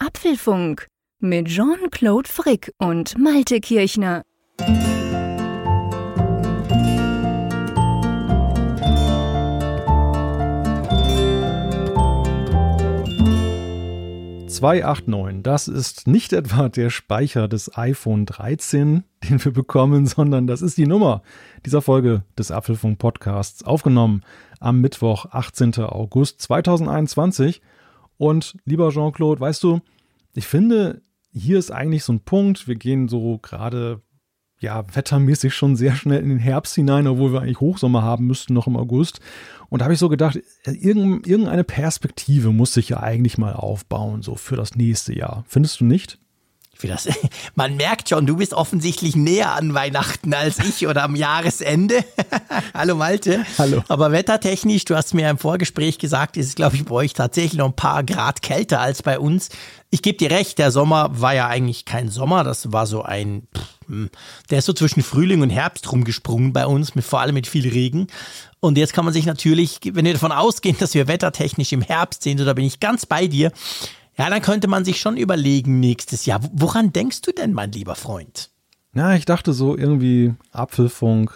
Apfelfunk mit Jean-Claude Frick und Malte Kirchner. ...289, das ist nicht etwa der Speicher des iPhone 13, den wir bekommen, sondern das ist die Nummer dieser Folge des Apfelfunk-Podcasts, aufgenommen am Mittwoch, 18. August 2021. Und lieber Jean-Claude, weißt du, ich finde, hier ist eigentlich so ein Punkt, wir gehen so gerade, ja, wettermäßig schon sehr schnell in den Herbst hinein, obwohl wir eigentlich Hochsommer haben müssten, noch im August. Und da habe ich so gedacht, irgendeine Perspektive muss sich ja eigentlich mal aufbauen, so für das nächste Jahr. Findest du nicht? Man merkt schon, du bist offensichtlich näher an Weihnachten als ich oder am Jahresende. Hallo Malte. Hallo. Aber wettertechnisch, du hast mir im Vorgespräch gesagt, ist es, glaube ich, bei euch tatsächlich noch ein paar Grad kälter als bei uns. Ich gebe dir recht, der Sommer war ja eigentlich kein Sommer, das war so der ist so zwischen Frühling und Herbst rumgesprungen bei uns, vor allem mit viel Regen. Und jetzt kann man sich natürlich, wenn wir davon ausgehen, dass wir wettertechnisch im Herbst sind, so da bin ich ganz bei dir, ja, dann könnte man sich schon überlegen nächstes Jahr. Woran denkst du denn, mein lieber Freund? Na, ich dachte so irgendwie Apfelfunk,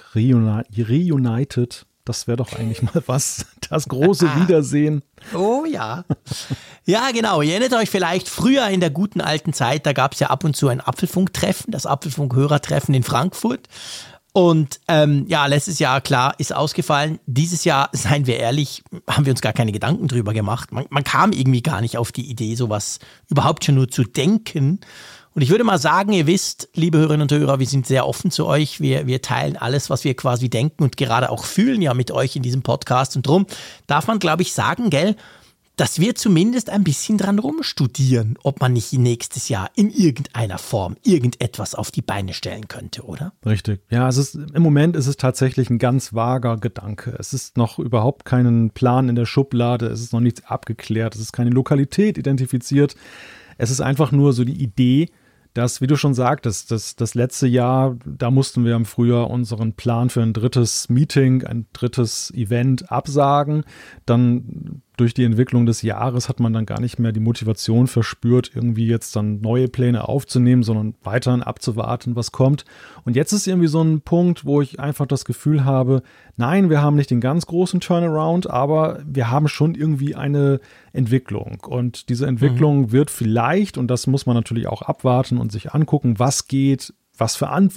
Reunited, das wäre doch eigentlich mal was, das große Wiedersehen. Oh ja. Ja, genau. Ihr erinnert euch vielleicht, früher in der guten alten Zeit, da gab es ja ab und zu ein Apfelfunk-Treffen, das Apfelfunk-Hörertreffen in Frankfurt. Und letztes Jahr, klar, ist ausgefallen. Dieses Jahr, seien wir ehrlich, haben wir uns gar keine Gedanken drüber gemacht. Man kam irgendwie gar nicht auf die Idee, sowas überhaupt schon nur zu denken. Und ich würde mal sagen, ihr wisst, liebe Hörerinnen und Hörer, wir sind sehr offen zu euch. Wir teilen alles, was wir quasi denken und gerade auch fühlen ja mit euch in diesem Podcast. Und drum darf man, glaube ich, sagen, gell, dass wir zumindest ein bisschen dran rumstudieren, ob man nicht nächstes Jahr in irgendeiner Form irgendetwas auf die Beine stellen könnte, oder? Richtig. Ja, im Moment ist es tatsächlich ein ganz vager Gedanke. Es ist noch überhaupt keinen Plan in der Schublade, es ist noch nichts abgeklärt, es ist keine Lokalität identifiziert. Es ist einfach nur so die Idee, dass, wie du schon sagtest, das letzte Jahr, da mussten wir im Frühjahr unseren Plan für ein drittes Meeting, ein drittes Event absagen. Dann durch die Entwicklung des Jahres hat man dann gar nicht mehr die Motivation verspürt, irgendwie jetzt dann neue Pläne aufzunehmen, sondern weiterhin abzuwarten, was kommt. Und jetzt ist irgendwie so ein Punkt, wo ich einfach das Gefühl habe, nein, wir haben nicht den ganz großen Turnaround, aber wir haben schon irgendwie eine Entwicklung. Und diese Entwicklung wird vielleicht, und das muss man natürlich auch abwarten und sich angucken, was geht, was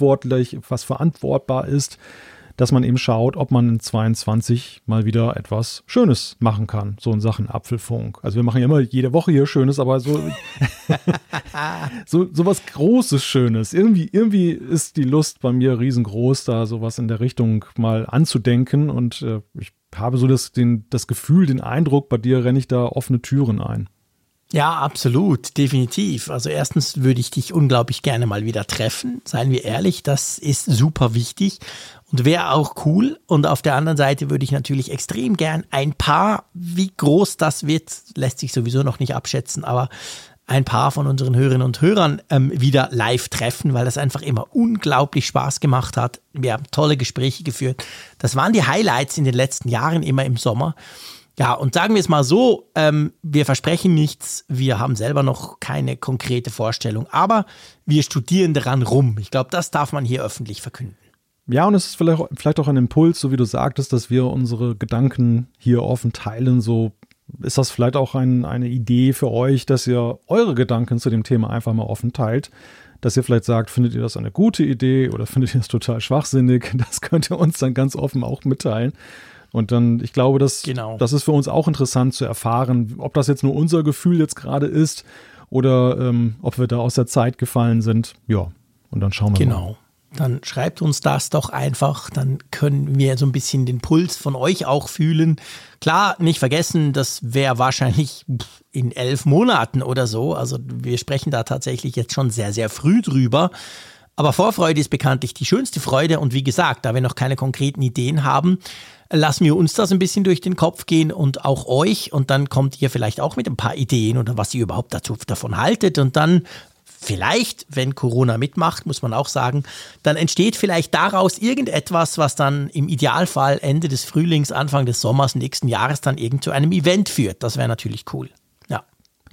verantwortbar ist, dass man eben schaut, ob man in 22 mal wieder etwas Schönes machen kann, so in Sachen Apfelfunk. Also wir machen ja immer jede Woche hier Schönes, aber so was Großes Schönes. Irgendwie ist die Lust bei mir riesengroß, da sowas in der Richtung mal anzudenken und ich habe so das Gefühl, den Eindruck, bei dir renne ich da offene Türen ein. Ja, absolut, definitiv. Also erstens würde ich dich unglaublich gerne mal wieder treffen, seien wir ehrlich, das ist super wichtig und wäre auch cool. Und auf der anderen Seite würde ich natürlich extrem gern ein paar, wie groß das wird, lässt sich sowieso noch nicht abschätzen, aber ein paar von unseren Hörerinnen und Hörern wieder live treffen, weil das einfach immer unglaublich Spaß gemacht hat. Wir haben tolle Gespräche geführt. Das waren die Highlights in den letzten Jahren, immer im Sommer. Ja, und sagen wir es mal so, wir versprechen nichts, wir haben selber noch keine konkrete Vorstellung, aber wir studieren daran rum. Ich glaube, das darf man hier öffentlich verkünden. Ja, und es ist vielleicht auch ein Impuls, so wie du sagtest, dass wir unsere Gedanken hier offen teilen. So ist das vielleicht auch eine Idee für euch, dass ihr eure Gedanken zu dem Thema einfach mal offen teilt. Dass ihr vielleicht sagt, findet ihr das eine gute Idee oder findet ihr das total schwachsinnig? Das könnt ihr uns dann ganz offen auch mitteilen. Und dann, ich glaube, das ist für uns auch interessant zu erfahren, ob das jetzt nur unser Gefühl jetzt gerade ist oder ob wir da aus der Zeit gefallen sind. Ja, und dann schauen wir mal. Genau. Dann schreibt uns das doch einfach, dann können wir so ein bisschen den Puls von euch auch fühlen. Klar, nicht vergessen, das wäre wahrscheinlich in 11 Monaten oder so. Also wir sprechen da tatsächlich jetzt schon sehr, sehr früh drüber. Aber Vorfreude ist bekanntlich die schönste Freude. Und wie gesagt, da wir noch keine konkreten Ideen haben, lassen wir uns das ein bisschen durch den Kopf gehen und auch euch. Und dann kommt ihr vielleicht auch mit ein paar Ideen oder was ihr überhaupt davon haltet. Und dann vielleicht, wenn Corona mitmacht, muss man auch sagen, dann entsteht vielleicht daraus irgendetwas, was dann im Idealfall Ende des Frühlings, Anfang des Sommers nächsten Jahres dann irgend zu einem Event führt. Das wäre natürlich cool. Ja.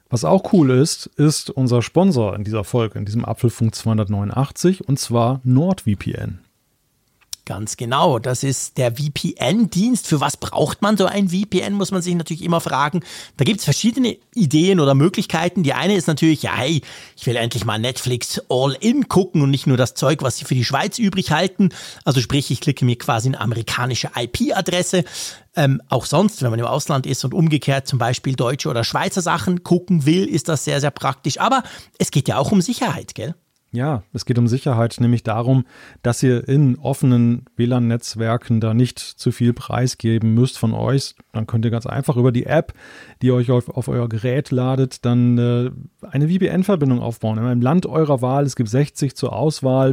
Was auch cool ist unser Sponsor in dieser Folge, in diesem Apfelfunk 289, und zwar NordVPN. Ganz genau, das ist der VPN-Dienst. Für was braucht man so ein VPN, muss man sich natürlich immer fragen. Da gibt es verschiedene Ideen oder Möglichkeiten. Die eine ist natürlich, ja hey, ich will endlich mal Netflix All-In gucken und nicht nur das Zeug, was sie für die Schweiz übrig halten. Also sprich, ich klicke mir quasi eine amerikanische IP-Adresse. Auch sonst, wenn man im Ausland ist und umgekehrt zum Beispiel deutsche oder Schweizer Sachen gucken will, ist das sehr, sehr praktisch. Aber es geht ja auch um Sicherheit, gell? Ja, es geht um Sicherheit, nämlich darum, dass ihr in offenen WLAN-Netzwerken da nicht zu viel preisgeben müsst von euch. Dann könnt ihr ganz einfach über die App, die ihr euch auf euer Gerät ladet, dann eine VPN-Verbindung aufbauen. In einem Land eurer Wahl, es gibt 60 zur Auswahl,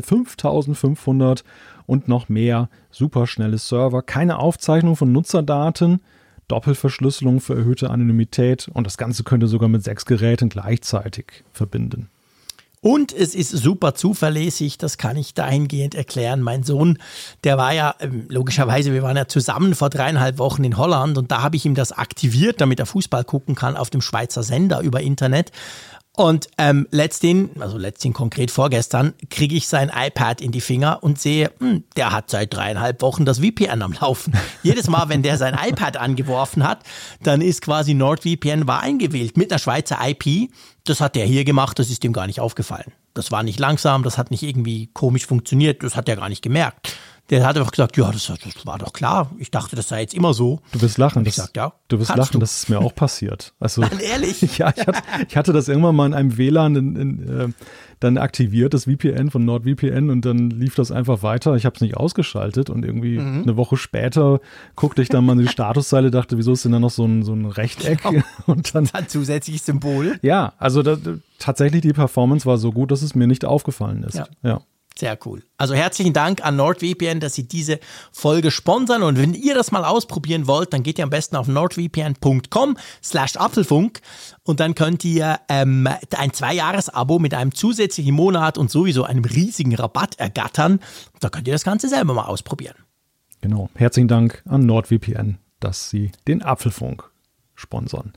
5500 und noch mehr superschnelle Server, keine Aufzeichnung von Nutzerdaten, Doppelverschlüsselung für erhöhte Anonymität und das Ganze könnt ihr sogar mit 6 Geräten gleichzeitig verbinden. Und es ist super zuverlässig, das kann ich dahingehend erklären. Mein Sohn, der war ja, logischerweise, wir waren ja zusammen vor 3,5 Wochen in Holland und da habe ich ihm das aktiviert, damit er Fußball gucken kann auf dem Schweizer Sender über Internet. Und letzthin konkret vorgestern, kriege ich sein iPad in die Finger und sehe, der hat seit 3,5 Wochen das VPN am Laufen. Jedes Mal, wenn der sein iPad angeworfen hat, dann ist quasi NordVPN war eingewählt mit einer Schweizer IP. Das hat der hier gemacht, das ist ihm gar nicht aufgefallen. Das war nicht langsam, das hat nicht irgendwie komisch funktioniert, das hat er gar nicht gemerkt. Der hat einfach gesagt, ja, das war doch klar. Ich dachte, das sei jetzt immer so. Du wirst lachen. Ich sag, ja, du wirst lachen, das ist mir auch passiert. Also, nein, ehrlich? Ja, ich hatte das irgendwann mal in einem WLAN dann aktiviert, das VPN von NordVPN, und dann lief das einfach weiter. Ich habe es nicht ausgeschaltet und irgendwie eine Woche später guckte ich dann mal in die Statuszeile, dachte, wieso ist denn da noch so ein Rechteck? Genau. Und dann ein zusätzliches Symbol. Ja, also tatsächlich die Performance war so gut, dass es mir nicht aufgefallen ist. Ja. Sehr cool. Also herzlichen Dank an NordVPN, dass sie diese Folge sponsern. Und wenn ihr das mal ausprobieren wollt, dann geht ihr am besten auf nordvpn.com/Apfelfunk und dann könnt ihr ein 2-Jahres-Abo mit einem zusätzlichen Monat und sowieso einem riesigen Rabatt ergattern. Da könnt ihr das Ganze selber mal ausprobieren. Genau. Herzlichen Dank an NordVPN, dass sie den Apfelfunk sponsern.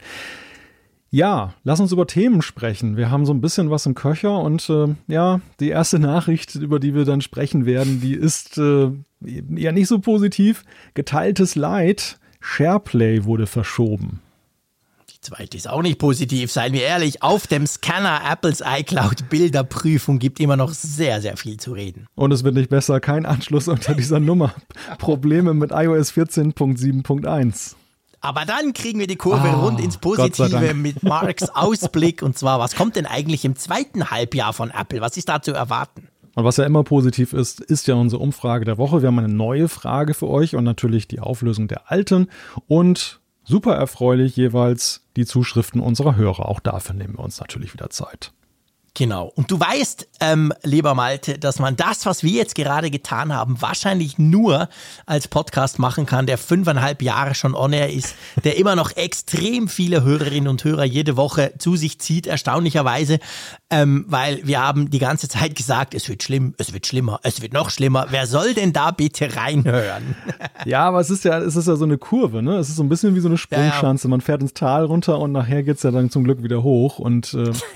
Ja, lass uns über Themen sprechen. Wir haben so ein bisschen was im Köcher und die erste Nachricht, über die wir dann sprechen werden, die ist ja nicht so positiv. Geteiltes Leid. SharePlay wurde verschoben. Die zweite ist auch nicht positiv, seien wir ehrlich. Auf dem Scanner Apples iCloud Bilderprüfung gibt immer noch sehr, sehr viel zu reden. Und es wird nicht besser, kein Anschluss unter dieser Nummer. Probleme mit iOS 14.7.1. Aber dann kriegen wir die Kurve rund ins Positive mit Marks Ausblick. Und zwar, was kommt denn eigentlich im zweiten Halbjahr von Apple? Was ist da zu erwarten? Und was ja immer positiv ist, ist ja unsere Umfrage der Woche. Wir haben eine neue Frage für euch und natürlich die Auflösung der alten. Und super erfreulich jeweils die Zuschriften unserer Hörer. Auch dafür nehmen wir uns natürlich wieder Zeit. Genau. Und du weißt, lieber Malte, dass man das, was wir jetzt gerade getan haben, wahrscheinlich nur als Podcast machen kann, der 5,5 Jahre schon on air ist, der immer noch extrem viele Hörerinnen und Hörer jede Woche zu sich zieht, erstaunlicherweise, weil wir haben die ganze Zeit gesagt, es wird schlimm, es wird schlimmer, es wird noch schlimmer. Wer soll denn da bitte reinhören? Ja, aber es ist ja so eine Kurve, ne? Es ist so ein bisschen wie so eine Sprungschanze. Man fährt ins Tal runter und nachher geht's ja dann zum Glück wieder hoch und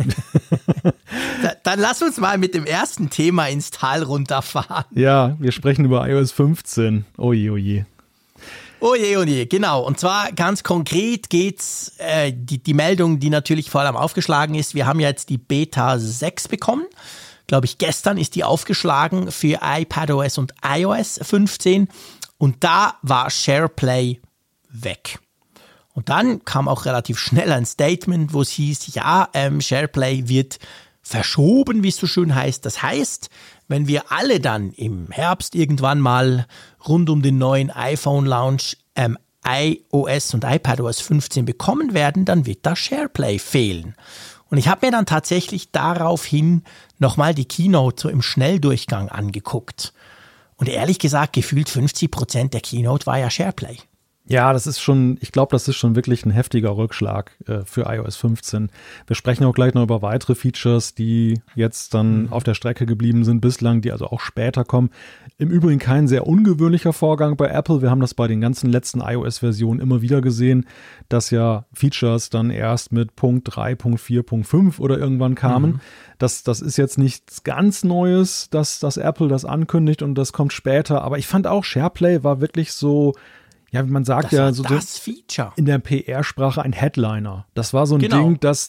Dann lass uns mal mit dem ersten Thema ins Tal runterfahren. Ja, wir sprechen über iOS 15. Oje, oje. Oje, oje, genau. Und zwar ganz konkret geht's, die Meldung, die natürlich vor allem aufgeschlagen ist. Wir haben ja jetzt die Beta 6 bekommen. Glaube ich, gestern ist die aufgeschlagen für iPadOS und iOS 15. Und da war SharePlay weg. Und dann kam auch relativ schnell ein Statement, wo es hieß, ja, SharePlay wird verschoben, wie es so schön heißt. Das heißt, wenn wir alle dann im Herbst irgendwann mal rund um den neuen iPhone-Launch iOS und iPadOS 15 bekommen werden, dann wird da SharePlay fehlen. Und ich habe mir dann tatsächlich daraufhin nochmal die Keynote so im Schnelldurchgang angeguckt. Und ehrlich gesagt, gefühlt 50% der Keynote war ja SharePlay. Ja, ich glaube, das ist schon wirklich ein heftiger Rückschlag für iOS 15. Wir sprechen auch gleich noch über weitere Features, die jetzt dann auf der Strecke geblieben sind bislang, die also auch später kommen. Im Übrigen kein sehr ungewöhnlicher Vorgang bei Apple. Wir haben das bei den ganzen letzten iOS-Versionen immer wieder gesehen, dass ja Features dann erst mit Punkt 3, Punkt 4, Punkt 5 oder irgendwann kamen. Das ist jetzt nichts ganz Neues, dass Apple das ankündigt und das kommt später. Aber ich fand auch, SharePlay war wirklich so, ja, wie man sagt, das Feature. In der PR-Sprache ein Headliner. Das war so ein Ding, das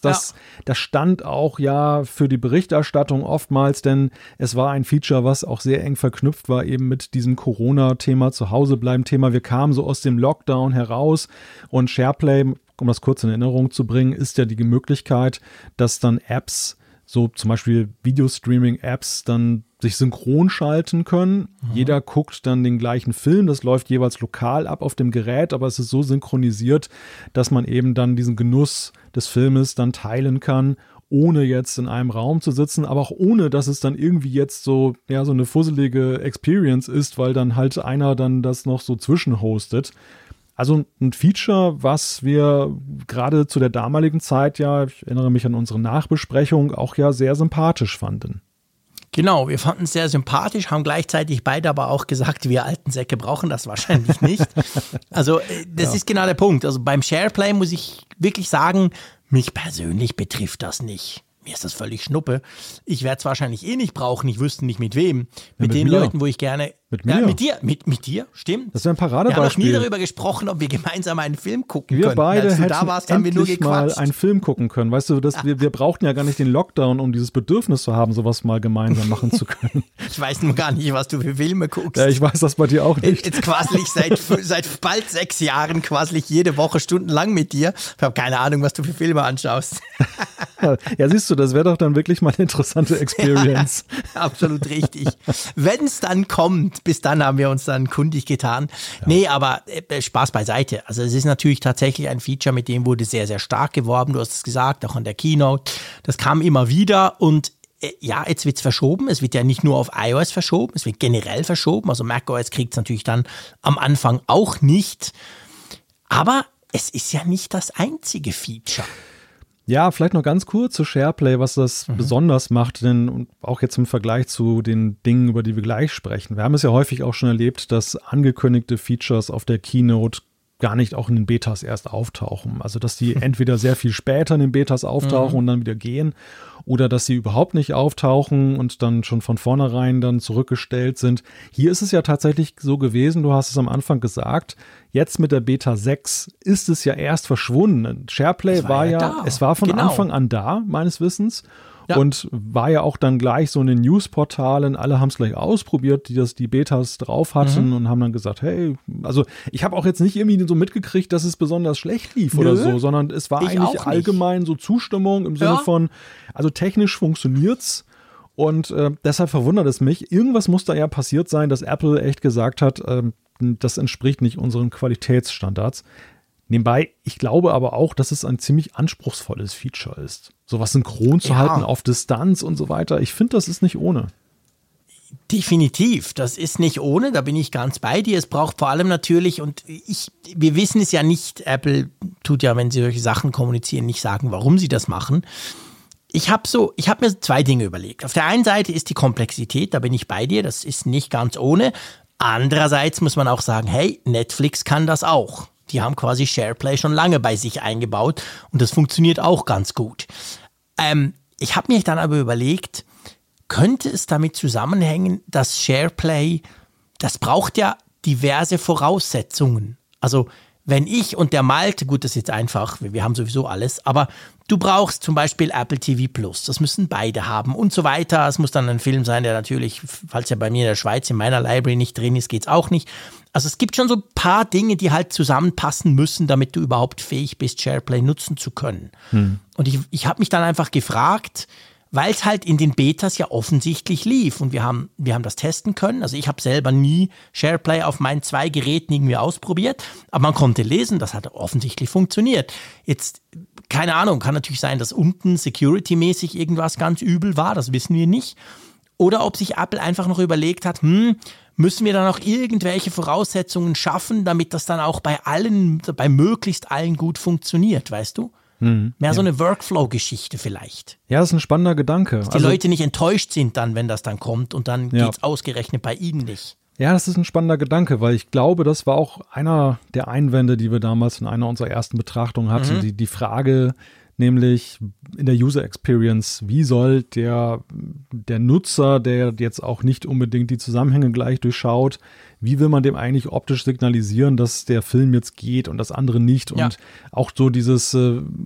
stand auch ja für die Berichterstattung oftmals, denn es war ein Feature, was auch sehr eng verknüpft war eben mit diesem Corona-Thema, Zuhausebleiben-Thema. Wir kamen so aus dem Lockdown heraus und SharePlay, um das kurz in Erinnerung zu bringen, ist ja die Möglichkeit, dass dann Apps, so zum Beispiel Videostreaming-Apps, dann sich synchron schalten können. Jeder guckt dann den gleichen Film. Das läuft jeweils lokal ab auf dem Gerät, aber es ist so synchronisiert, dass man eben dann diesen Genuss des Filmes dann teilen kann, ohne jetzt in einem Raum zu sitzen, aber auch ohne, dass es dann irgendwie jetzt so eine fusselige Experience ist, weil dann halt einer dann das noch so zwischenhostet. Also ein Feature, was wir gerade zu der damaligen Zeit ich erinnere mich an unsere Nachbesprechung, auch ja sehr sympathisch fanden. Genau, wir fanden es sehr sympathisch, haben gleichzeitig beide aber auch gesagt, wir alten Säcke brauchen das wahrscheinlich nicht. Also das ist genau der Punkt. Also beim SharePlay muss ich wirklich sagen, mich persönlich betrifft das nicht. Mir ist das völlig Schnuppe. Ich werde es wahrscheinlich nicht brauchen. Ich wüsste nicht mit wem. Mit den mir. Leuten, wo ich gerne... Mit mir. Mit dir, stimmt. Das wäre ein Paradebeispiel. Wir haben noch nie darüber gesprochen, ob wir gemeinsam einen Film gucken können. Wir beide Als du hätten da warst, haben wir nur endlich mal gequatscht. einen Film gucken können. Weißt du, wir brauchten ja gar nicht den Lockdown, um dieses Bedürfnis zu haben, sowas mal gemeinsam machen zu können. Ich weiß nur gar nicht, was du für Filme guckst. Ja, ich weiß das bei dir auch nicht. Jetzt quassel ich seit bald 6 Jahren quassel ich jede Woche stundenlang mit dir. Ich habe keine Ahnung, was du für Filme anschaust. Ja, siehst du, das wäre doch dann wirklich mal eine interessante Experience. Ja, absolut richtig. Wenn es dann kommt, bis dann haben wir uns dann kundig getan. Ja. Nee, aber Spaß beiseite. Also es ist natürlich tatsächlich ein Feature, mit dem wurde sehr, sehr stark geworben. Du hast es gesagt, auch an der Keynote. Das kam immer wieder und jetzt wird es verschoben. Es wird ja nicht nur auf iOS verschoben, es wird generell verschoben. Also macOS kriegt es natürlich dann am Anfang auch nicht. Aber es ist ja nicht das einzige Feature. Ja, vielleicht noch ganz kurz zu SharePlay, was das besonders macht, denn auch jetzt im Vergleich zu den Dingen, über die wir gleich sprechen. Wir haben es ja häufig auch schon erlebt, dass angekündigte Features auf der Keynote gar nicht auch in den Betas erst auftauchen. Also, dass die entweder sehr viel später in den Betas auftauchen und dann wieder gehen oder dass sie überhaupt nicht auftauchen und dann schon von vornherein dann zurückgestellt sind. Hier ist es ja tatsächlich so gewesen, du hast es am Anfang gesagt, jetzt mit der Beta 6 ist es ja erst verschwunden. SharePlay es war von Anfang an da, meines Wissens. Ja. Und war ja auch dann gleich so in den Newsportalen, alle haben es gleich ausprobiert, die Betas drauf hatten und haben dann gesagt, hey, also ich habe auch jetzt nicht irgendwie so mitgekriegt, dass es besonders schlecht lief oder so, sondern es war eigentlich allgemein so Zustimmung im Sinne von, also technisch funktioniert's und deshalb verwundert es mich, irgendwas muss da ja passiert sein, dass Apple echt gesagt hat, das entspricht nicht unseren Qualitätsstandards. Nebenbei, ich glaube aber auch, dass es ein ziemlich anspruchsvolles Feature ist. Sowas synchron zu halten auf Distanz und so weiter. Ich finde, das ist nicht ohne. Definitiv, das ist nicht ohne, da bin ich ganz bei dir. Es braucht vor allem natürlich, wir wissen es ja nicht, Apple tut ja, wenn sie solche Sachen kommunizieren, nicht sagen, warum sie das machen. Ich habe mir 2 Dinge überlegt. Auf der einen Seite ist die Komplexität, da bin ich bei dir, das ist nicht ganz ohne. Andererseits muss man auch sagen, hey, Netflix kann das auch. Die haben quasi SharePlay schon lange bei sich eingebaut und das funktioniert auch ganz gut. Ich habe mir dann aber überlegt, könnte es damit zusammenhängen, dass SharePlay, das braucht ja diverse Voraussetzungen. Also wenn ich und der Malte, gut, das ist jetzt einfach, wir haben sowieso alles, aber du brauchst zum Beispiel Apple TV Plus, das müssen beide haben und so weiter. Es muss dann ein Film sein, der natürlich, falls er bei mir in der Schweiz in meiner Library nicht drin ist, geht's auch nicht. Also es gibt schon so ein paar Dinge, die halt zusammenpassen müssen, damit du überhaupt fähig bist, SharePlay nutzen zu können. Und ich habe mich dann einfach gefragt, weil es halt in den Betas ja offensichtlich lief und wir haben das testen können. Also ich habe selber nie SharePlay auf meinen 2 Geräten irgendwie ausprobiert, aber man konnte lesen, das hat offensichtlich funktioniert. Jetzt, keine Ahnung, kann natürlich sein, dass unten security-mäßig irgendwas ganz übel war, das wissen wir nicht. Oder ob sich Apple einfach noch überlegt hat, müssen wir dann auch irgendwelche Voraussetzungen schaffen, damit das dann auch bei möglichst allen gut funktioniert, weißt du? Mehr so eine Workflow-Geschichte vielleicht. Ja, das ist ein spannender Gedanke. Dass die Leute nicht enttäuscht sind dann, wenn das dann kommt und dann geht's ausgerechnet bei ihnen nicht. Ja, das ist ein spannender Gedanke, weil ich glaube, das war auch einer der Einwände, die wir damals in einer unserer ersten Betrachtungen hatten. Die Frage nämlich in der User Experience, wie soll der Nutzer, der jetzt auch nicht unbedingt die Zusammenhänge gleich durchschaut, wie will man dem eigentlich optisch signalisieren, dass der Film jetzt geht und das andere nicht? Und auch so dieses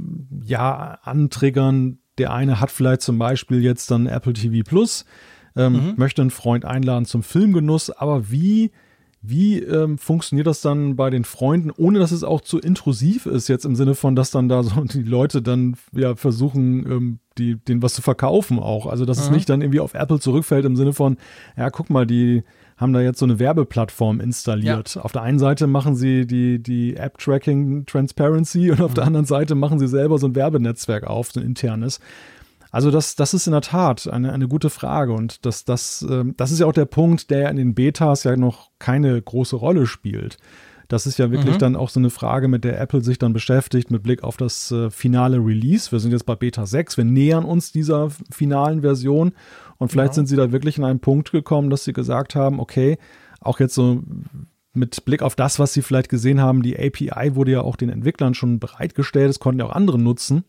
Antriggern, der eine hat vielleicht zum Beispiel jetzt dann Apple TV Plus, möchte einen Freund einladen zum Filmgenuss, aber wie funktioniert das dann bei den Freunden, ohne dass es auch zu intrusiv ist, jetzt im Sinne von, dass dann da so die Leute dann versuchen, denen was zu verkaufen auch. Also, dass es nicht dann irgendwie auf Apple zurückfällt im Sinne von, ja, guck mal, die haben da jetzt so eine Werbeplattform installiert. Ja. Auf der einen Seite machen sie die App-Tracking Transparency und auf der anderen Seite machen sie selber so ein Werbenetzwerk auf, so ein internes. Also das ist in der Tat eine gute Frage und das ist ja auch der Punkt, der in den Betas ja noch keine große Rolle spielt. Das ist ja wirklich dann auch so eine Frage, mit der Apple sich dann beschäftigt mit Blick auf das finale Release. Wir sind jetzt bei Beta 6, wir nähern uns dieser finalen Version und vielleicht sind sie da wirklich in einen Punkt gekommen, dass sie gesagt haben, okay, auch jetzt so mit Blick auf das, was sie vielleicht gesehen haben, die API wurde ja auch den Entwicklern schon bereitgestellt, das konnten ja auch andere nutzen.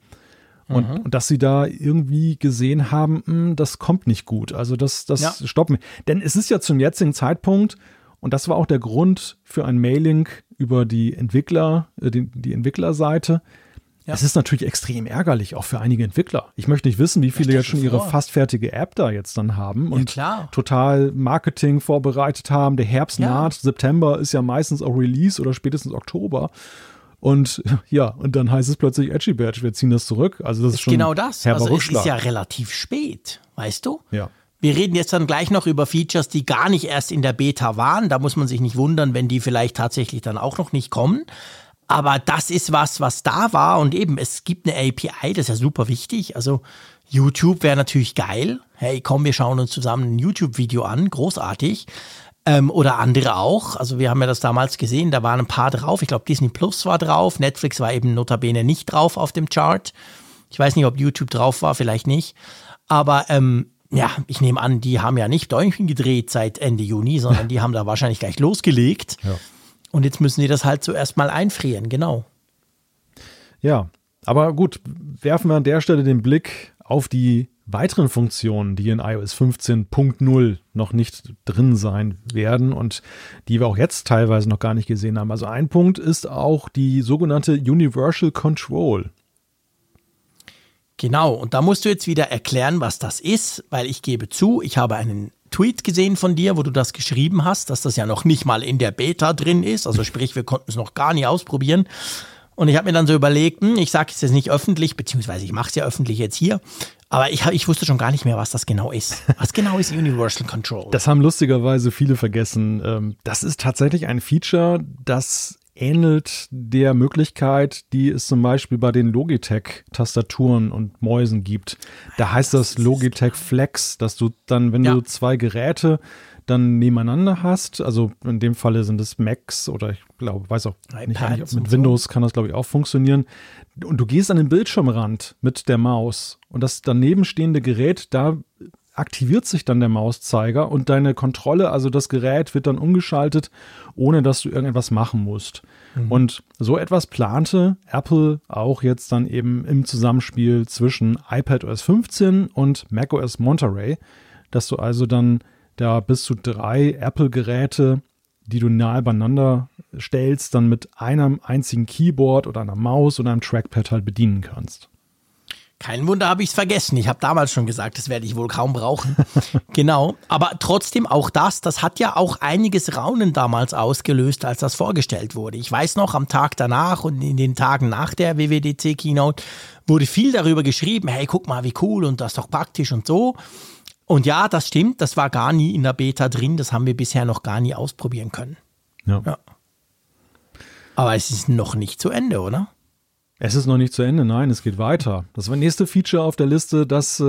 Und dass sie da irgendwie gesehen haben, das kommt nicht gut. Also das stoppen. Denn es ist ja zum jetzigen Zeitpunkt, und das war auch der Grund für ein Mailing über die Entwickler, die Entwicklerseite. Ja. Es ist natürlich extrem ärgerlich, auch für einige Entwickler. Ich möchte nicht wissen, wie viele jetzt schon ihre fast fertige App da jetzt dann haben und total Marketing vorbereitet haben. Der Herbst naht, September ist ja meistens auch Release oder spätestens Oktober. Und und dann heißt es plötzlich Edgy Badge, wir ziehen das zurück. Also das ist schon genau das. Also es ist ja relativ spät, weißt du? Ja. Wir reden jetzt dann gleich noch über Features, die gar nicht erst in der Beta waren. Da muss man sich nicht wundern, wenn die vielleicht tatsächlich dann auch noch nicht kommen. Aber das ist was da war und eben, es gibt eine API, das ist ja super wichtig. Also YouTube wäre natürlich geil. Hey, komm, wir schauen uns zusammen ein YouTube-Video an, großartig. Oder andere auch. Also wir haben ja das damals gesehen, da waren ein paar drauf. Ich glaube, Disney Plus war drauf. Netflix war eben notabene nicht drauf auf dem Chart. Ich weiß nicht, ob YouTube drauf war, vielleicht nicht. Aber ich nehme an, die haben ja nicht Däumchen gedreht seit Ende Juni, sondern die haben da wahrscheinlich gleich losgelegt. Ja. Und jetzt müssen die das halt zuerst mal einfrieren, genau. Ja, aber gut, werfen wir an der Stelle den Blick auf die weiteren Funktionen, die in iOS 15.0 noch nicht drin sein werden und die wir auch jetzt teilweise noch gar nicht gesehen haben. Also ein Punkt ist auch die sogenannte Universal Control. Genau, und da musst du jetzt wieder erklären, was das ist, weil ich gebe zu, ich habe einen Tweet gesehen von dir, wo du das geschrieben hast, dass das ja noch nicht mal in der Beta drin ist, also sprich, wir konnten es noch gar nie ausprobieren. Und ich habe mir dann so überlegt, ich sage es jetzt nicht öffentlich, beziehungsweise ich mache es ja öffentlich jetzt hier, aber ich wusste schon gar nicht mehr, was das genau ist. Was genau ist Universal Control? Das haben lustigerweise viele vergessen. Das ist tatsächlich ein Feature, das ähnelt der Möglichkeit, die es zum Beispiel bei den Logitech-Tastaturen und Mäusen gibt. Da heißt das Logitech Flex, dass du dann, wenn du zwei Geräte dann nebeneinander hast, also in dem Falle sind es Macs oder ich glaube, weiß auch nicht, ob mit Windows kann das glaube ich auch funktionieren. Und du gehst an den Bildschirmrand mit der Maus und das daneben stehende Gerät, da aktiviert sich dann der Mauszeiger und deine Kontrolle, also das Gerät wird dann umgeschaltet, ohne dass du irgendetwas machen musst. Und so etwas plante Apple auch jetzt dann eben im Zusammenspiel zwischen iPadOS 15 und macOS Monterey, dass du also dann da bis zu 3 Apple-Geräte, die du nahe beieinander stellst, dann mit einem einzigen Keyboard oder einer Maus oder einem Trackpad halt bedienen kannst. Kein Wunder, habe ich es vergessen. Ich habe damals schon gesagt, das werde ich wohl kaum brauchen. Genau, aber trotzdem auch das hat ja auch einiges Raunen damals ausgelöst, als das vorgestellt wurde. Ich weiß noch, am Tag danach und in den Tagen nach der WWDC-Keynote wurde viel darüber geschrieben, hey, guck mal, wie cool und das ist doch praktisch und so. Und ja, das stimmt, das war gar nie in der Beta drin, das haben wir bisher noch gar nie ausprobieren können. Ja. Aber es ist noch nicht zu Ende, oder? Es ist noch nicht zu Ende, nein, es geht weiter. Das nächste Feature auf der Liste,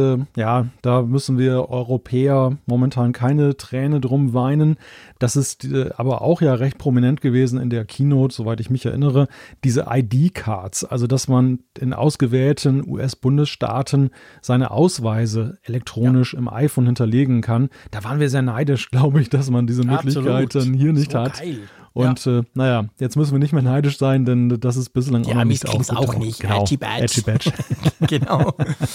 da müssen wir Europäer momentan keine Träne drum weinen. Das ist aber auch ja recht prominent gewesen in der Keynote, soweit ich mich erinnere, diese ID-Cards, also dass man in ausgewählten US-Bundesstaaten seine Ausweise elektronisch im iPhone hinterlegen kann. Da waren wir sehr neidisch, glaube ich, dass man diese Möglichkeit dann hier nicht hat. Geil. Und jetzt müssen wir nicht mehr neidisch sein, denn das ist bislang auch noch nicht aufgetaucht. Auch nicht. Genau. Edgy Badge. Genau.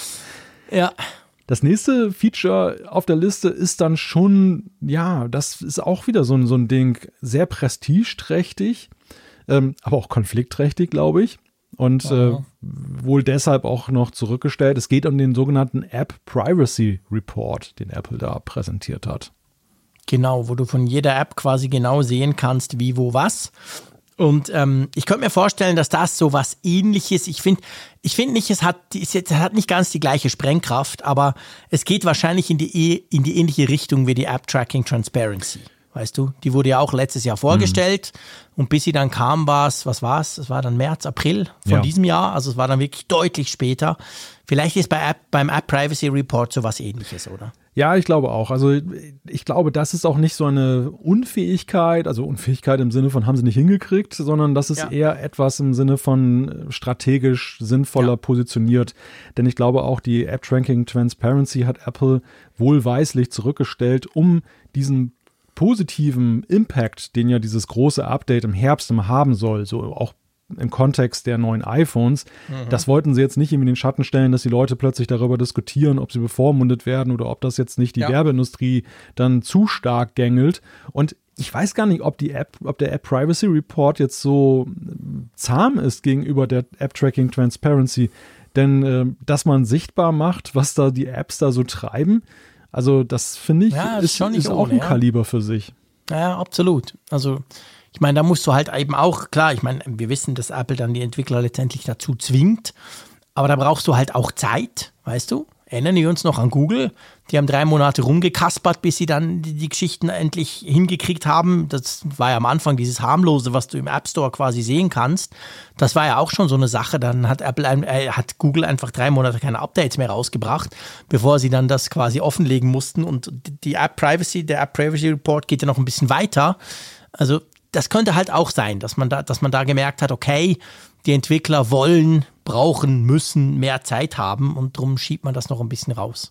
Ja. Das nächste Feature auf der Liste ist dann schon, das ist auch wieder so ein Ding, sehr prestigeträchtig, aber auch konfliktträchtig, glaube ich. Und wohl deshalb auch noch zurückgestellt. Es geht um den sogenannten App Privacy Report, den Apple da präsentiert hat. Genau, wo du von jeder App quasi genau sehen kannst, wie, wo, was. Und ich könnte mir vorstellen, dass das so was Ähnliches, ich finde nicht, es hat nicht ganz die gleiche Sprengkraft, aber es geht wahrscheinlich in die ähnliche Richtung wie die App Tracking Transparency. Weißt du, die wurde ja auch letztes Jahr vorgestellt und bis sie dann kam, was war es? Es war dann März, April von diesem Jahr, also es war dann wirklich deutlich später. Vielleicht ist beim App Privacy Report so was Ähnliches, oder? Ja, ich glaube auch. Also ich glaube, das ist auch nicht so eine Unfähigkeit, also Unfähigkeit im Sinne von haben sie nicht hingekriegt, sondern das ist eher etwas im Sinne von strategisch sinnvoller positioniert. Denn ich glaube auch, die App Tracking Transparency hat Apple wohlweislich zurückgestellt, um diesen positiven Impact, den ja dieses große Update im Herbst immer haben soll, so auch im Kontext der neuen iPhones, das wollten sie jetzt nicht in den Schatten stellen, dass die Leute plötzlich darüber diskutieren, ob sie bevormundet werden oder ob das jetzt nicht die Werbeindustrie dann zu stark gängelt. Und ich weiß gar nicht, ob der App Privacy Report jetzt so zahm ist gegenüber der App Tracking Transparency, denn dass man sichtbar macht, was da die Apps da so treiben, also das finde ich ist auch ein Kaliber für sich. Ja, absolut. Also ich meine, da musst du halt eben auch, klar, ich meine, wir wissen, dass Apple dann die Entwickler letztendlich dazu zwingt, aber da brauchst du halt auch Zeit, weißt du? Erinnern wir uns noch an Google? Die haben 3 Monate rumgekaspert, bis sie dann die Geschichten endlich hingekriegt haben. Das war ja am Anfang dieses harmlose, was du im App Store quasi sehen kannst. Das war ja auch schon so eine Sache. Dann hat hat Google einfach 3 Monate keine Updates mehr rausgebracht, bevor sie dann das quasi offenlegen mussten. Und der App Privacy Report geht ja noch ein bisschen weiter. Also das könnte halt auch sein, dass man da gemerkt hat, okay, die Entwickler brauchen, müssen mehr Zeit haben und darum schiebt man das noch ein bisschen raus.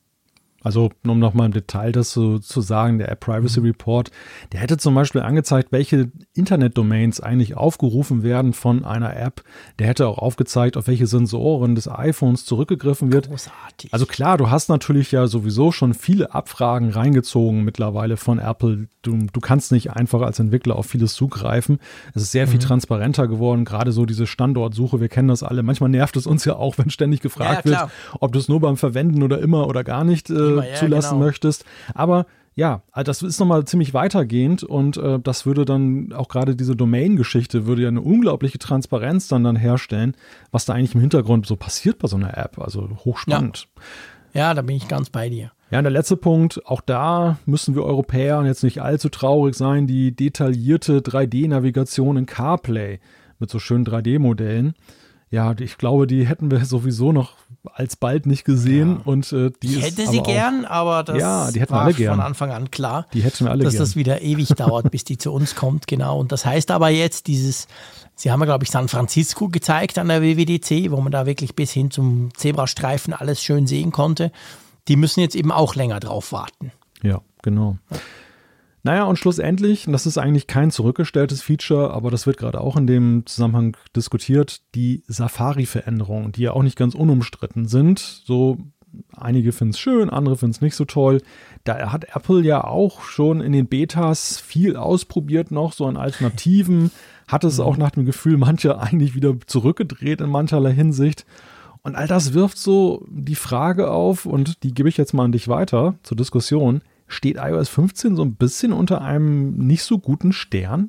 Also, um nochmal im Detail das zu sagen, der App Privacy Report, der hätte zum Beispiel angezeigt, welche Internetdomains eigentlich aufgerufen werden von einer App. Der hätte auch aufgezeigt, auf welche Sensoren des iPhones zurückgegriffen wird. Großartig. Also klar, du hast natürlich ja sowieso schon viele Abfragen reingezogen mittlerweile von Apple. Du kannst nicht einfach als Entwickler auf vieles zugreifen. Es ist sehr viel transparenter geworden, gerade so diese Standortsuche, wir kennen das alle. Manchmal nervt es uns ja auch, wenn ständig gefragt wird, ob du es nur beim Verwenden oder immer oder gar nicht zulassen möchtest. Aber ja, das ist nochmal ziemlich weitergehend und das würde dann auch gerade diese Domain-Geschichte würde ja eine unglaubliche Transparenz dann herstellen, was da eigentlich im Hintergrund so passiert bei so einer App. Also hochspannend. Ja, da bin ich ganz bei dir. Ja, und der letzte Punkt, auch da müssen wir Europäer jetzt nicht allzu traurig sein, die detaillierte 3D-Navigation in CarPlay mit so schönen 3D-Modellen. Ja, ich glaube, die hätten wir sowieso noch alsbald nicht gesehen. Und ich hätte sie gern, aber das die hätten war alle gern. Von Anfang an klar, die hätten wir alle dass gern. das wieder ewig dauert, bis die zu uns kommt. Genau. Und das heißt aber jetzt sie haben ja, glaube ich, San Francisco gezeigt an der WWDC, wo man da wirklich bis hin zum Zebrastreifen alles schön sehen konnte. Die müssen jetzt eben auch länger drauf warten. Ja, genau. Naja, und schlussendlich, und das ist eigentlich kein zurückgestelltes Feature, aber das wird gerade auch in dem Zusammenhang diskutiert, die Safari-Veränderungen, die ja auch nicht ganz unumstritten sind. So, einige finden es schön, andere finden es nicht so toll. Da hat Apple ja auch schon in den Betas viel ausprobiert noch, so an Alternativen. Hat es auch nach dem Gefühl mancher eigentlich wieder zurückgedreht in mancherlei Hinsicht. Und all das wirft so die Frage auf, und die gebe ich jetzt mal an dich weiter zur Diskussion. Steht iOS 15 so ein bisschen unter einem nicht so guten Stern?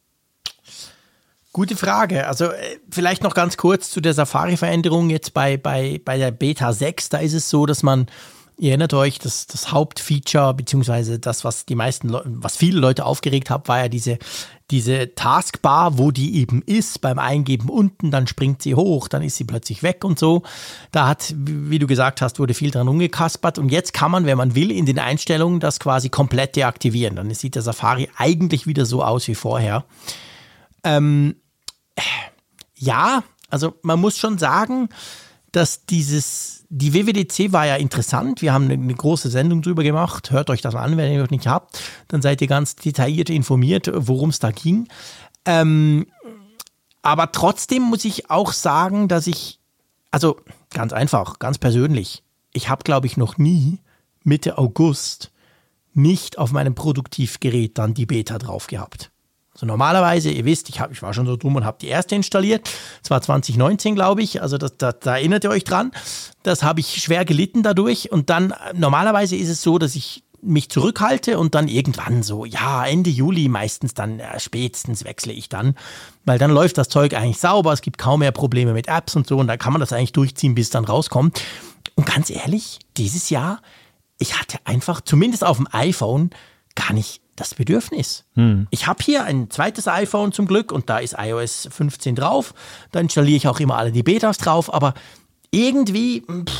Gute Frage. Also vielleicht noch ganz kurz zu der Safari-Veränderung jetzt bei der Beta 6. Da ist es so, dass man ihr erinnert euch, das Hauptfeature, beziehungsweise das, was was viele Leute aufgeregt hat, war ja diese Taskbar, wo die eben ist, beim Eingeben unten, dann springt sie hoch, dann ist sie plötzlich weg und so. Da hat, wie du gesagt hast, wurde viel dran rumgekaspert und jetzt kann man, wenn man will, in den Einstellungen das quasi komplett deaktivieren. Dann sieht der Safari eigentlich wieder so aus wie vorher. Ja, also man muss schon sagen, dass die WWDC war ja interessant. Wir haben eine große Sendung drüber gemacht. Hört euch das an, wenn ihr noch nicht habt. Dann seid ihr ganz detailliert informiert, worum es da ging. Aber trotzdem muss ich auch sagen, dass also ganz einfach, ganz persönlich, ich habe, glaube ich, noch nie Mitte August nicht auf meinem Produktivgerät dann die Beta drauf gehabt. Also normalerweise, ihr wisst, ich war schon so dumm und habe die erste installiert. Das war 2019, glaube ich. Also da erinnert ihr euch dran. Das habe ich schwer gelitten dadurch. Und dann, normalerweise ist es so, dass ich mich zurückhalte und dann irgendwann so, ja, Ende Juli meistens dann, spätestens wechsle ich dann. Weil dann läuft das Zeug eigentlich sauber. Es gibt kaum mehr Probleme mit Apps und so. Und dann kann man das eigentlich durchziehen, bis es dann rauskommt. Und ganz ehrlich, dieses Jahr, ich hatte einfach, zumindest auf dem iPhone, gar nicht das Bedürfnis. Ich habe hier ein zweites iPhone zum Glück und da ist iOS 15 drauf. Da installiere ich auch immer alle die Betas drauf, aber irgendwie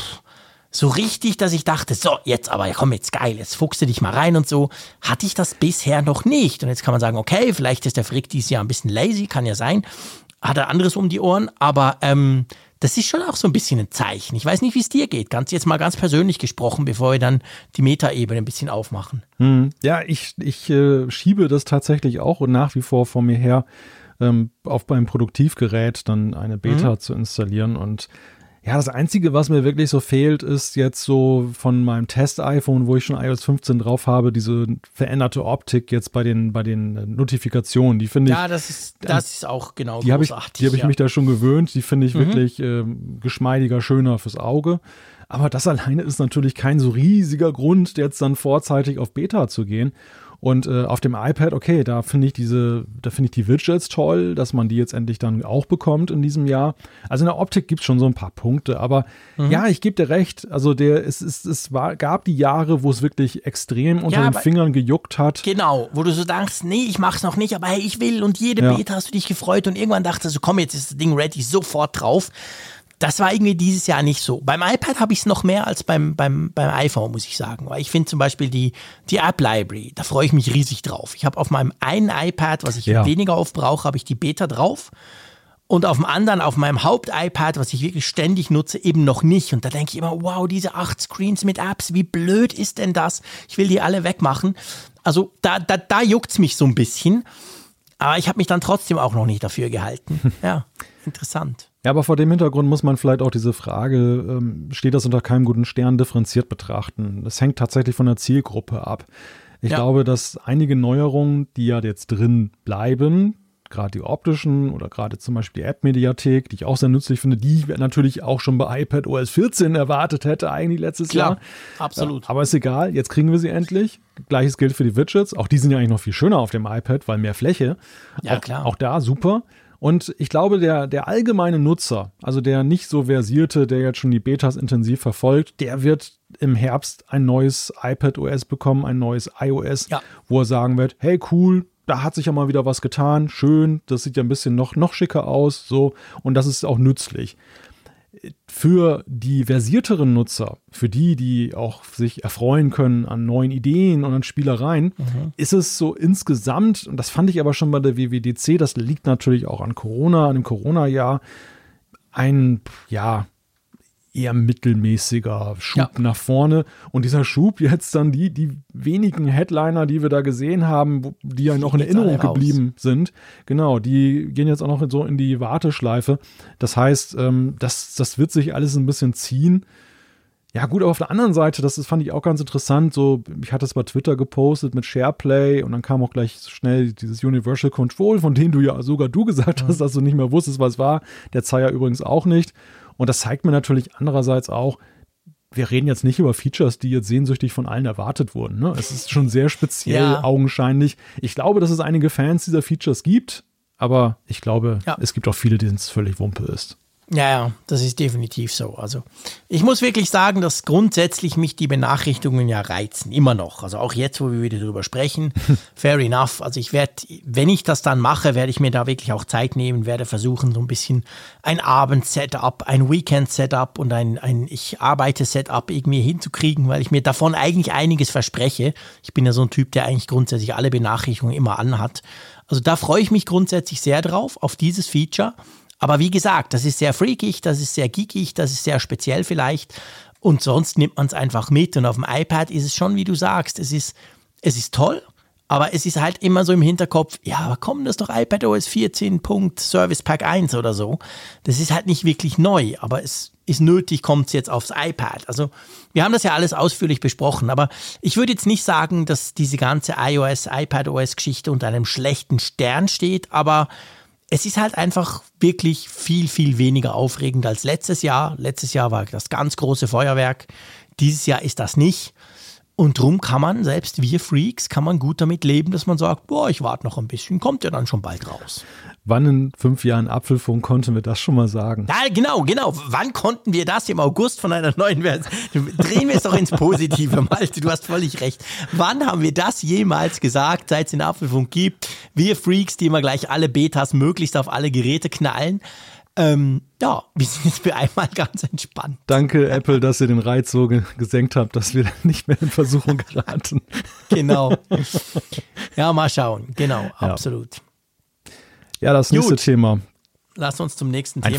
so richtig, dass ich dachte, so, jetzt aber, komm, jetzt geil, jetzt fuchst du dich mal rein und so, hatte ich das bisher noch nicht. Und jetzt kann man sagen, okay, vielleicht ist der Frick dieses Jahr ein bisschen lazy, kann ja sein, hat er anderes um die Ohren, aber das ist schon auch so ein bisschen ein Zeichen. Ich weiß nicht, wie es dir geht. Jetzt mal ganz persönlich gesprochen, bevor wir dann die Metaebene ein bisschen aufmachen. Ja, ich schiebe das tatsächlich auch und nach wie vor vor mir her, auf meinem Produktivgerät dann eine Beta zu installieren. Und ja, das Einzige, was mir wirklich so fehlt, ist jetzt so von meinem Test-iPhone, wo ich schon iOS 15 drauf habe, diese veränderte Optik jetzt bei den Notifikationen. Die finde ich. Ja, das ist auch genau die großartig. Die habe ich mich da schon gewöhnt. Die finde ich wirklich geschmeidiger, schöner fürs Auge. Aber das alleine ist natürlich kein so riesiger Grund, jetzt dann vorzeitig auf Beta zu gehen. Und auf dem iPad, okay, da finde ich die Widgets toll, dass man die jetzt endlich dann auch bekommt in diesem Jahr. Also in der Optik gibt es schon so ein paar Punkte, aber ja, ich gebe dir recht, also gab die Jahre, wo es wirklich extrem unter den Fingern gejuckt hat. Genau, wo du so denkst, nee, ich mach's noch nicht, aber hey, ich will und jede Beta hast du dich gefreut und irgendwann dachtest du, komm, jetzt ist das Ding ready, sofort drauf. Das war irgendwie dieses Jahr nicht so. Beim iPad habe ich es noch mehr als beim iPhone, muss ich sagen. Weil ich finde zum Beispiel die App Library, da freue ich mich riesig drauf. Ich habe auf meinem einen iPad, was ich weniger oft brauche, habe ich die Beta drauf. Und auf dem anderen, auf meinem Haupt-iPad, was ich wirklich ständig nutze, eben noch nicht. Und da denke ich immer, wow, diese 8 Screens mit Apps, wie blöd ist denn das? Ich will die alle wegmachen. Also da juckt es mich so ein bisschen. Aber ich habe mich dann trotzdem auch noch nicht dafür gehalten. Ja, interessant. Ja, aber vor dem Hintergrund muss man vielleicht auch diese Frage, steht das unter keinem guten Stern, differenziert betrachten. Das hängt tatsächlich von der Zielgruppe ab. Ich glaube, dass einige Neuerungen, die ja jetzt drin bleiben, gerade die optischen oder gerade zum Beispiel die App-Mediathek, die ich auch sehr nützlich finde, die natürlich auch schon bei iPadOS 14 erwartet hätte, eigentlich letztes Jahr. Absolut. Ja, aber ist egal, jetzt kriegen wir sie endlich. Gleiches gilt für die Widgets. Auch die sind ja eigentlich noch viel schöner auf dem iPad, weil mehr Fläche. Ja, klar. Auch da super. Und ich glaube, der allgemeine Nutzer, also der nicht so versierte, der jetzt schon die Betas intensiv verfolgt, der wird im Herbst ein neues iPadOS bekommen, ein neues iOS, wo er sagen wird, hey cool, da hat sich ja mal wieder was getan, schön, das sieht ja ein bisschen noch schicker aus, so, und das ist auch nützlich. Für die versierteren Nutzer, für die auch sich erfreuen können an neuen Ideen und an Spielereien, ist es so insgesamt, und das fand ich aber schon bei der WWDC, das liegt natürlich auch an Corona, an dem Corona-Jahr, ein, eher mittelmäßiger Schub nach vorne. Und dieser Schub jetzt dann die wenigen Headliner, die wir da gesehen haben, die ja noch in Erinnerung geblieben sind, genau, die gehen jetzt auch noch so in die Warteschleife. Das heißt, das wird sich alles ein bisschen ziehen. Ja gut, aber auf der anderen Seite, fand ich auch ganz interessant, so, ich hatte es bei Twitter gepostet mit SharePlay und dann kam auch gleich schnell dieses Universal Control, von dem sogar du gesagt hast, dass du nicht mehr wusstest, was war. Der Zeier übrigens auch nicht. Und das zeigt mir natürlich andererseits auch, wir reden jetzt nicht über Features, die jetzt sehnsüchtig von allen erwartet wurden. Ne? Es ist schon sehr speziell, augenscheinlich. Ich glaube, dass es einige Fans dieser Features gibt, aber ich glaube, es gibt auch viele, denen es völlig Wumpe ist. Ja, das ist definitiv so. Also ich muss wirklich sagen, dass grundsätzlich mich die Benachrichtigungen ja reizen, immer noch. Also auch jetzt, wo wir wieder drüber sprechen, fair enough. Also ich werde, wenn ich das dann mache, werde ich mir da wirklich auch Zeit nehmen, werde versuchen, so ein bisschen ein Abend-Setup, ein Weekend-Setup und ein Ich-arbeite-Setup irgendwie hinzukriegen, weil ich mir davon eigentlich einiges verspreche. Ich bin ja so ein Typ, der eigentlich grundsätzlich alle Benachrichtigungen immer anhat. Also da freue ich mich grundsätzlich sehr drauf, auf dieses Feature. Aber wie gesagt, das ist sehr freakig, das ist sehr geekig, das ist sehr speziell vielleicht und sonst nimmt man es einfach mit und auf dem iPad ist es schon, wie du sagst, es ist toll, aber es ist halt immer so im Hinterkopf, ja, aber komm, das ist doch iPadOS 14. Service Pack 1 oder so. Das ist halt nicht wirklich neu, aber es ist nötig, kommt es jetzt aufs iPad. Also wir haben das ja alles ausführlich besprochen, aber ich würde jetzt nicht sagen, dass diese ganze iOS, iPadOS-Geschichte unter einem schlechten Stern steht, aber es ist halt einfach wirklich viel, viel weniger aufregend als letztes Jahr. Letztes Jahr war das ganz große Feuerwerk. Dieses Jahr ist das nicht. Und drum kann man, selbst wir Freaks, kann man gut damit leben, dass man sagt, boah, ich warte noch ein bisschen, kommt ja dann schon bald raus. Wann in 5 Jahren Apfelfunk konnten wir das schon mal sagen? Ja, genau. Wann konnten wir das im August von einer neuen Version? Drehen wir es doch ins Positive, Malte, du hast völlig recht. Wann haben wir das jemals gesagt, seit es den Apfelfunk gibt? Wir Freaks, die immer gleich alle Betas möglichst auf alle Geräte knallen. Ja, wir sind jetzt für einmal ganz entspannt. Danke, Apple, dass ihr den Reiz so gesenkt habt, dass wir nicht mehr in Versuchung geraten. Genau. Ja, mal schauen. Genau, ja. Absolut. Ja, das nächste Thema. Lass uns zum nächsten Thema kommen.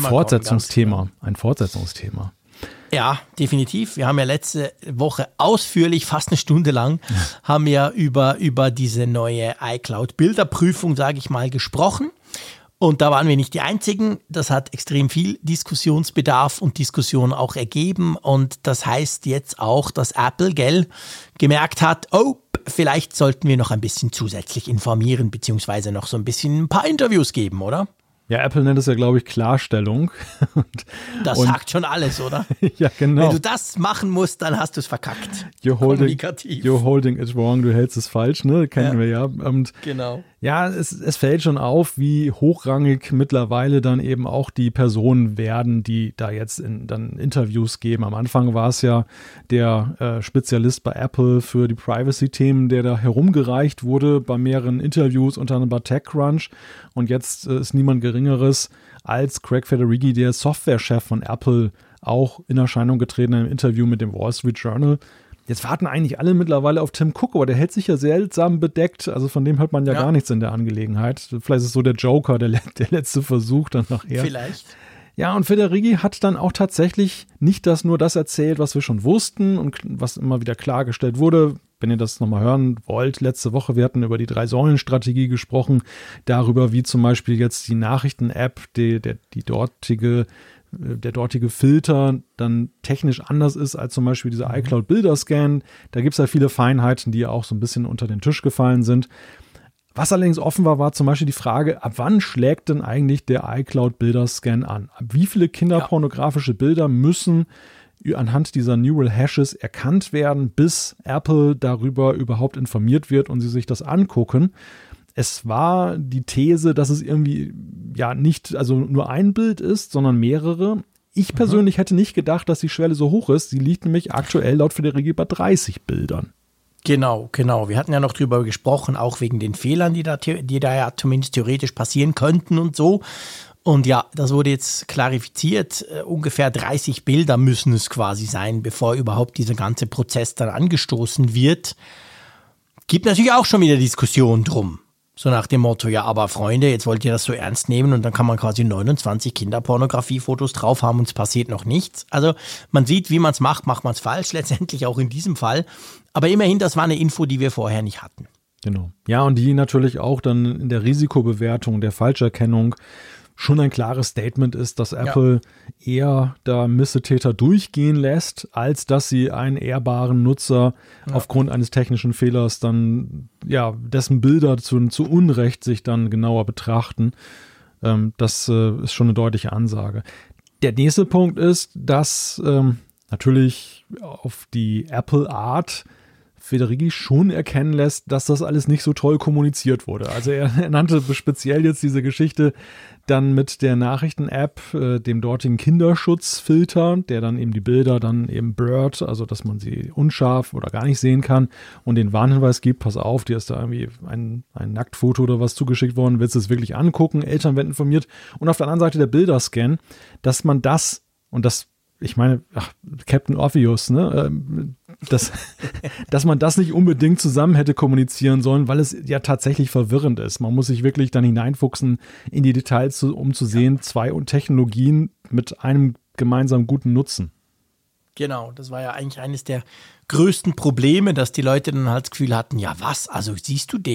Ein Fortsetzungsthema. Ja, definitiv. Wir haben ja letzte Woche ausführlich, fast eine Stunde lang, haben wir über diese neue iCloud-Bilderprüfung, sage ich mal, gesprochen. Und da waren wir nicht die Einzigen. Das hat extrem viel Diskussionsbedarf und Diskussion auch ergeben. Und das heißt jetzt auch, dass Apple, gemerkt hat, oh, vielleicht sollten wir noch ein bisschen zusätzlich informieren, beziehungsweise noch so ein paar Interviews geben, oder? Ja, Apple nennt es ja, glaube ich, Klarstellung. Das sagt schon alles, oder? Ja, genau. Wenn du das machen musst, dann hast du es verkackt. You're holding it wrong, du hältst es falsch, ne? Kennen wir ja. Und genau. Ja, es fällt schon auf, wie hochrangig mittlerweile dann eben auch die Personen werden, die da jetzt dann Interviews geben. Am Anfang war es ja der Spezialist bei Apple für die Privacy-Themen, der da herumgereicht wurde bei mehreren Interviews, unter anderem bei TechCrunch. Und jetzt ist niemand Geringeres als Craig Federighi, der Softwarechef von Apple, auch in Erscheinung getreten in einem Interview mit dem Wall Street Journal. Jetzt warten eigentlich alle mittlerweile auf Tim Cook, aber der hält sich ja seltsam bedeckt. Also von dem hört man ja gar nichts in der Angelegenheit. Vielleicht ist es so der Joker, der letzte Versuch dann nachher. Vielleicht. Ja, und Federighi hat dann auch tatsächlich nicht nur das erzählt, was wir schon wussten und was immer wieder klargestellt wurde. Wenn ihr das nochmal hören wollt, letzte Woche, wir hatten über die 3-Säulen-Strategie gesprochen, darüber, wie zum Beispiel jetzt die Nachrichten-App, der dortige Filter dann technisch anders ist als zum Beispiel dieser iCloud-Bilderscan. Da gibt es ja viele Feinheiten, die auch so ein bisschen unter den Tisch gefallen sind. Was allerdings offen war zum Beispiel die Frage, ab wann schlägt denn eigentlich der iCloud-Bilderscan an? Ab wie viele kinderpornografische Bilder müssen anhand dieser Neural Hashes erkannt werden, bis Apple darüber überhaupt informiert wird und sie sich das angucken? Es war die These, dass es irgendwie nicht nur ein Bild ist, sondern mehrere. Ich persönlich hätte nicht gedacht, dass die Schwelle so hoch ist. Sie liegt nämlich aktuell laut Federighi bei 30 Bildern. Genau. Wir hatten ja noch drüber gesprochen, auch wegen den Fehlern, die da ja zumindest theoretisch passieren könnten und so. Und ja, das wurde jetzt klarifiziert. Ungefähr 30 Bilder müssen es quasi sein, bevor überhaupt dieser ganze Prozess dann angestoßen wird. Gibt natürlich auch schon wieder Diskussionen drum. So nach dem Motto, ja, aber Freunde, jetzt wollt ihr das so ernst nehmen und dann kann man quasi 29 Kinderpornografie-Fotos drauf haben und es passiert noch nichts. Also man sieht, wie man es macht man es falsch, letztendlich auch in diesem Fall. Aber immerhin, das war eine Info, die wir vorher nicht hatten. Genau. Ja, und die natürlich auch dann in der Risikobewertung, der Falscherkennung schon ein klares Statement ist, dass Apple eher da Missetäter durchgehen lässt, als dass sie einen ehrbaren Nutzer aufgrund eines technischen Fehlers dann, dessen Bilder zu Unrecht sich dann genauer betrachten. Das ist schon eine deutliche Ansage. Der nächste Punkt ist, dass natürlich auf die Apple-Art Federighi schon erkennen lässt, dass das alles nicht so toll kommuniziert wurde. Also er nannte speziell jetzt diese Geschichte dann mit der Nachrichten-App, dem dortigen Kinderschutzfilter, der dann eben die Bilder dann eben blurrt, also dass man sie unscharf oder gar nicht sehen kann und den Warnhinweis gibt, pass auf, dir ist da irgendwie ein Nacktfoto oder was zugeschickt worden, willst du es wirklich angucken, Eltern werden informiert. Und auf der anderen Seite der Bilderscan, dass man das, und das, ich meine, Captain Obvious, ne, dass man das nicht unbedingt zusammen hätte kommunizieren sollen, weil es ja tatsächlich verwirrend ist. Man muss sich wirklich dann hineinfuchsen in die Details, um zu sehen, zwei Technologien mit einem gemeinsamen guten Nutzen. Genau, das war ja eigentlich eines der größten Probleme, dass die Leute dann halt das Gefühl hatten, ja was, also siehst du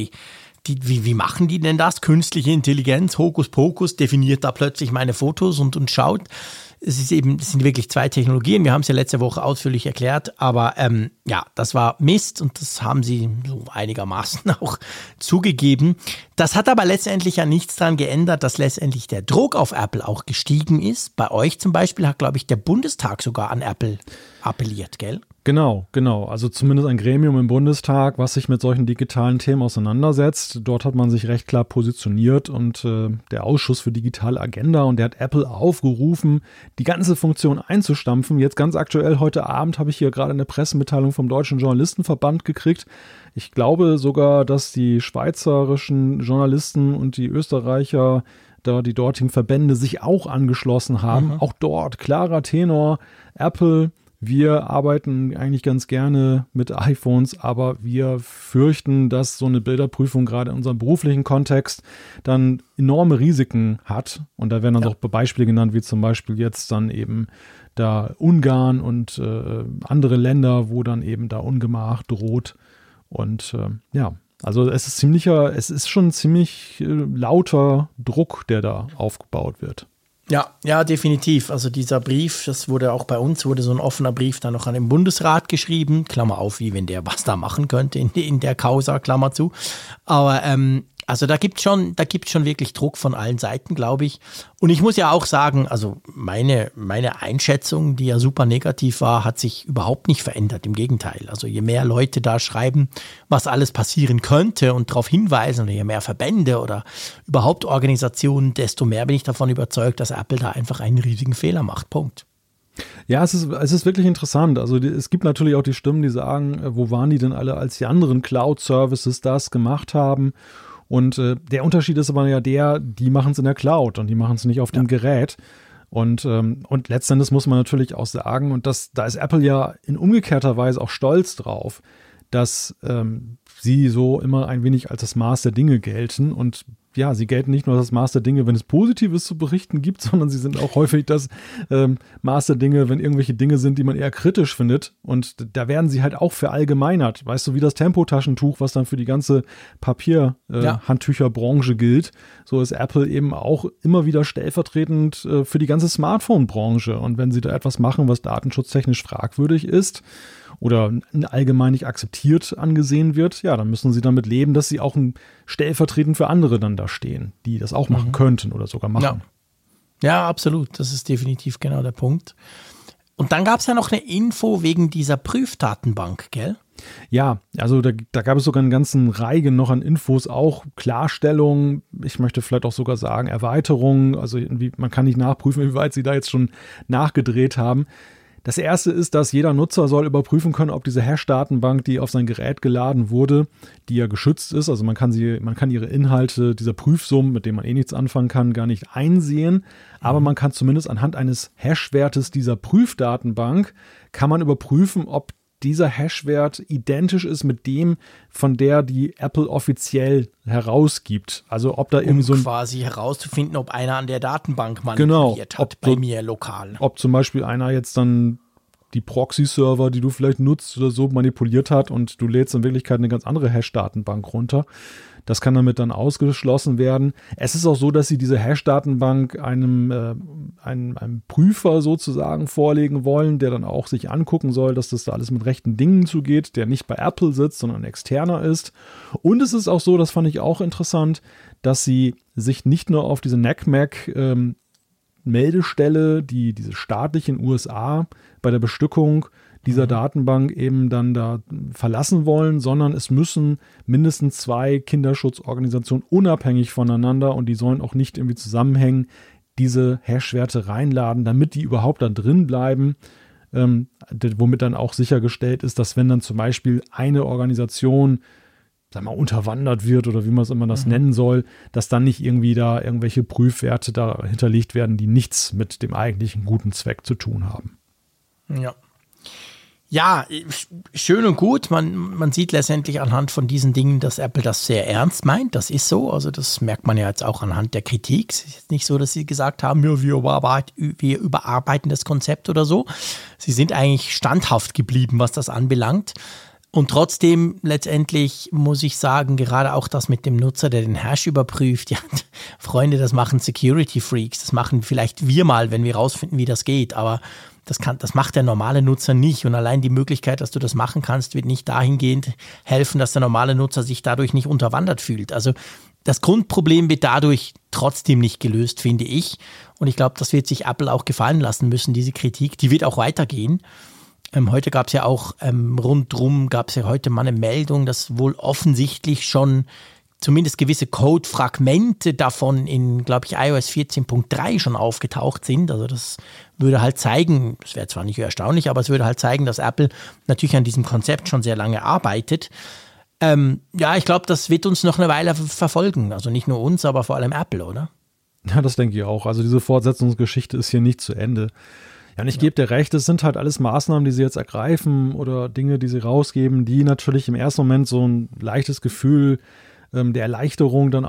wie machen die denn das? Künstliche Intelligenz, Hokuspokus, definiert da plötzlich meine Fotos und schaut. Es sind wirklich zwei Technologien. Wir haben es ja letzte Woche ausführlich erklärt, aber das war Mist und das haben sie so einigermaßen auch zugegeben. Das hat aber letztendlich ja nichts daran geändert, dass letztendlich der Druck auf Apple auch gestiegen ist. Bei euch zum Beispiel hat, glaube ich, der Bundestag sogar an Apple appelliert, gell? Genau. Also zumindest ein Gremium im Bundestag, was sich mit solchen digitalen Themen auseinandersetzt. Dort hat man sich recht klar positioniert und der Ausschuss für digitale Agenda, und der hat Apple aufgerufen, die ganze Funktion einzustampfen. Jetzt ganz aktuell, heute Abend habe ich hier gerade eine Pressemitteilung vom Deutschen Journalistenverband gekriegt. Ich glaube sogar, dass die schweizerischen Journalisten und die Österreicher, die dortigen Verbände, sich auch angeschlossen haben. Auch dort, klarer Tenor, Apple: Wir arbeiten eigentlich ganz gerne mit iPhones, aber wir fürchten, dass so eine Bilderprüfung gerade in unserem beruflichen Kontext dann enorme Risiken hat. Und da werden dann auch Beispiele genannt, wie zum Beispiel jetzt dann eben da Ungarn und andere Länder, wo dann eben da Ungemach droht. Und also es ist schon ziemlich lauter Druck, der da aufgebaut wird. Ja, definitiv. Also dieser Brief, das wurde auch bei uns, wurde so ein offener Brief dann noch an den Bundesrat geschrieben, Klammer auf, wie wenn der was da machen könnte in der Causa, Klammer zu. Aber also da gibt's schon wirklich Druck von allen Seiten, glaube ich. Und ich muss ja auch sagen, also meine Einschätzung, die ja super negativ war, hat sich überhaupt nicht verändert. Im Gegenteil. Also je mehr Leute da schreiben, was alles passieren könnte und darauf hinweisen, oder je mehr Verbände oder überhaupt Organisationen, desto mehr bin ich davon überzeugt, dass Apple da einfach einen riesigen Fehler macht. Punkt. Ja, es ist wirklich interessant. Also es gibt natürlich auch die Stimmen, die sagen, wo waren die denn alle, als die anderen Cloud-Services das gemacht haben? Und der Unterschied ist aber ja die machen es in der Cloud und die machen es nicht auf dem Gerät. Und letztendlich muss man natürlich auch sagen, und da ist Apple ja in umgekehrter Weise auch stolz drauf, dass sie so immer ein wenig als das Maß der Dinge gelten. Und ja, sie gelten nicht nur als das Maß der Dinge, wenn es Positives zu berichten gibt, sondern sie sind auch häufig das Maß der Dinge, wenn irgendwelche Dinge sind, die man eher kritisch findet. Und da werden sie halt auch verallgemeinert. Weißt du, wie das Tempotaschentuch, was dann für die ganze Handtücherbranche gilt. So ist Apple eben auch immer wieder stellvertretend für die ganze Smartphone-Branche. Und wenn sie da etwas machen, was datenschutztechnisch fragwürdig ist oder allgemein nicht akzeptiert angesehen wird, ja, dann müssen sie damit leben, dass sie auch stellvertretend für andere dann da stehen, die das auch machen könnten oder sogar machen. Ja, absolut. Das ist definitiv genau der Punkt. Und dann gab es ja noch eine Info wegen dieser Prüfdatenbank, gell? Ja, also da gab es sogar einen ganzen Reigen noch an Infos, auch Klarstellungen, ich möchte vielleicht auch sogar sagen Erweiterungen, also man kann nicht nachprüfen, wie weit sie da jetzt schon nachgedreht haben. Das erste ist, dass jeder Nutzer soll überprüfen können, ob diese Hash-Datenbank, die auf sein Gerät geladen wurde, die ja geschützt ist, also man kann ihre Inhalte dieser Prüfsummen, mit denen man nichts anfangen kann, gar nicht einsehen, aber man kann zumindest anhand eines Hash-Wertes dieser Prüfdatenbank, kann man überprüfen, ob dieser Hash-Wert identisch ist mit dem, von der die Apple offiziell herausgibt. Also ob da irgendwie so quasi herauszufinden, ob einer an der Datenbank manipuliert hat, bei mir lokal. Ob zum Beispiel einer jetzt dann die Proxy-Server, die du vielleicht nutzt oder so, manipuliert hat und du lädst in Wirklichkeit eine ganz andere Hash-Datenbank runter. Das kann damit dann ausgeschlossen werden. Es ist auch so, dass sie diese Hash-Datenbank einem Prüfer sozusagen vorlegen wollen, der dann auch sich angucken soll, dass das da alles mit rechten Dingen zugeht, der nicht bei Apple sitzt, sondern ein externer ist. Und es ist auch so, das fand ich auch interessant, dass sie sich nicht nur auf diese NACMAC Meldestelle, diese staatlichen USA bei der Bestückung dieser Datenbank eben dann da verlassen wollen, sondern es müssen mindestens 2 Kinderschutzorganisationen unabhängig voneinander, und die sollen auch nicht irgendwie zusammenhängen, diese Hash-Werte reinladen, damit die überhaupt da drin bleiben, womit dann auch sichergestellt ist, dass wenn dann zum Beispiel eine Organisation, sag mal, unterwandert wird oder wie man es immer das nennen soll, dass dann nicht irgendwie da irgendwelche Prüfwerte da hinterlegt werden, die nichts mit dem eigentlichen guten Zweck zu tun haben. Ja. Ja, schön und gut. Man sieht letztendlich anhand von diesen Dingen, dass Apple das sehr ernst meint. Das ist so. Also das merkt man ja jetzt auch anhand der Kritik. Es ist nicht so, dass sie gesagt haben, ja, wir überarbeiten das Konzept oder so. Sie sind eigentlich standhaft geblieben, was das anbelangt. Und trotzdem, letztendlich muss ich sagen, gerade auch das mit dem Nutzer, der den Hash überprüft, ja, Freunde, das machen Security Freaks. Das machen vielleicht wir mal, wenn wir rausfinden, wie das geht. Aber das macht der normale Nutzer nicht. Und allein die Möglichkeit, dass du das machen kannst, wird nicht dahingehend helfen, dass der normale Nutzer sich dadurch nicht unterwandert fühlt. Also das Grundproblem wird dadurch trotzdem nicht gelöst, finde ich. Und ich glaube, das wird sich Apple auch gefallen lassen müssen, diese Kritik. Die wird auch weitergehen. Heute gab es ja auch rundrum, gab es ja heute mal eine Meldung, dass wohl offensichtlich schon zumindest gewisse Code-Fragmente davon in, glaube ich, iOS 14.3 schon aufgetaucht sind. Also das würde halt zeigen, das wäre zwar nicht erstaunlich, aber es würde halt zeigen, dass Apple natürlich an diesem Konzept schon sehr lange arbeitet. Ja, ich glaube, das wird uns noch eine Weile verfolgen. Also nicht nur uns, aber vor allem Apple, oder? Ja, das denke ich auch. Also diese Fortsetzungsgeschichte ist hier nicht zu Ende. Ja, und ich gebe dir recht, es sind halt alles Maßnahmen, die sie jetzt ergreifen oder Dinge, die sie rausgeben, die natürlich im ersten Moment so ein leichtes Gefühl der Erleichterung dann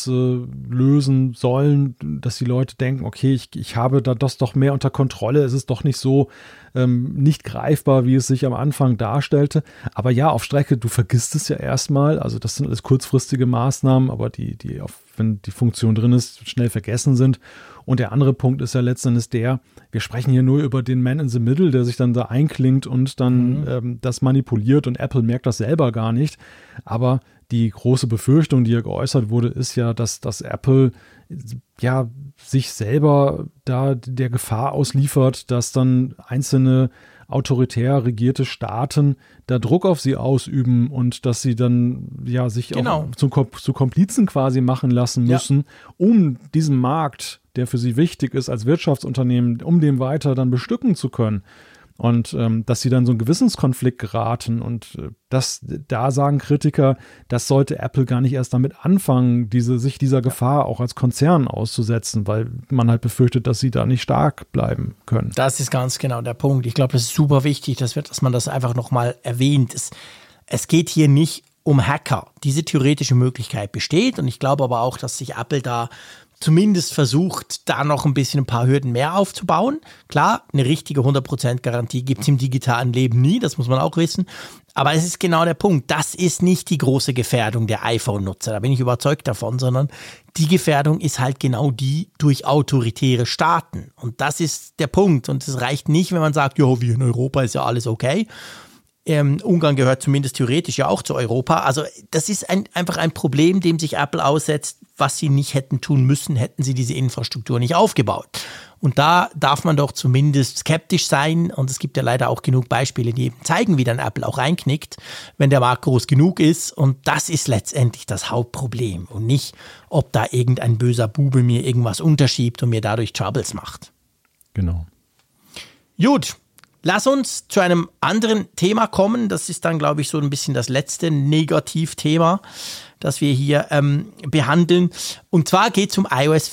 auslösen sollen, dass die Leute denken, okay, ich habe das doch mehr unter Kontrolle, es ist doch nicht so nicht greifbar, wie es sich am Anfang darstellte. Aber ja, auf Strecke, du vergisst es ja erstmal, also das sind alles kurzfristige Maßnahmen, aber wenn die Funktion drin ist, schnell vergessen sind. Und der andere Punkt ist ja letzten Endes wir sprechen hier nur über den Man in the Middle, der sich dann da einklingt und dann das manipuliert, und Apple merkt das selber gar nicht. Aber die große Befürchtung, die ja geäußert wurde, ist ja, dass Apple ja sich selber da der Gefahr ausliefert, dass dann einzelne autoritär regierte Staaten da Druck auf sie ausüben und dass sie dann ja sich auch zu Komplizen quasi machen lassen müssen, um diesen Markt, der für sie wichtig ist als Wirtschaftsunternehmen, um den weiter dann bestücken zu können. Und dass sie dann so einen Gewissenskonflikt geraten, und da sagen Kritiker, das sollte Apple gar nicht erst damit anfangen, sich dieser Gefahr auch als Konzern auszusetzen, weil man halt befürchtet, dass sie da nicht stark bleiben können. Das ist ganz genau der Punkt. Ich glaube, das ist super wichtig, dass man das einfach nochmal erwähnt. Es geht hier nicht um Hacker. Diese theoretische Möglichkeit besteht, und ich glaube aber auch, dass sich Apple da zumindest versucht, da noch ein paar Hürden mehr aufzubauen. Klar, eine richtige 100% Garantie gibt es im digitalen Leben nie, das muss man auch wissen. Aber es ist genau der Punkt, das ist nicht die große Gefährdung der iPhone-Nutzer, da bin ich überzeugt davon, sondern die Gefährdung ist halt genau die durch autoritäre Staaten. Und das ist der Punkt. Und es reicht nicht, wenn man sagt, ja, wie in Europa ist ja alles okay. Ungarn gehört zumindest theoretisch ja auch zu Europa. Also das ist einfach ein Problem, dem sich Apple aussetzt, was sie nicht hätten tun müssen, hätten sie diese Infrastruktur nicht aufgebaut. Und da darf man doch zumindest skeptisch sein. Und es gibt ja leider auch genug Beispiele, die eben zeigen, wie dann Apple auch reinknickt, wenn der Markt groß genug ist. Und das ist letztendlich das Hauptproblem. Und nicht, ob da irgendein böser Bube mir irgendwas unterschiebt und mir dadurch Troubles macht. Genau. Gut. Lass uns zu einem anderen Thema kommen. Das ist dann, glaube ich, so ein bisschen das letzte Negativthema, das wir hier behandeln. Und zwar geht es um iOS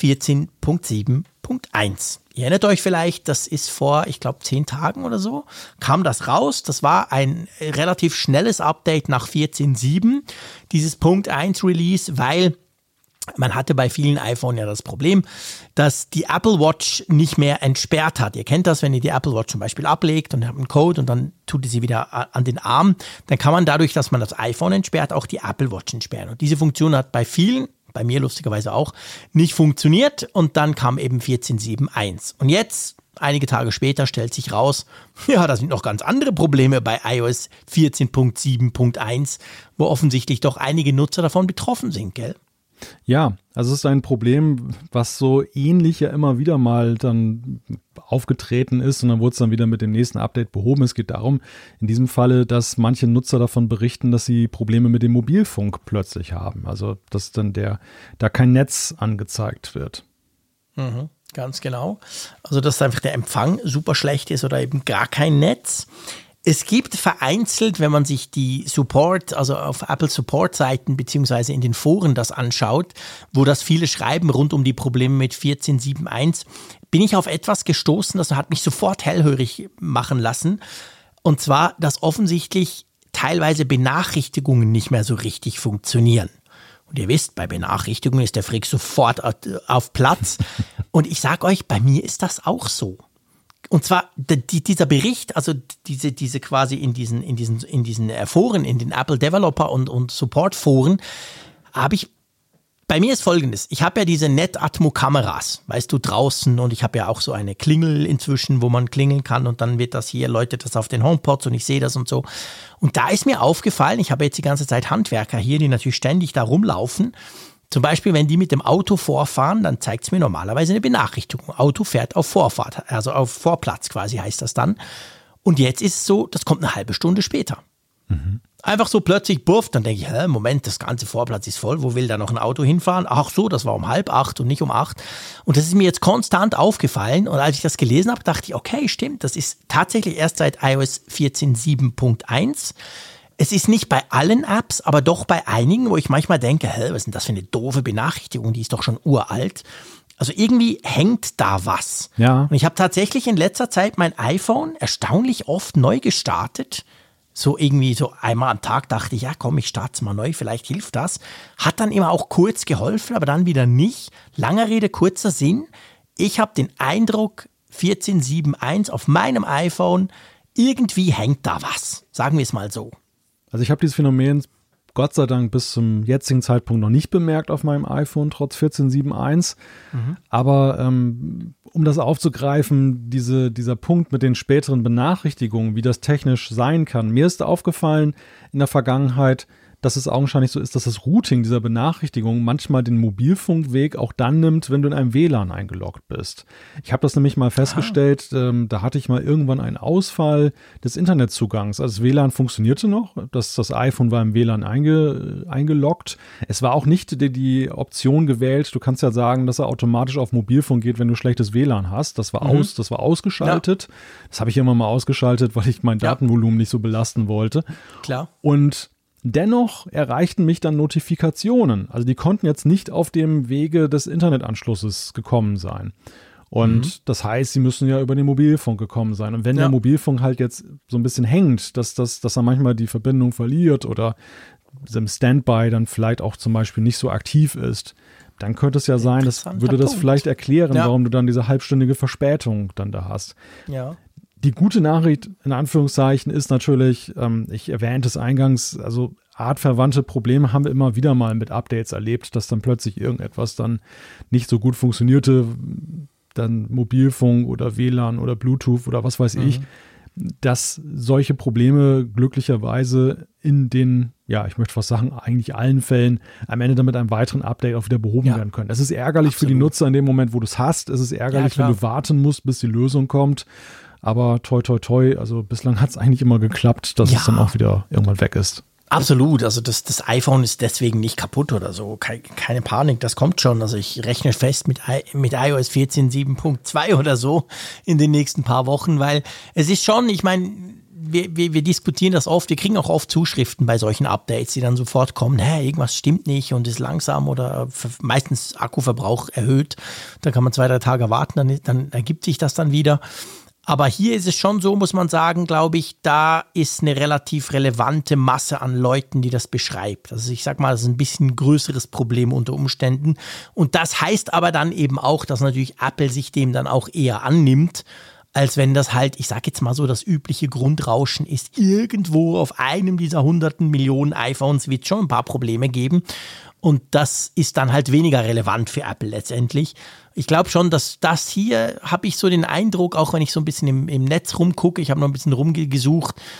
14.7.1. Ihr erinnert euch vielleicht, das ist vor, ich glaube, 10 Tagen oder so, kam das raus. Das war ein relativ schnelles Update nach 14.7, dieses Punkt 1 Release, weil man hatte bei vielen iPhone ja das Problem, dass die Apple Watch nicht mehr entsperrt hat. Ihr kennt das, wenn ihr die Apple Watch zum Beispiel ablegt und ihr habt einen Code und dann tut ihr sie wieder an den Arm, dann kann man dadurch, dass man das iPhone entsperrt, auch die Apple Watch entsperren. Und diese Funktion hat bei vielen, bei mir lustigerweise auch, nicht funktioniert, und dann kam eben 14.7.1. Und jetzt, einige Tage später, stellt sich raus, ja, da sind noch ganz andere Probleme bei iOS 14.7.1, wo offensichtlich doch einige Nutzer davon betroffen sind, gell? Ja, also es ist ein Problem, was so ähnlich ja immer wieder mal dann aufgetreten ist und dann wurde es dann wieder mit dem nächsten Update behoben. Es geht darum, in diesem Falle, dass manche Nutzer davon berichten, dass sie Probleme mit dem Mobilfunk plötzlich haben. Also dass dann da kein Netz angezeigt wird. Mhm, ganz genau. Also dass einfach der Empfang super schlecht ist oder eben gar kein Netz. Es gibt vereinzelt, wenn man sich die Support, also auf Apple Support-Seiten beziehungsweise in den Foren das anschaut, wo das viele schreiben rund um die Probleme mit 14.7.1, bin ich auf etwas gestoßen, das hat mich sofort hellhörig machen lassen. Und zwar, dass offensichtlich teilweise Benachrichtigungen nicht mehr so richtig funktionieren. Und ihr wisst, bei Benachrichtigungen ist der Frick sofort auf Platz. Und ich sage euch, bei mir ist das auch so. Und zwar dieser Bericht, also diese quasi in diesen Foren, in den Apple Developer und Support Foren, bei mir ist Folgendes: Ich habe ja diese Netatmo-Kameras, weißt du, draußen, und ich habe ja auch so eine Klingel inzwischen, wo man klingeln kann und dann wird das hier, läutet das auf den HomePods und ich sehe das und so. Und da ist mir aufgefallen, ich habe jetzt die ganze Zeit Handwerker hier, die natürlich ständig da rumlaufen. Zum Beispiel, wenn die mit dem Auto vorfahren, dann zeigt es mir normalerweise eine Benachrichtigung. Auto fährt auf Vorfahrt, also auf Vorplatz quasi heißt das dann. Und jetzt ist es so, das kommt eine halbe Stunde später. Mhm. Einfach so plötzlich, buff, dann denke ich, Moment, das ganze Vorplatz ist voll, wo will da noch ein Auto hinfahren? Ach so, das war um 7:30 und nicht um 8. Und das ist mir jetzt konstant aufgefallen. Und als ich das gelesen habe, dachte ich, okay, stimmt, das ist tatsächlich erst seit iOS 14.7.1. Es ist nicht bei allen Apps, aber doch bei einigen, wo ich manchmal denke, was ist denn das für eine doofe Benachrichtigung, die ist doch schon uralt. Also irgendwie hängt da was. Ja. Und ich habe tatsächlich in letzter Zeit mein iPhone erstaunlich oft neu gestartet. So irgendwie so einmal am Tag dachte ich, ja komm, ich starte es mal neu, vielleicht hilft das. Hat dann immer auch kurz geholfen, aber dann wieder nicht. Langer Rede, kurzer Sinn. Ich habe den Eindruck, 14.7.1 auf meinem iPhone, irgendwie hängt da was. Sagen wir es mal so. Also ich habe dieses Phänomen Gott sei Dank bis zum jetzigen Zeitpunkt noch nicht bemerkt auf meinem iPhone, trotz 14.7.1. Aber um das aufzugreifen, dieser Punkt mit den späteren Benachrichtigungen, wie das technisch sein kann. Mir ist aufgefallen in der Vergangenheit, dass es augenscheinlich so ist, dass das Routing dieser Benachrichtigungen manchmal den Mobilfunkweg auch dann nimmt, wenn du in einem WLAN eingeloggt bist. Ich habe das nämlich mal festgestellt, da hatte ich mal irgendwann einen Ausfall des Internetzugangs. Also das WLAN funktionierte noch, das iPhone war im WLAN eingeloggt. Es war auch nicht die Option gewählt, du kannst ja sagen, dass er automatisch auf Mobilfunk geht, wenn du schlechtes WLAN hast. Das war ausgeschaltet. Ja. Das habe ich immer mal ausgeschaltet, weil ich mein Datenvolumen nicht so belasten wollte. Klar. Und dennoch erreichten mich dann Notifikationen. Also die konnten jetzt nicht auf dem Wege des Internetanschlusses gekommen sein. Und das heißt, sie müssen ja über den Mobilfunk gekommen sein. Und wenn der Mobilfunk halt jetzt so ein bisschen hängt, dass er manchmal die Verbindung verliert oder im Standby dann vielleicht auch zum Beispiel nicht so aktiv ist, dann könnte es ja sein, das würde das vielleicht erklären, warum du dann diese halbstündige Verspätung dann da hast. Ja. Die gute Nachricht, in Anführungszeichen, ist natürlich, ich erwähnte es eingangs, also artverwandte Probleme haben wir immer wieder mal mit Updates erlebt, dass dann plötzlich irgendetwas dann nicht so gut funktionierte, dann Mobilfunk oder WLAN oder Bluetooth oder was weiß ich, dass solche Probleme glücklicherweise in den, ich möchte fast sagen, eigentlich allen Fällen am Ende dann mit einem weiteren Update auch wieder behoben werden können. Es ist ärgerlich für die Nutzer in dem Moment, wo du es hast. Es ist ärgerlich, wenn du warten musst, bis die Lösung kommt. Aber toi, toi, toi, also bislang hat es eigentlich immer geklappt, dass es dann auch wieder irgendwann weg ist. Absolut, also das iPhone ist deswegen nicht kaputt oder so, keine Panik, das kommt schon. Also ich rechne fest mit iOS 14.7.2 oder so in den nächsten paar Wochen, weil es ist schon, ich meine, wir diskutieren das oft, wir kriegen auch oft Zuschriften bei solchen Updates, die dann sofort kommen, irgendwas stimmt nicht und ist langsam oder meistens Akkuverbrauch erhöht, da kann man 2-3 Tage warten, dann ergibt sich das dann wieder. Aber hier ist es schon so, muss man sagen, glaube ich, da ist eine relativ relevante Masse an Leuten, die das beschreibt. Also ich sag mal, das ist ein bisschen ein größeres Problem unter Umständen. Und das heißt aber dann eben auch, dass natürlich Apple sich dem dann auch eher annimmt, als wenn das halt, ich sag jetzt mal so, das übliche Grundrauschen ist. Irgendwo auf einem dieser hunderten Millionen iPhones wird es schon ein paar Probleme geben. Und das ist dann halt weniger relevant für Apple letztendlich. Ich glaube schon, dass das hier, habe ich so den Eindruck, auch wenn ich so ein bisschen im Netz rumgucke, ich habe noch ein bisschen rumgesucht,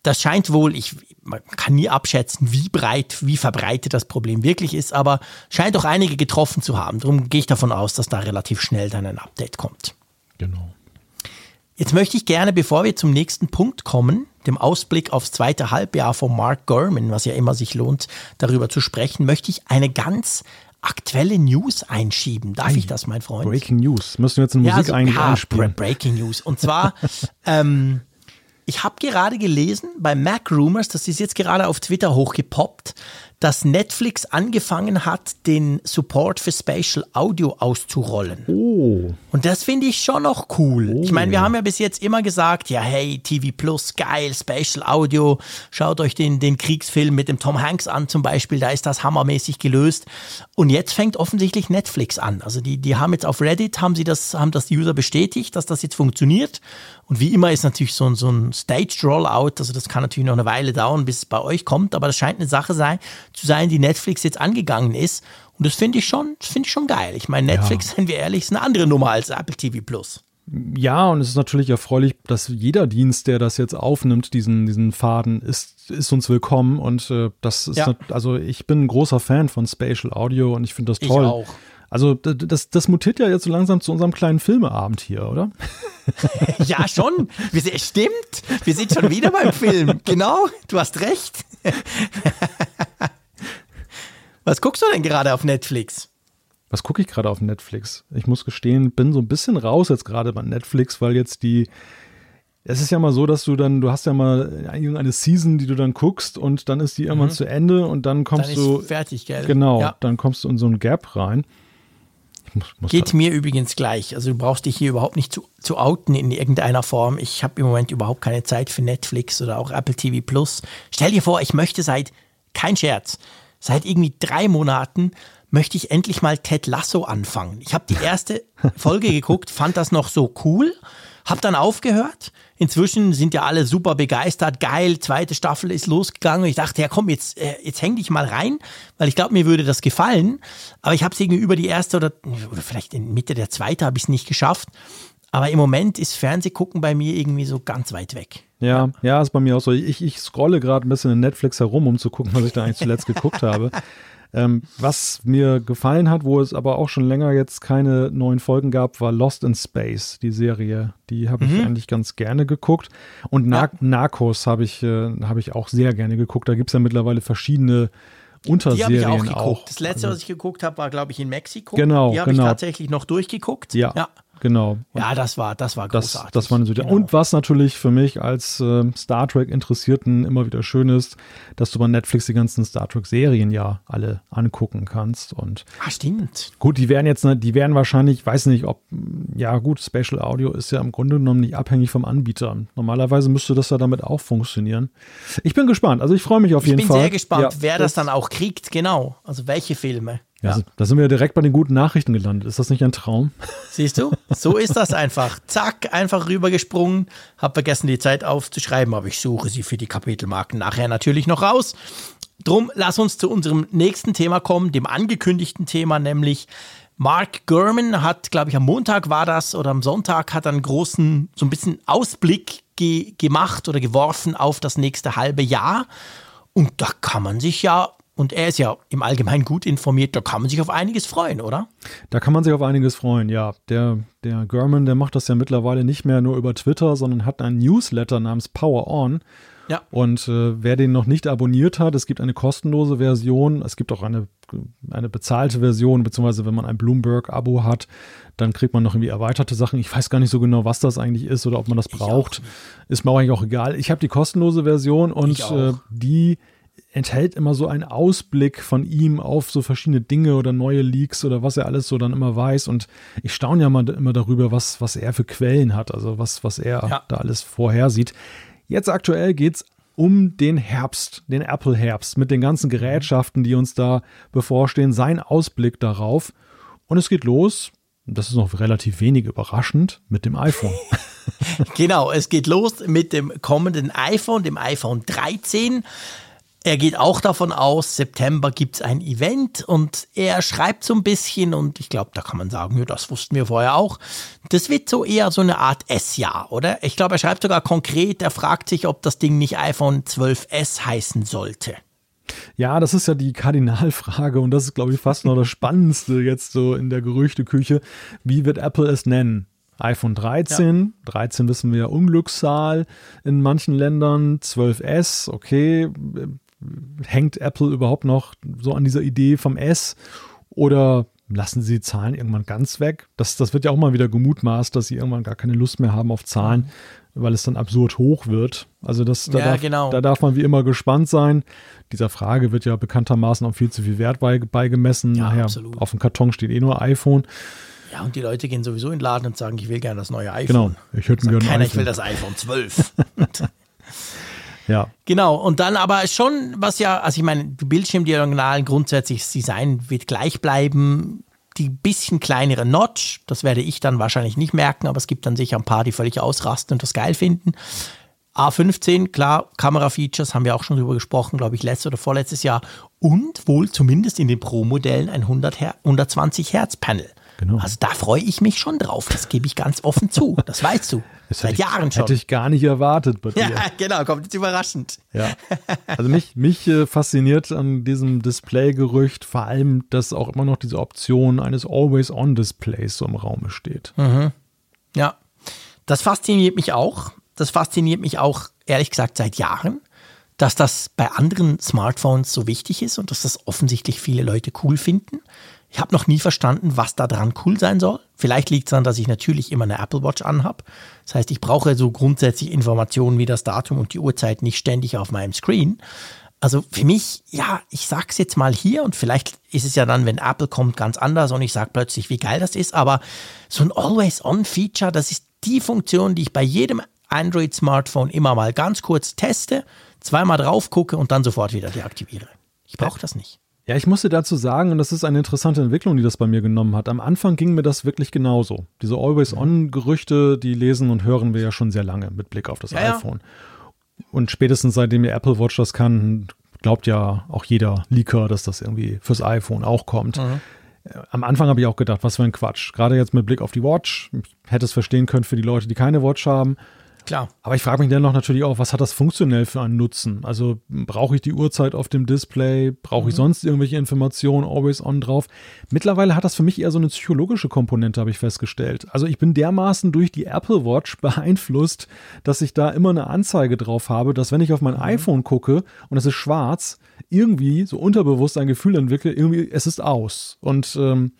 das scheint wohl, man kann nie abschätzen, wie verbreitet das Problem wirklich ist, aber scheint auch einige getroffen zu haben. Darum gehe ich davon aus, dass da relativ schnell dann ein Update kommt. Genau. Jetzt möchte ich gerne, bevor wir zum nächsten Punkt kommen, dem Ausblick aufs zweite Halbjahr von Mark Gurman, was ja immer sich lohnt, darüber zu sprechen, möchte ich eine ganz aktuelle News einschieben. Darf ich das, mein Freund? Breaking News. Müssen wir jetzt eine Musik eigentlich einspielen? Breaking News. Und zwar, ich habe gerade gelesen bei Mac Rumors, das ist jetzt gerade auf Twitter hochgepoppt, dass Netflix angefangen hat, den Support für Spatial Audio auszurollen. Oh. Und das finde ich schon noch cool. Ich meine, wir haben ja bis jetzt immer gesagt, ja hey, TV Plus, geil, Spatial Audio, schaut euch den Kriegsfilm mit dem Tom Hanks an zum Beispiel, da ist das hammermäßig gelöst. Und jetzt fängt offensichtlich Netflix an. Also die haben jetzt auf Reddit, haben das die User bestätigt, dass das jetzt funktioniert. Und wie immer ist natürlich so ein Staged Rollout, also das kann natürlich noch eine Weile dauern, bis es bei euch kommt, aber das scheint eine Sache zu sein, die Netflix jetzt angegangen ist. Und das finde ich schon geil. Ich meine, Netflix, seien wir ehrlich, ist eine andere Nummer als Apple TV Plus. Ja, und es ist natürlich erfreulich, dass jeder Dienst, der das jetzt aufnimmt, diesen Faden, ist uns willkommen. Und das ist, also ich bin ein großer Fan von Spatial Audio und ich finde das toll. Ich auch. Also das mutiert ja jetzt so langsam zu unserem kleinen Filmeabend hier, oder? Ja, schon. Stimmt. Wir sind schon wieder beim Film. Genau, du hast recht. Was guckst du denn gerade auf Netflix? Was gucke ich gerade auf Netflix? Ich muss gestehen, bin so ein bisschen raus jetzt gerade bei Netflix, weil jetzt es ist ja mal so, dass du hast ja mal irgendeine Season, die du dann guckst und dann ist die irgendwann zu Ende und dann kommst du... Dann ist fertig, gell? Genau, dann kommst du in so ein Gap rein. Geht mir übrigens gleich. Also du brauchst dich hier überhaupt nicht zu outen in irgendeiner Form. Ich habe im Moment überhaupt keine Zeit für Netflix oder auch Apple TV Plus. Stell dir vor, ich möchte seit irgendwie 3 Monaten möchte ich endlich mal Ted Lasso anfangen. Ich habe die erste Folge geguckt, fand das noch so cool, habe dann aufgehört. Inzwischen sind ja alle super begeistert, geil, 2. Staffel ist losgegangen. Ich dachte, ja komm, jetzt häng dich mal rein, weil ich glaube, mir würde das gefallen. Aber ich habe es irgendwie über die erste oder vielleicht in Mitte der 2. habe ich es nicht geschafft. Aber im Moment ist Fernsehgucken bei mir irgendwie so ganz weit weg. Ja, ist bei mir auch so. Ich scrolle gerade ein bisschen in Netflix herum, um zu gucken, was ich da eigentlich zuletzt geguckt habe. Was mir gefallen hat, wo es aber auch schon länger jetzt keine neuen Folgen gab, war Lost in Space, die Serie. Die habe ich eigentlich ganz gerne geguckt. Und Narcos habe ich auch sehr gerne geguckt. Da gibt es ja mittlerweile verschiedene Unterserien die habe ich auch geguckt. Auch. Das letzte, was ich geguckt habe, war, glaube ich, in Mexiko. Genau, die habe ich tatsächlich noch durchgeguckt. Ja. Genau. Ja, das war großartig. Das war eine Süd. Genau. Und was natürlich für mich als Star Trek-Interessierten immer wieder schön ist, dass du bei Netflix die ganzen Star Trek-Serien ja alle angucken kannst. Und stimmt. Gut, die werden wahrscheinlich, weiß nicht, Spatial Audio ist ja im Grunde genommen nicht abhängig vom Anbieter. Normalerweise müsste das ja damit auch funktionieren. Ich bin gespannt. Also ich freue mich auf jeden Fall. Ich bin sehr gespannt, wer das dann auch kriegt, genau. Also welche Filme. Ja. Da sind wir direkt bei den guten Nachrichten gelandet. Ist das nicht ein Traum? Siehst du? So ist das einfach. Zack, einfach rübergesprungen. Hab vergessen, die Zeit aufzuschreiben, aber ich suche sie für die Kapitelmarken nachher natürlich noch raus. Drum, lass uns zu unserem nächsten Thema kommen, dem angekündigten Thema, nämlich Mark Gurman hat, glaube ich, am Montag war das oder am Sonntag hat einen großen, so ein bisschen Ausblick gemacht oder geworfen auf das nächste halbe Jahr. Und da kann man sich ja, und er ist ja im Allgemeinen gut informiert, da kann man sich auf einiges freuen, oder? Da kann man sich auf einiges freuen, ja. Der Gurman, der macht das ja mittlerweile nicht mehr nur über Twitter, sondern hat einen Newsletter namens Power On. Ja. Und wer den noch nicht abonniert hat, es gibt eine kostenlose Version, es gibt auch eine bezahlte Version, beziehungsweise wenn man ein Bloomberg-Abo hat, dann kriegt man noch irgendwie erweiterte Sachen. Ich weiß gar nicht so genau, was das eigentlich ist oder ob man das braucht. Ist mir auch eigentlich auch egal. Ich habe die kostenlose Version und die enthält immer so einen Ausblick von ihm auf so verschiedene Dinge oder neue Leaks oder was er alles so dann immer weiß. Und ich staune ja immer darüber, was er für Quellen hat, also was er da alles vorhersieht. Jetzt aktuell geht es um den Herbst, den Apple-Herbst mit den ganzen Gerätschaften, die uns da bevorstehen, sein Ausblick darauf. Und es geht los, das ist noch relativ wenig überraschend, mit dem iPhone. Genau, es geht los mit dem kommenden iPhone, dem iPhone 13. Er geht auch davon aus, September gibt es ein Event und er schreibt so ein bisschen und ich glaube, da kann man sagen, ja, das wussten wir vorher auch. Das wird so eher so eine Art S-Jahr, oder? Ich glaube, er schreibt sogar konkret, er fragt sich, ob das Ding nicht iPhone 12S heißen sollte. Ja, das ist ja die Kardinalfrage und das ist, glaube ich, fast noch das Spannendste jetzt so in der Gerüchteküche. Wie wird Apple es nennen? iPhone 13, 13 wissen wir ja, Unglückszahl in manchen Ländern, 12S, okay, hängt Apple überhaupt noch so an dieser Idee vom S oder lassen sie die Zahlen irgendwann ganz weg? Das wird ja auch mal wieder gemutmaßt, dass sie irgendwann gar keine Lust mehr haben auf Zahlen, weil es dann absurd hoch wird. Also da darf man wie immer gespannt sein. Dieser Frage wird ja bekanntermaßen auch viel zu viel Wert beigemessen. Ja, nachher absolut. Auf dem Karton steht eh nur iPhone. Ja, und die Leute gehen sowieso in den Laden und sagen, ich will gerne das neue iPhone. Genau, ich hätte gerne ein keiner, iPhone. ich will das iPhone 12. Ja. Genau, und dann aber schon, was ja, also ich meine, die Bildschirmdiagonalen grundsätzlich, das Design wird gleich bleiben. Die bisschen kleinere Notch, das werde ich dann wahrscheinlich nicht merken, aber es gibt dann sicher ein paar, die völlig ausrasten und das geil finden. A15, klar, Kamera-Features, haben wir auch schon drüber gesprochen, glaube ich, letztes oder vorletztes Jahr. Und wohl zumindest in den Pro-Modellen ein 120 Hertz Panel. Genau. Also da freue ich mich schon drauf, das gebe ich ganz offen zu, das weißt du, seit Jahren schon. Hätte ich gar nicht erwartet bei dir. Ja, genau, kommt jetzt überraschend. Ja. Also mich fasziniert an diesem Display-Gerücht vor allem, dass auch immer noch diese Option eines Always-On-Displays so im Raum steht. Ja, das fasziniert mich auch. Das fasziniert mich auch, ehrlich gesagt, seit Jahren, dass das bei anderen Smartphones so wichtig ist und dass das offensichtlich viele Leute cool finden. Ich habe noch nie verstanden, was da dran cool sein soll. Vielleicht liegt es daran, dass ich natürlich immer eine Apple Watch anhabe. Das heißt, ich brauche so grundsätzlich Informationen wie das Datum und die Uhrzeit nicht ständig auf meinem Screen. Also für mich, ja, ich sag's jetzt mal hier und vielleicht ist es ja dann, wenn Apple kommt, ganz anders und ich sage plötzlich, wie geil das ist. Aber so ein Always-On-Feature, das ist die Funktion, die ich bei jedem Android-Smartphone immer mal ganz kurz teste, zweimal drauf gucke und dann sofort wieder deaktiviere. Ich brauche das nicht. Ja, ich musste dazu sagen, und das ist eine interessante Entwicklung, die das bei mir genommen hat. Am Anfang ging mir das wirklich genauso. Diese Always-On-Gerüchte, die lesen und hören wir ja schon sehr lange mit Blick auf das iPhone. Und spätestens seitdem die Apple Watch das kann, glaubt ja auch jeder Leaker, dass das irgendwie fürs iPhone auch kommt. Am Anfang habe ich auch gedacht, was für ein Quatsch. Gerade jetzt mit Blick auf die Watch. Ich hätte es verstehen können für die Leute, die keine Watch haben. Klar. Aber ich frage mich dennoch natürlich auch, was hat das funktionell für einen Nutzen? Also brauche ich die Uhrzeit auf dem Display? Brauche ich sonst irgendwelche Informationen always on drauf? Mittlerweile hat das für mich eher so eine psychologische Komponente, habe ich festgestellt. Also ich bin dermaßen durch die Apple Watch beeinflusst, dass ich da immer eine Anzeige drauf habe, dass wenn ich auf mein iPhone gucke und es ist schwarz, irgendwie so unterbewusst ein Gefühl entwickle, irgendwie es ist aus. Und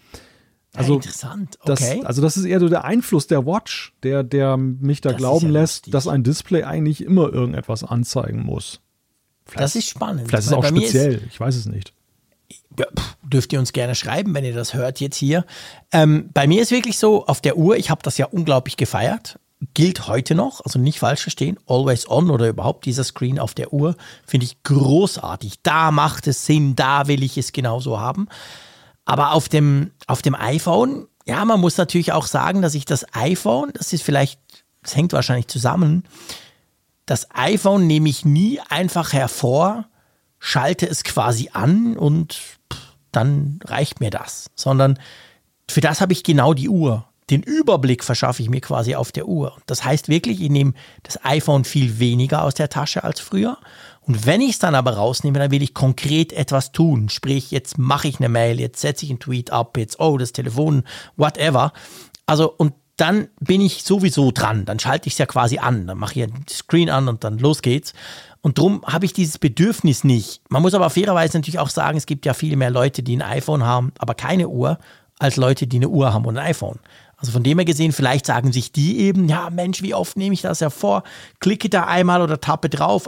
also, interessant, okay. Das ist eher so der Einfluss der Watch, der mich da glauben lässt, dass ein Display eigentlich immer irgendetwas anzeigen muss. Das ist spannend. Vielleicht ist es auch speziell, ich weiß es nicht. Ja, dürft ihr uns gerne schreiben, wenn ihr das hört jetzt hier. Bei mir ist wirklich so, auf der Uhr, ich habe das ja unglaublich gefeiert, gilt heute noch, also nicht falsch verstehen, Always On oder überhaupt dieser Screen auf der Uhr, finde ich großartig. Da macht es Sinn, da will ich es genauso haben. Aber auf dem iPhone, ja, man muss natürlich auch sagen, dass ich das iPhone, das hängt wahrscheinlich zusammen, das iPhone nehme ich nie einfach hervor, schalte es quasi an und dann reicht mir das. Sondern für das habe ich genau die Uhr. Den Überblick verschaffe ich mir quasi auf der Uhr. Das heißt wirklich, ich nehme das iPhone viel weniger aus der Tasche als früher. Und wenn ich es dann aber rausnehme, dann will ich konkret etwas tun. Sprich, jetzt mache ich eine Mail, jetzt setze ich einen Tweet ab, jetzt, das Telefon, whatever. Also, und dann bin ich sowieso dran. Dann schalte ich es ja quasi an. Dann mache ich den Screen an und dann los geht's. Und darum habe ich dieses Bedürfnis nicht. Man muss aber fairerweise natürlich auch sagen, es gibt ja viel mehr Leute, die ein iPhone haben, aber keine Uhr, als Leute, die eine Uhr haben und ein iPhone. Also von dem her gesehen, vielleicht sagen sich die eben, ja Mensch, wie oft nehme ich das hervor? Klicke da einmal oder tappe drauf,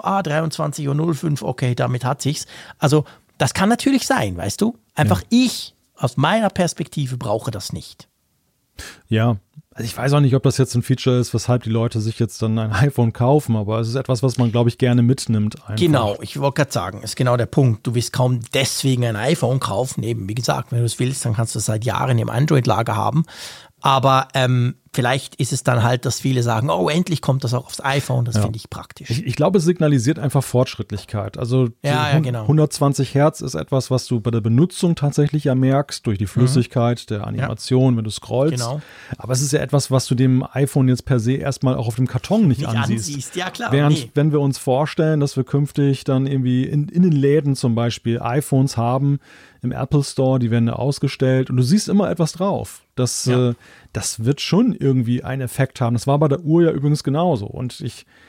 23:05 Uhr, okay, damit hat sich's. Also das kann natürlich sein, weißt du? Einfach ich, aus meiner Perspektive, brauche das nicht. Ja, also ich weiß auch nicht, ob das jetzt ein Feature ist, weshalb die Leute sich jetzt dann ein iPhone kaufen, aber es ist etwas, was man, glaube ich, gerne mitnimmt. Einfach. Genau, ich wollte gerade sagen, ist genau der Punkt. Du wirst kaum deswegen ein iPhone kaufen. Eben, wie gesagt, wenn du es willst, dann kannst du es seit Jahren im Android-Lager haben. Aber vielleicht ist es dann halt, dass viele sagen, oh, endlich kommt das auch aufs iPhone, das finde ich praktisch. Ich glaube, es signalisiert einfach Fortschrittlichkeit. Also genau. 120 Hertz ist etwas, was du bei der Benutzung tatsächlich ja merkst, durch die Flüssigkeit der Animation, wenn du scrollst. Genau. Aber es ist ja etwas, was du dem iPhone jetzt per se erstmal auch auf dem Karton nicht ansiehst. Ja, klar. Während, wenn wir uns vorstellen, dass wir künftig dann irgendwie in den Läden zum Beispiel iPhones haben, im Apple Store, die werden ausgestellt und du siehst immer etwas drauf. Das wird schon irgendwie einen Effekt haben. Das war bei der Uhr ja übrigens genauso. Und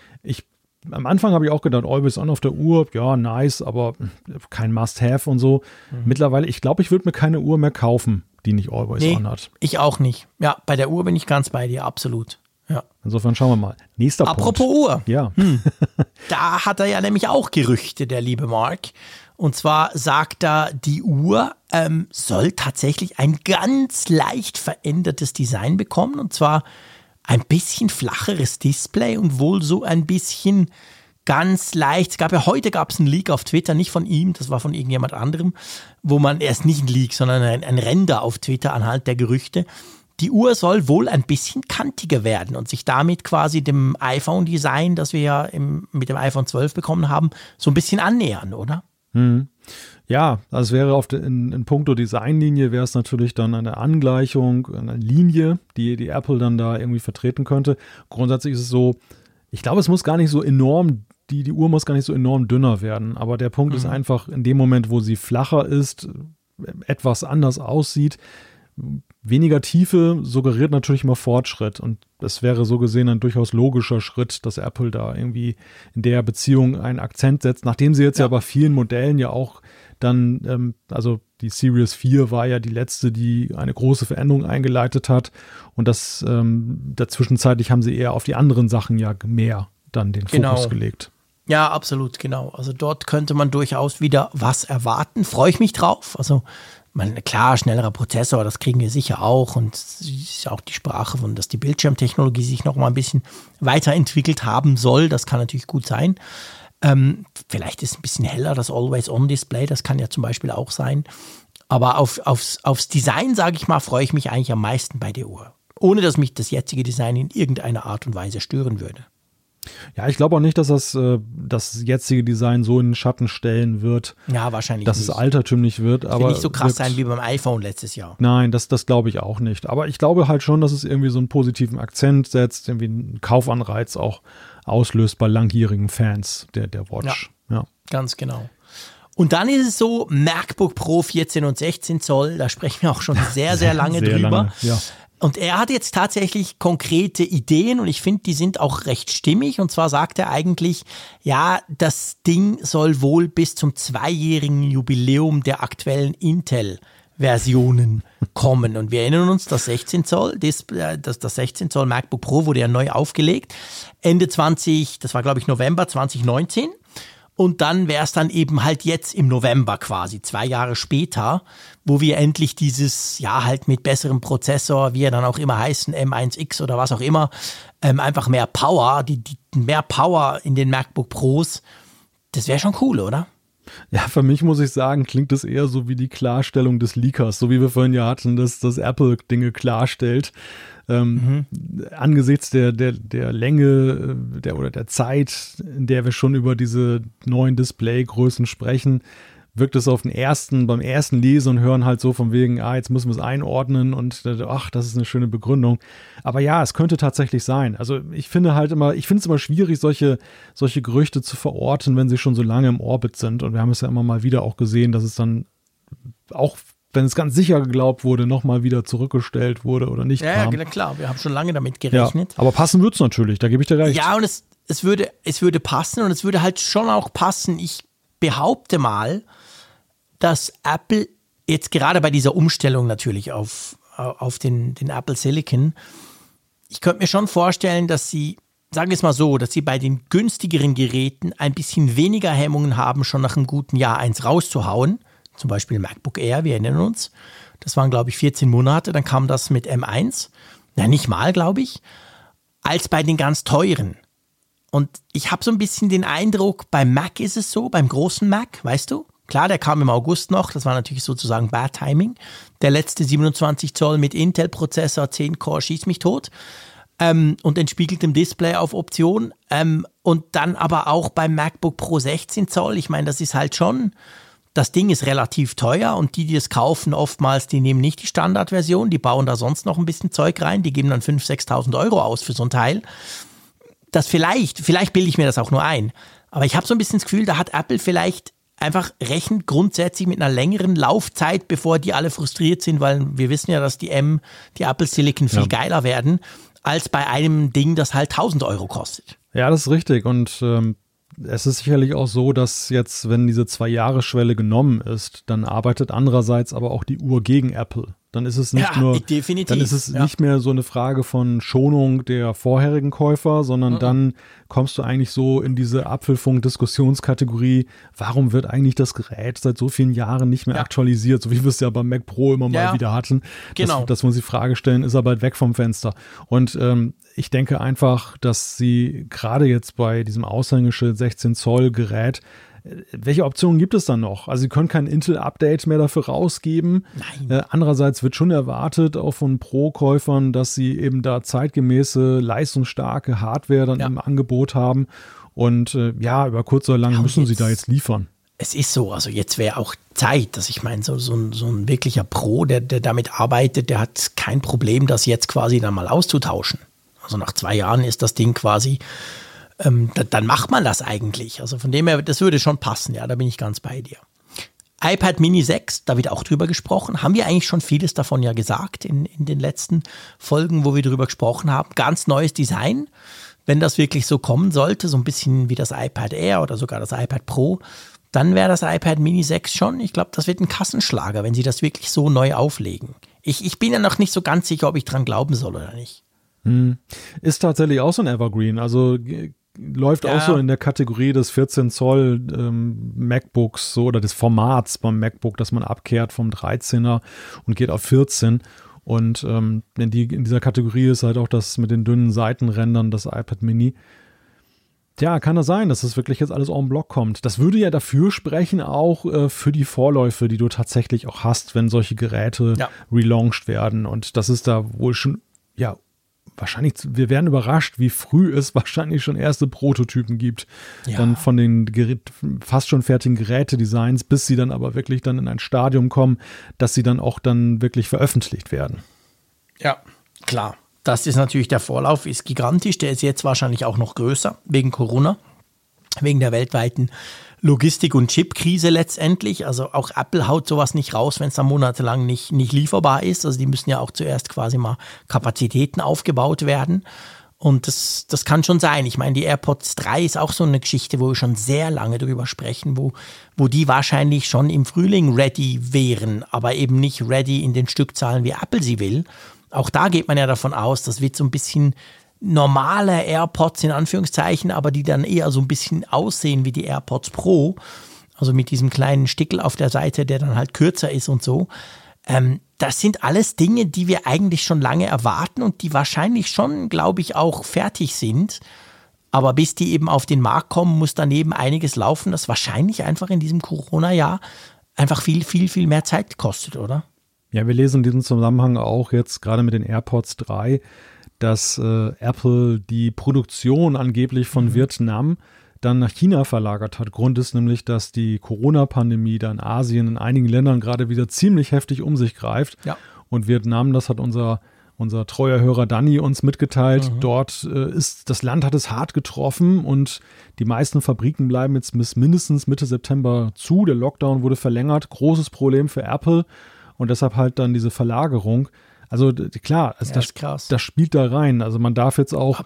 am Anfang habe ich auch gedacht, Always On auf der Uhr, ja, nice, aber kein Must-Have und so. Mittlerweile, ich glaube, ich würde mir keine Uhr mehr kaufen, die nicht Always On hat. Ich auch nicht. Ja, bei der Uhr bin ich ganz bei dir, absolut. Ja. Insofern schauen wir mal. Nächster Punkt. Apropos Uhr. Ja. Da hat er ja nämlich auch Gerüchte, der liebe Mark. Und zwar sagt er, die Uhr soll tatsächlich ein ganz leicht verändertes Design bekommen. Und zwar ein bisschen flacheres Display und wohl so ein bisschen ganz leicht. Heute gab es einen Leak auf Twitter, nicht von ihm, das war von irgendjemand anderem, wo man erst nicht ein Leak, sondern ein Render auf Twitter anhand der Gerüchte. Die Uhr soll wohl ein bisschen kantiger werden und sich damit quasi dem iPhone-Design, das wir ja mit dem iPhone 12 bekommen haben, so ein bisschen annähern, oder? Ja, also wäre in puncto Designlinie wäre es natürlich dann eine Angleichung, eine Linie, die Apple dann da irgendwie vertreten könnte. Grundsätzlich ist es so, ich glaube, es muss gar nicht so enorm, die Uhr muss gar nicht so enorm dünner werden, aber der Punkt ist einfach, in dem Moment, wo sie flacher ist, etwas anders aussieht, weniger Tiefe suggeriert natürlich mal Fortschritt und es wäre so gesehen ein durchaus logischer Schritt, dass Apple da irgendwie in der Beziehung einen Akzent setzt, nachdem sie jetzt ja bei vielen Modellen ja auch dann, also die Series 4 war ja die letzte, die eine große Veränderung eingeleitet hat und das dazwischenzeitlich haben sie eher auf die anderen Sachen ja mehr dann den Fokus gelegt. Ja, absolut, genau. Also dort könnte man durchaus wieder was erwarten. Freue ich mich drauf. Also klar, schnellerer Prozessor, das kriegen wir sicher auch und es ist auch die Sprache von, dass die Bildschirmtechnologie sich noch mal ein bisschen weiterentwickelt haben soll, das kann natürlich gut sein. Vielleicht ist es ein bisschen heller, das Always-On-Display, das kann ja zum Beispiel auch sein. Aber aufs Design, sage ich mal, freue ich mich eigentlich am meisten bei der Uhr. Ohne, dass mich das jetzige Design in irgendeiner Art und Weise stören würde. Ja, ich glaube auch nicht, dass das jetzige Design so in den Schatten stellen wird. Ja, wahrscheinlich dass nicht. es altertümlich wird. Das wird nicht so krass sein wie beim iPhone letztes Jahr. Nein, das glaube ich auch nicht. Aber ich glaube halt schon, dass es irgendwie so einen positiven Akzent setzt, irgendwie einen Kaufanreiz auch auslöst bei langjährigen Fans der Watch. Ja, ganz genau. Und dann ist es so, MacBook Pro 14 und 16 Zoll, da sprechen wir auch schon sehr, sehr lange drüber. Lange, ja. Und er hat jetzt tatsächlich konkrete Ideen und ich finde, die sind auch recht stimmig. Und zwar sagt er eigentlich, ja, das Ding soll wohl bis zum 2-jährigen Jubiläum der aktuellen Intel-Versionen kommen. Und wir erinnern uns, das 16 Zoll, das 16 Zoll MacBook Pro wurde ja neu aufgelegt. das war glaube ich November 2019. Und dann wäre es dann eben halt jetzt im November quasi, 2 Jahre später, wo wir endlich dieses, ja halt mit besserem Prozessor, wie er dann auch immer heißen, M1X oder was auch immer, einfach mehr Power, mehr Power in den MacBook Pros, das wäre schon cool, oder? Ja, für mich muss ich sagen, klingt das eher so wie die Klarstellung des Leakers, so wie wir vorhin ja hatten, dass Apple Dinge klarstellt. Angesichts der Länge oder der Zeit, in der wir schon über diese neuen Displaygrößen sprechen, wirkt es beim ersten Lesen und Hören halt so von wegen, jetzt müssen wir es einordnen und ach, das ist eine schöne Begründung. Aber ja, es könnte tatsächlich sein. Also ich finde es immer schwierig, solche Gerüchte zu verorten, wenn sie schon so lange im Orbit sind. Und wir haben es ja immer mal wieder auch gesehen, dass es dann auch, wenn es ganz sicher geglaubt wurde, nochmal wieder zurückgestellt wurde oder nicht kam. Ja, klar, wir haben schon lange damit gerechnet. Ja, aber passen wird es natürlich, da gebe ich dir recht. Ja, und es würde passen und es würde halt schon auch passen. Ich behaupte mal, dass Apple jetzt gerade bei dieser Umstellung natürlich auf den Apple Silicon, ich könnte mir schon vorstellen, dass sie, sagen wir es mal so, dass sie bei den günstigeren Geräten ein bisschen weniger Hemmungen haben, schon nach einem guten Jahr eins rauszuhauen. Zum Beispiel MacBook Air, wir erinnern uns. Das waren, glaube ich, 14 Monate, dann kam das mit M1. Na, nicht mal, glaube ich. Als bei den ganz teuren. Und ich habe so ein bisschen den Eindruck, beim Mac ist es so, beim großen Mac, weißt du? Klar, der kam im August noch, das war natürlich sozusagen Bad Timing. Der letzte 27 Zoll mit Intel-Prozessor, 10 Core, schieß mich tot. Und entspiegeltem Display auf Option. Und dann aber auch beim MacBook Pro 16 Zoll. Ich meine, das ist halt schon, das Ding ist relativ teuer und die es kaufen oftmals, die nehmen nicht die Standardversion, die bauen da sonst noch ein bisschen Zeug rein, die geben dann 5.000, 6.000 Euro aus für so ein Teil. Das vielleicht bilde ich mir das auch nur ein, aber ich habe so ein bisschen das Gefühl, da hat Apple vielleicht einfach rechnet grundsätzlich mit einer längeren Laufzeit, bevor die alle frustriert sind, weil wir wissen ja, dass die Apple Silicon viel geiler werden, als bei einem Ding, das halt 1.000 Euro kostet. Ja, das ist richtig und es ist sicherlich auch so, dass jetzt, wenn diese 2-Jahres-Schwelle genommen ist, dann arbeitet andererseits aber auch die Uhr gegen Apple. Dann ist es nicht dann ist es nicht mehr so eine Frage von Schonung der vorherigen Käufer, sondern dann kommst du eigentlich so in diese Apfelfunk-Diskussionskategorie, warum wird eigentlich das Gerät seit so vielen Jahren nicht mehr aktualisiert, so wie wir es ja beim Mac Pro immer mal wieder hatten, dass wir uns die Frage stellen, ist er bald weg vom Fenster. Und ich denke einfach, dass sie gerade jetzt bei diesem Aushängeschild 16 Zoll Gerät, welche Optionen gibt es dann noch? Also sie können kein Intel-Update mehr dafür rausgeben. Andererseits wird schon erwartet, auch von Pro-Käufern, dass sie eben da zeitgemäße, leistungsstarke Hardware dann im Angebot haben. Und über kurz oder lang müssen sie da jetzt liefern. Es ist so, also jetzt wäre auch Zeit, dass ich meine, so ein wirklicher Pro, der damit arbeitet, der hat kein Problem, das jetzt quasi dann mal auszutauschen. Also nach 2 Jahren ist das Ding quasi dann macht man das eigentlich. Also von dem her, das würde schon passen, ja, da bin ich ganz bei dir. iPad Mini 6, da wird auch drüber gesprochen. Haben wir eigentlich schon vieles davon ja gesagt in den letzten Folgen, wo wir drüber gesprochen haben. Ganz neues Design, wenn das wirklich so kommen sollte, so ein bisschen wie das iPad Air oder sogar das iPad Pro, dann wäre das iPad Mini 6 schon. Ich glaube, das wird ein Kassenschlager, wenn sie das wirklich so neu auflegen. Ich bin ja noch nicht so ganz sicher, ob ich dran glauben soll oder nicht. Ist tatsächlich auch so ein Evergreen, also läuft auch so in der Kategorie des 14 Zoll MacBooks so, oder des Formats beim MacBook, dass man abkehrt vom 13er und geht auf 14. Und in dieser Kategorie ist halt auch das mit den dünnen Seitenrändern, das iPad Mini. Ja, kann das sein, dass das wirklich jetzt alles en bloc kommt. Das würde ja dafür sprechen, auch für die Vorläufe, die du tatsächlich auch hast, wenn solche Geräte relaunched werden. Und das ist da wohl schon, wahrscheinlich, wir werden überrascht, wie früh es wahrscheinlich schon erste Prototypen gibt. Dann von den fast schon fertigen Gerätedesigns, bis sie dann aber wirklich dann in ein Stadium kommen, dass sie dann auch dann wirklich veröffentlicht werden. Ja, klar. Das ist natürlich, der Vorlauf ist gigantisch. Der ist jetzt wahrscheinlich auch noch größer, wegen Corona, wegen der weltweiten Logistik- und Chipkrise letztendlich. Also auch Apple haut sowas nicht raus, wenn es dann monatelang nicht lieferbar ist. Also die müssen ja auch zuerst quasi mal Kapazitäten aufgebaut werden. Und das kann schon sein. Ich meine, die AirPods 3 ist auch so eine Geschichte, wo wir schon sehr lange drüber sprechen, wo die wahrscheinlich schon im Frühling ready wären, aber eben nicht ready in den Stückzahlen, wie Apple sie will. Auch da geht man ja davon aus, das wird so ein bisschen normale AirPods in Anführungszeichen, aber die dann eher so ein bisschen aussehen wie die AirPods Pro, also mit diesem kleinen Stickel auf der Seite, der dann halt kürzer ist und so. Das sind alles Dinge, die wir eigentlich schon lange erwarten und die wahrscheinlich schon, glaube ich, auch fertig sind. Aber bis die eben auf den Markt kommen, muss daneben einiges laufen, das wahrscheinlich einfach in diesem Corona-Jahr einfach viel, viel, viel mehr Zeit kostet, oder? Ja, wir lesen in diesem Zusammenhang auch jetzt gerade mit den AirPods 3, dass Apple die Produktion angeblich von Vietnam dann nach China verlagert hat. Grund ist nämlich, dass die Corona-Pandemie da in Asien in einigen Ländern gerade wieder ziemlich heftig um sich greift. Ja. Und Vietnam, das hat unser treuer Hörer Danny uns mitgeteilt, dort das Land hat es hart getroffen und die meisten Fabriken bleiben jetzt bis mindestens Mitte September zu. Der Lockdown wurde verlängert. Großes Problem für Apple und deshalb halt dann diese Verlagerung. Also klar, das spielt da rein. Also man darf jetzt auch,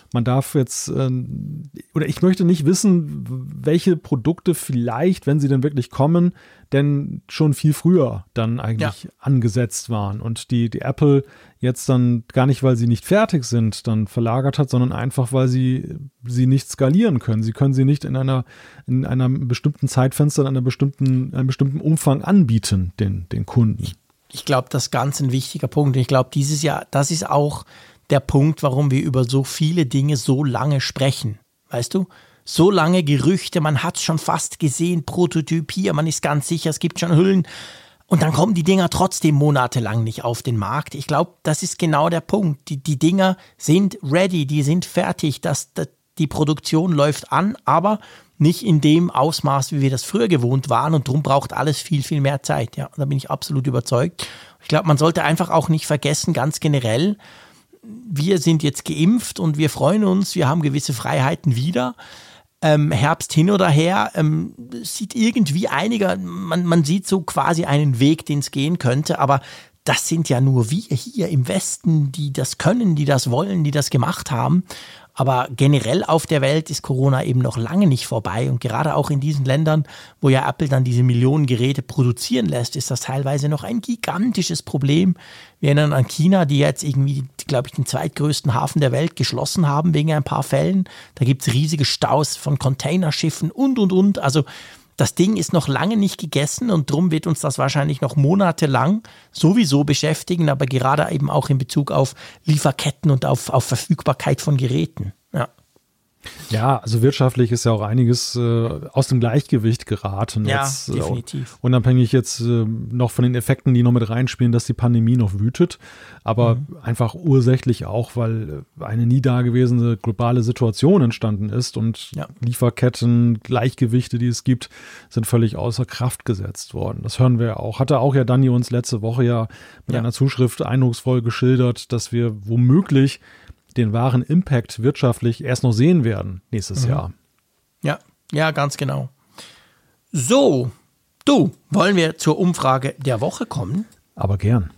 oder ich möchte nicht wissen, welche Produkte vielleicht, wenn sie denn wirklich kommen, denn schon viel früher dann eigentlich angesetzt waren. Und die Apple jetzt dann gar nicht, weil sie nicht fertig sind, dann verlagert hat, sondern einfach, weil sie nicht skalieren können. Sie können sie nicht in einem bestimmten Zeitfenster, in einem bestimmten Umfang anbieten, den Kunden. Ich glaube, das ist ganz ein wichtiger Punkt. Und ich glaube, dieses Jahr, das ist auch der Punkt, warum wir über so viele Dinge so lange sprechen. Weißt du? so lange Gerüchte, man hat es schon fast gesehen, Prototyp hier, man ist ganz sicher, es gibt schon Hüllen. Und dann kommen die Dinger trotzdem monatelang nicht auf den Markt. Ich glaube, das ist genau der Punkt. Die Dinger sind ready, die sind fertig, die Produktion läuft an, aber nicht in dem Ausmaß, wie wir das früher gewohnt waren. Und darum braucht alles viel, viel mehr Zeit. Ja, da bin ich absolut überzeugt. Ich glaube, man sollte einfach auch nicht vergessen, ganz generell, wir sind jetzt geimpft und wir freuen uns, wir haben gewisse Freiheiten wieder. Herbst hin oder her, sieht irgendwie man sieht so quasi einen Weg, den es gehen könnte, aber das sind ja nur wir hier im Westen, die das können, die das wollen, die das gemacht haben. Aber generell auf der Welt ist Corona eben noch lange nicht vorbei und gerade auch in diesen Ländern, wo ja Apple dann diese Millionen Geräte produzieren lässt, ist das teilweise noch ein gigantisches Problem. Wir erinnern an China, die jetzt irgendwie, glaube ich, den zweitgrößten Hafen der Welt geschlossen haben wegen ein paar Fällen. Da gibt es riesige Staus von Containerschiffen und. Also das Ding ist noch lange nicht gegessen und drum wird uns das wahrscheinlich noch monatelang sowieso beschäftigen, aber gerade eben auch in Bezug auf Lieferketten und auf Verfügbarkeit von Geräten. Ja, also wirtschaftlich ist ja auch einiges aus dem Gleichgewicht geraten. Ja, jetzt, definitiv. Unabhängig jetzt noch von den Effekten, die noch mit reinspielen, dass die Pandemie noch wütet, aber einfach ursächlich auch, weil eine nie dagewesene globale Situation entstanden ist und Lieferketten, Gleichgewichte, die es gibt, sind völlig außer Kraft gesetzt worden. Das hören wir ja auch. Hatte auch ja Dani uns letzte Woche ja mit einer Zuschrift eindrucksvoll geschildert, dass wir womöglich den wahren Impact wirtschaftlich erst noch sehen werden nächstes Jahr. Ja, ganz genau. So, wollen wir zur Umfrage der Woche kommen? Aber gern.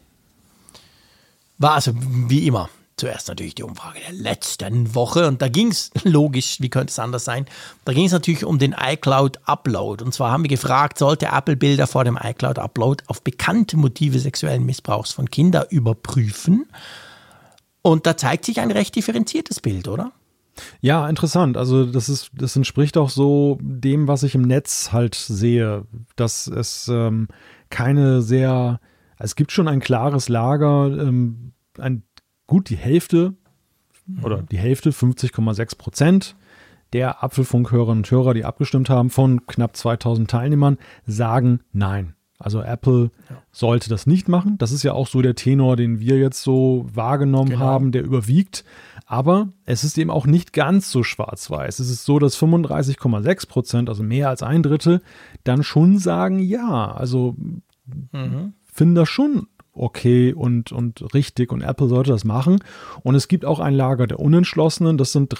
War also wie immer zuerst natürlich die Umfrage der letzten Woche und da ging es, logisch, wie könnte es anders sein, da ging es natürlich um den iCloud-Upload und zwar haben wir gefragt, sollte Apple Bilder vor dem iCloud-Upload auf bekannte Motive sexuellen Missbrauchs von Kindern überprüfen? Und da zeigt sich ein recht differenziertes Bild, oder? Ja, interessant. Also das entspricht auch so dem, was ich im Netz halt sehe, dass es es gibt schon ein klares Lager, die Hälfte oder die Hälfte, 50,6% der Apfelfunk-Hörerinnen und Hörer, die abgestimmt haben, von knapp 2000 Teilnehmern, sagen nein. Also Apple sollte das nicht machen. Das ist ja auch so der Tenor, den wir jetzt so wahrgenommen haben, der überwiegt. Aber es ist eben auch nicht ganz so schwarz-weiß. Es ist so, dass 35,6%, also mehr als ein Drittel, dann schon sagen, ja, also finden das schon okay und richtig und Apple sollte das machen. Und es gibt auch ein Lager der Unentschlossenen, das sind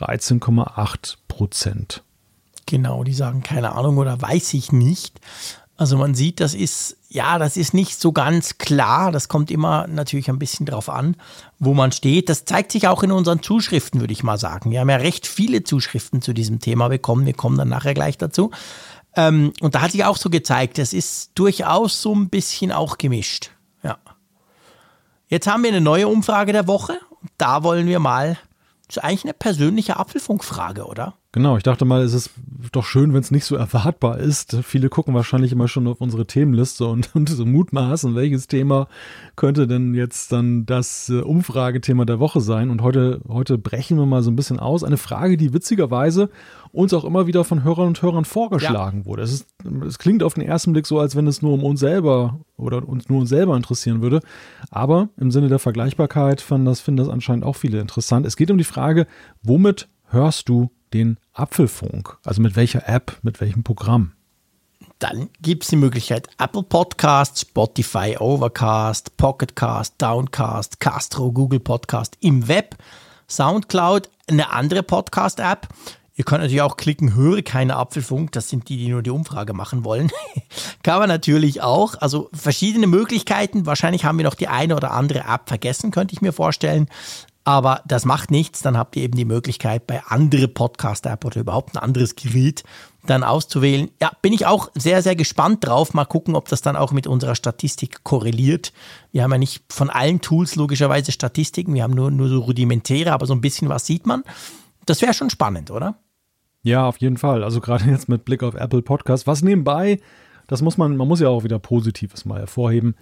13,8%. Genau, die sagen keine Ahnung oder weiß ich nicht. Also man sieht, das ist nicht so ganz klar. Das kommt immer natürlich ein bisschen drauf an, wo man steht. Das zeigt sich auch in unseren Zuschriften, würde ich mal sagen. Wir haben ja recht viele Zuschriften zu diesem Thema bekommen. Wir kommen dann nachher gleich dazu. Und da hat sich auch so gezeigt, es ist durchaus so ein bisschen auch gemischt. Ja. Jetzt haben wir eine neue Umfrage der Woche. Und da wollen wir mal, das ist eigentlich eine persönliche Apfelfunkfrage, oder? Genau, ich dachte mal, es ist doch schön, wenn es nicht so erwartbar ist. Viele gucken wahrscheinlich immer schon auf unsere Themenliste und so mutmaßen, welches Thema könnte denn jetzt dann das Umfragethema der Woche sein. Und heute brechen wir mal so ein bisschen aus. Eine Frage, die witzigerweise uns auch immer wieder von Hörern und Hörern vorgeschlagen wurde. Es klingt auf den ersten Blick so, als wenn es nur um uns selber oder uns nur uns selber interessieren würde. Aber im Sinne der Vergleichbarkeit finden das anscheinend auch viele interessant. Es geht um die Frage, womit hörst du den Apfelfunk? Also mit welcher App, mit welchem Programm? Dann gibt es die Möglichkeit Apple Podcasts, Spotify, Overcast, Pocketcast, Downcast, Castro, Google Podcast im Web, Soundcloud, eine andere Podcast-App. Ihr könnt natürlich auch klicken, höre keine Apfelfunk, das sind die nur die Umfrage machen wollen. Kann man natürlich auch. Also verschiedene Möglichkeiten. Wahrscheinlich haben wir noch die eine oder andere App vergessen, könnte ich mir vorstellen. Aber das macht nichts, dann habt ihr eben die Möglichkeit, bei andere Podcast-App oder überhaupt ein anderes Gerät dann auszuwählen. Ja, bin ich auch sehr, sehr gespannt drauf. Mal gucken, ob das dann auch mit unserer Statistik korreliert. Wir haben ja nicht von allen Tools logischerweise Statistiken, wir haben nur so rudimentäre, aber so ein bisschen was sieht man. Das wäre schon spannend, oder? Ja, auf jeden Fall. Also gerade jetzt mit Blick auf Apple Podcast. Was nebenbei, man muss ja auch wieder Positives mal hervorheben,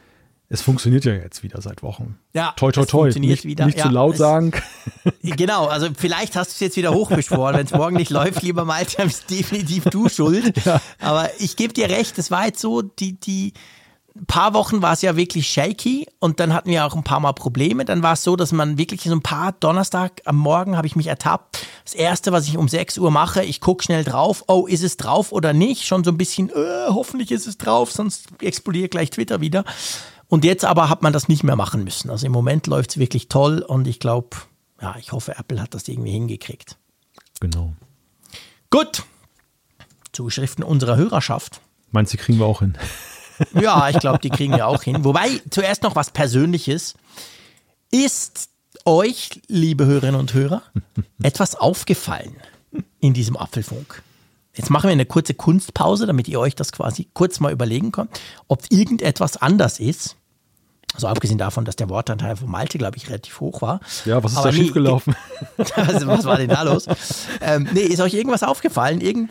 Es funktioniert ja jetzt wieder seit Wochen. Ja, toi, toi, toi. Funktioniert wieder. Nicht zu laut sagen. Genau, also vielleicht hast du es jetzt wieder hochbeschworen. Wenn es morgen nicht läuft, lieber Malte, dann bist definitiv du schuld. Ja. Aber ich gebe dir recht, es war jetzt so, die paar Wochen war es ja wirklich shaky und dann hatten wir auch ein paar Mal Probleme. Dann war es so, dass man wirklich so ein paar Donnerstag am Morgen habe ich mich ertappt. Das Erste, was ich um 6 Uhr mache, ich gucke schnell drauf. Oh, ist es drauf oder nicht? Schon so ein bisschen, hoffentlich ist es drauf, sonst explodiert gleich Twitter wieder. Und jetzt aber hat man das nicht mehr machen müssen. Also im Moment läuft es wirklich toll und ich glaube, ja, ich hoffe, Apple hat das irgendwie hingekriegt. Genau. Gut. Zuschriften unserer Hörerschaft. Meinst du, die kriegen wir auch hin? Ja, ich glaube, die kriegen wir auch hin. Wobei, zuerst noch was Persönliches. Ist euch, liebe Hörerinnen und Hörer, etwas aufgefallen in diesem Apfelfunk? Jetzt machen wir eine kurze Kunstpause, damit ihr euch das quasi kurz mal überlegen könnt, ob irgendetwas anders ist. Also abgesehen davon, dass der Wortanteil von Malte, glaube ich, relativ hoch war. Ja, was ist da schiefgelaufen? Was war denn da los? Ist euch irgendwas aufgefallen?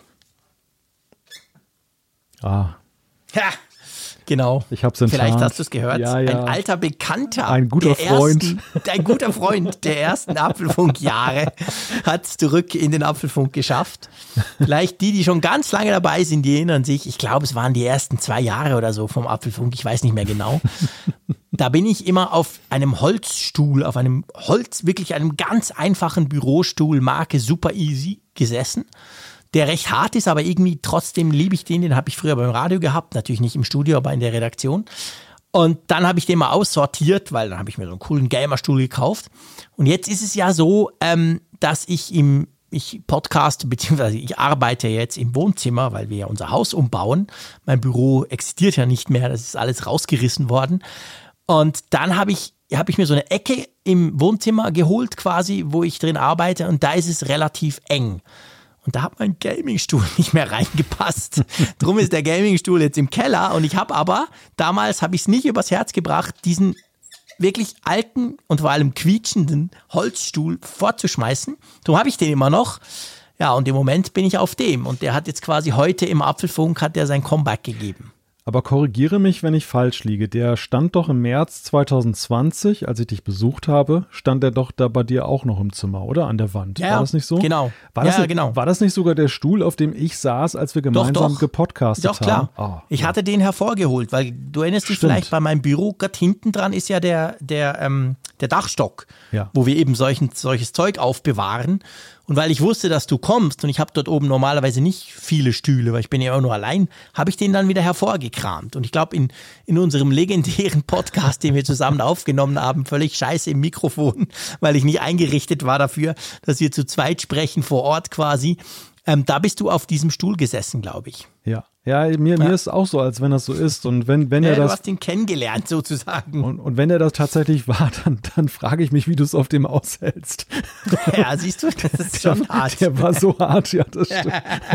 Ja, genau. Ich hab's enttarnt. Vielleicht hast du es gehört. Ja. Ein alter Bekannter. Ein guter Freund. Ein guter Freund der ersten Apfelfunk-Jahre hat es zurück in den Apfelfunk geschafft. Vielleicht die schon ganz lange dabei sind, die erinnern sich. Ich glaube, es waren die ersten 2 Jahre oder so vom Apfelfunk. Ich weiß nicht mehr genau. Da bin ich immer auf einem Holzstuhl, wirklich einem ganz einfachen Bürostuhl, Marke Super Easy, gesessen. Der recht hart ist, aber irgendwie trotzdem liebe ich den. Den habe ich früher beim Radio gehabt, natürlich nicht im Studio, aber in der Redaktion. Und dann habe ich den mal aussortiert, weil dann habe ich mir so einen coolen Gamerstuhl gekauft. Und jetzt ist es ja so, dass ich podcaste, beziehungsweise ich arbeite jetzt im Wohnzimmer, weil wir ja unser Haus umbauen. Mein Büro existiert ja nicht mehr, das ist alles rausgerissen worden. Und dann habe ich mir so eine Ecke im Wohnzimmer geholt quasi, wo ich drin arbeite. Und da ist es relativ eng. Und da hat mein Gamingstuhl nicht mehr reingepasst. Drum ist der Gamingstuhl jetzt im Keller. Und ich habe aber, damals habe ich es nicht übers Herz gebracht, diesen wirklich alten und vor allem quietschenden Holzstuhl fortzuschmeißen. Darum habe ich den immer noch. Ja, und im Moment bin ich auf dem. Und der hat jetzt quasi heute im Apfelfunk hat der sein Comeback gegeben. Aber korrigiere mich, wenn ich falsch liege. Der stand doch im März 2020, als ich dich besucht habe, stand der doch da bei dir auch noch im Zimmer, oder? An der Wand. Ja, war das nicht so? Genau. Genau. War das nicht sogar der Stuhl, auf dem ich saß, als wir gemeinsam gepodcastet haben? Doch, klar. Oh, ich hatte den hervorgeholt, weil du erinnerst dich vielleicht, bei meinem Büro, gerade hinten dran ist ja der Dachstock, wo wir eben solches Zeug aufbewahren. Und weil ich wusste, dass du kommst und ich habe dort oben normalerweise nicht viele Stühle, weil ich bin ja immer nur allein, habe ich den dann wieder hervorgekramt. Und ich glaube, in unserem legendären Podcast, den wir zusammen aufgenommen haben, völlig scheiße im Mikrofon, weil ich nicht eingerichtet war dafür, dass wir zu zweit sprechen vor Ort quasi, da bist du auf diesem Stuhl gesessen, glaube ich. Ja, mir ist auch so, als wenn das so ist. Und wenn er das, du hast ihn kennengelernt sozusagen. Und wenn er das tatsächlich war, dann frage ich mich, wie du es auf dem aushältst. Ja, siehst du, das ist schon hart. Der war so hart, ja, das stimmt.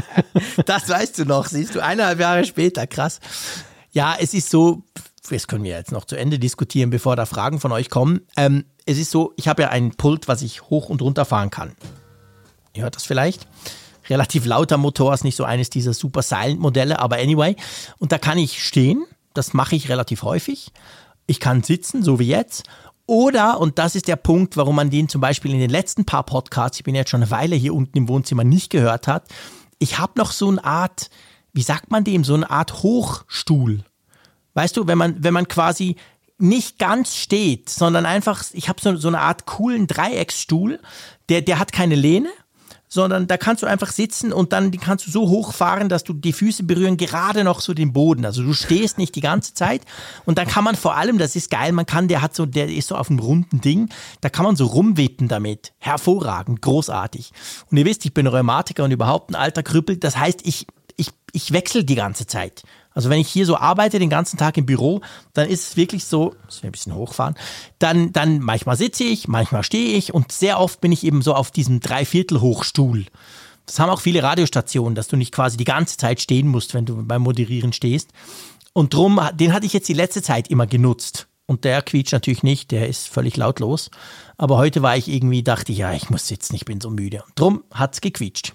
Das weißt du noch, siehst du, 1,5 Jahre später, krass. Ja, es ist so, das können wir jetzt noch zu Ende diskutieren, bevor da Fragen von euch kommen. Es ist so, ich habe ja ein Pult, was ich hoch und runter fahren kann. Ihr hört das vielleicht? Relativ lauter Motor, ist nicht so eines dieser super Silent-Modelle, aber anyway. Und da kann ich stehen, das mache ich relativ häufig. Ich kann sitzen, so wie jetzt. Oder, und das ist der Punkt, warum man den zum Beispiel in den letzten paar Podcasts, ich bin jetzt schon eine Weile hier unten im Wohnzimmer, nicht gehört hat. Ich habe noch so eine Art, wie sagt man dem, so eine Art Hochstuhl. Weißt du, wenn man quasi nicht ganz steht, sondern einfach, ich habe so eine Art coolen Dreiecksstuhl, der hat keine Lehne, sondern da kannst du einfach sitzen und dann kannst du so hochfahren, dass du die Füße berühren gerade noch so den Boden. Also du stehst nicht die ganze Zeit und dann kann man vor allem, das ist geil, der ist so auf einem runden Ding, da kann man so rumwippen damit. Hervorragend, großartig. Und ihr wisst, ich bin Rheumatiker und überhaupt ein alter Krüppel, das heißt, ich wechsle die ganze Zeit. Also wenn ich hier so arbeite, den ganzen Tag im Büro, dann ist es wirklich so, muss ich ein bisschen hochfahren, dann manchmal sitze ich, manchmal stehe ich und sehr oft bin ich eben so auf diesem Dreiviertel-Hochstuhl. Das haben auch viele Radiostationen, dass du nicht quasi die ganze Zeit stehen musst, wenn du beim Moderieren stehst. Und drum, den hatte ich jetzt die letzte Zeit immer genutzt. Und der quietscht natürlich nicht, der ist völlig lautlos. Aber heute dachte ich, ja, ich muss sitzen, ich bin so müde. Und drum hat's gequietscht.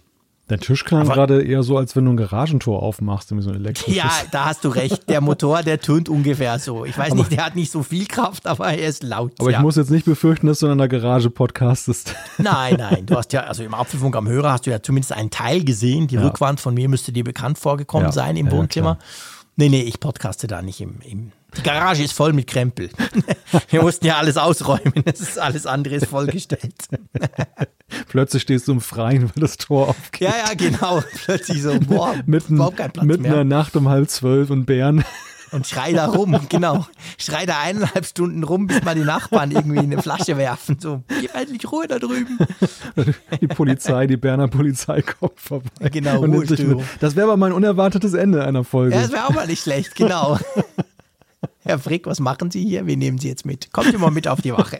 Dein Tisch klang gerade eher so, als wenn du ein Garagentor aufmachst, so ein elektrisches. Ja, da hast du recht. Der Motor, der tönt ungefähr so. Ich weiß nicht, der hat nicht so viel Kraft, aber er ist laut. Aber ich muss jetzt nicht befürchten, dass du in einer Garage podcastest. Nein. Du hast ja, also im Apfelfunk am Hörer hast du ja zumindest einen Teil gesehen. Die Rückwand von mir müsste dir bekannt vorgekommen sein im Wohnzimmer. Nee, ich podcaste da nicht die Garage ist voll mit Krempel. Wir mussten ja alles ausräumen. Alles andere ist vollgestellt. Plötzlich stehst du im Freien, weil das Tor aufgeht. Ja, genau. Plötzlich so, boah, überhaupt kein Platz mehr. Mitten in der Nacht um 11:30 in Bern. Und schrei da rum, genau. Schrei da 1,5 Stunden rum, bis mal die Nachbarn irgendwie eine Flasche werfen. So, gib endlich Ruhe da drüben. Die Berner Polizei kommt vorbei. Genau, Ruhestörung. Das wäre aber mein unerwartetes Ende einer Folge. Ja, das wäre auch mal nicht schlecht, genau. Herr Frick, was machen Sie hier? Wir nehmen Sie jetzt mit. Kommt ihr mal mit auf die Wache.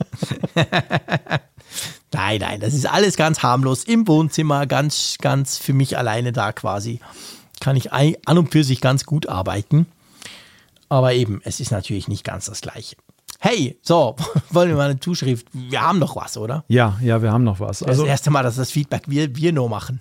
Nein, das ist alles ganz harmlos. Im Wohnzimmer, ganz für mich alleine da quasi. Kann ich an und für sich ganz gut arbeiten. Aber eben, es ist natürlich nicht ganz das Gleiche. Hey, so, wollen wir mal eine Zuschrift? Wir haben noch was, oder? Ja, wir haben noch was. Das erste Mal, dass das Feedback wir nur machen.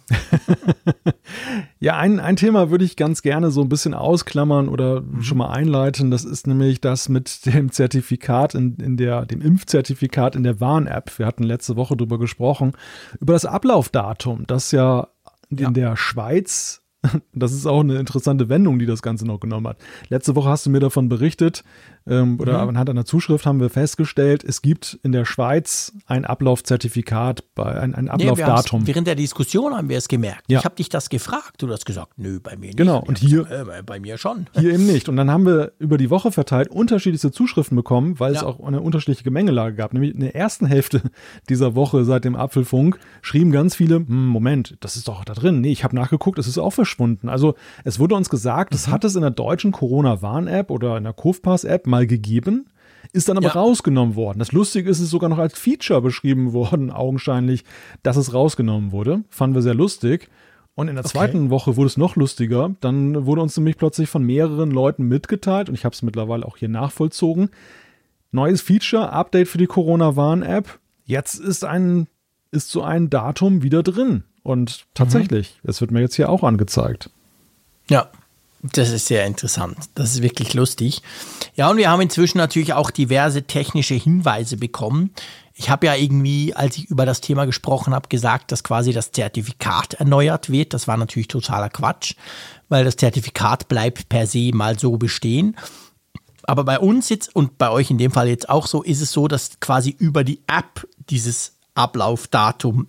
Ja, ein Thema würde ich ganz gerne so ein bisschen ausklammern oder schon mal einleiten. Das ist nämlich das mit dem Zertifikat dem Impfzertifikat in der Warn-App. Wir hatten letzte Woche drüber gesprochen, über das Ablaufdatum, das ja in der Schweiz. Das ist auch eine interessante Wendung, die das Ganze noch genommen hat. Letzte Woche hast du mir davon berichtet, anhand einer Zuschrift haben wir festgestellt, es gibt in der Schweiz ein Ablaufzertifikat, ein Ablaufdatum. Während der Diskussion haben wir es gemerkt. Ja. Ich habe dich das gefragt, du hast gesagt, nö, bei mir nicht. Genau, und hier bei mir schon. Hier eben nicht. Und dann haben wir über die Woche verteilt unterschiedlichste Zuschriften bekommen, weil es auch eine unterschiedliche Gemengelage gab. Nämlich in der ersten Hälfte dieser Woche seit dem Apfelfunk schrieben ganz viele, Moment, das ist doch da drin. Nee, ich habe nachgeguckt, es ist auch verschwunden. Also es wurde uns gesagt, es hat es in der deutschen Corona-Warn-App oder in der Kofpass-App mal gegeben, ist dann aber rausgenommen worden. Das Lustige ist, es ist sogar noch als Feature beschrieben worden, augenscheinlich, dass es rausgenommen wurde. Fanden wir sehr lustig. Und in der zweiten Woche wurde es noch lustiger. Dann wurde uns nämlich plötzlich von mehreren Leuten mitgeteilt, und ich habe es mittlerweile auch hier nachvollzogen, neues Feature, Update für die Corona-Warn-App. Jetzt ist so ein Datum wieder drin. Und tatsächlich, es wird mir jetzt hier auch angezeigt. Ja, das ist sehr interessant. Das ist wirklich lustig. Ja, und wir haben inzwischen natürlich auch diverse technische Hinweise bekommen. Ich habe ja irgendwie, als ich über das Thema gesprochen habe, gesagt, dass quasi das Zertifikat erneuert wird. Das war natürlich totaler Quatsch, weil das Zertifikat bleibt per se mal so bestehen. Aber bei uns jetzt und bei euch in dem Fall jetzt auch so, ist es so, dass quasi über die App dieses Ablaufdatum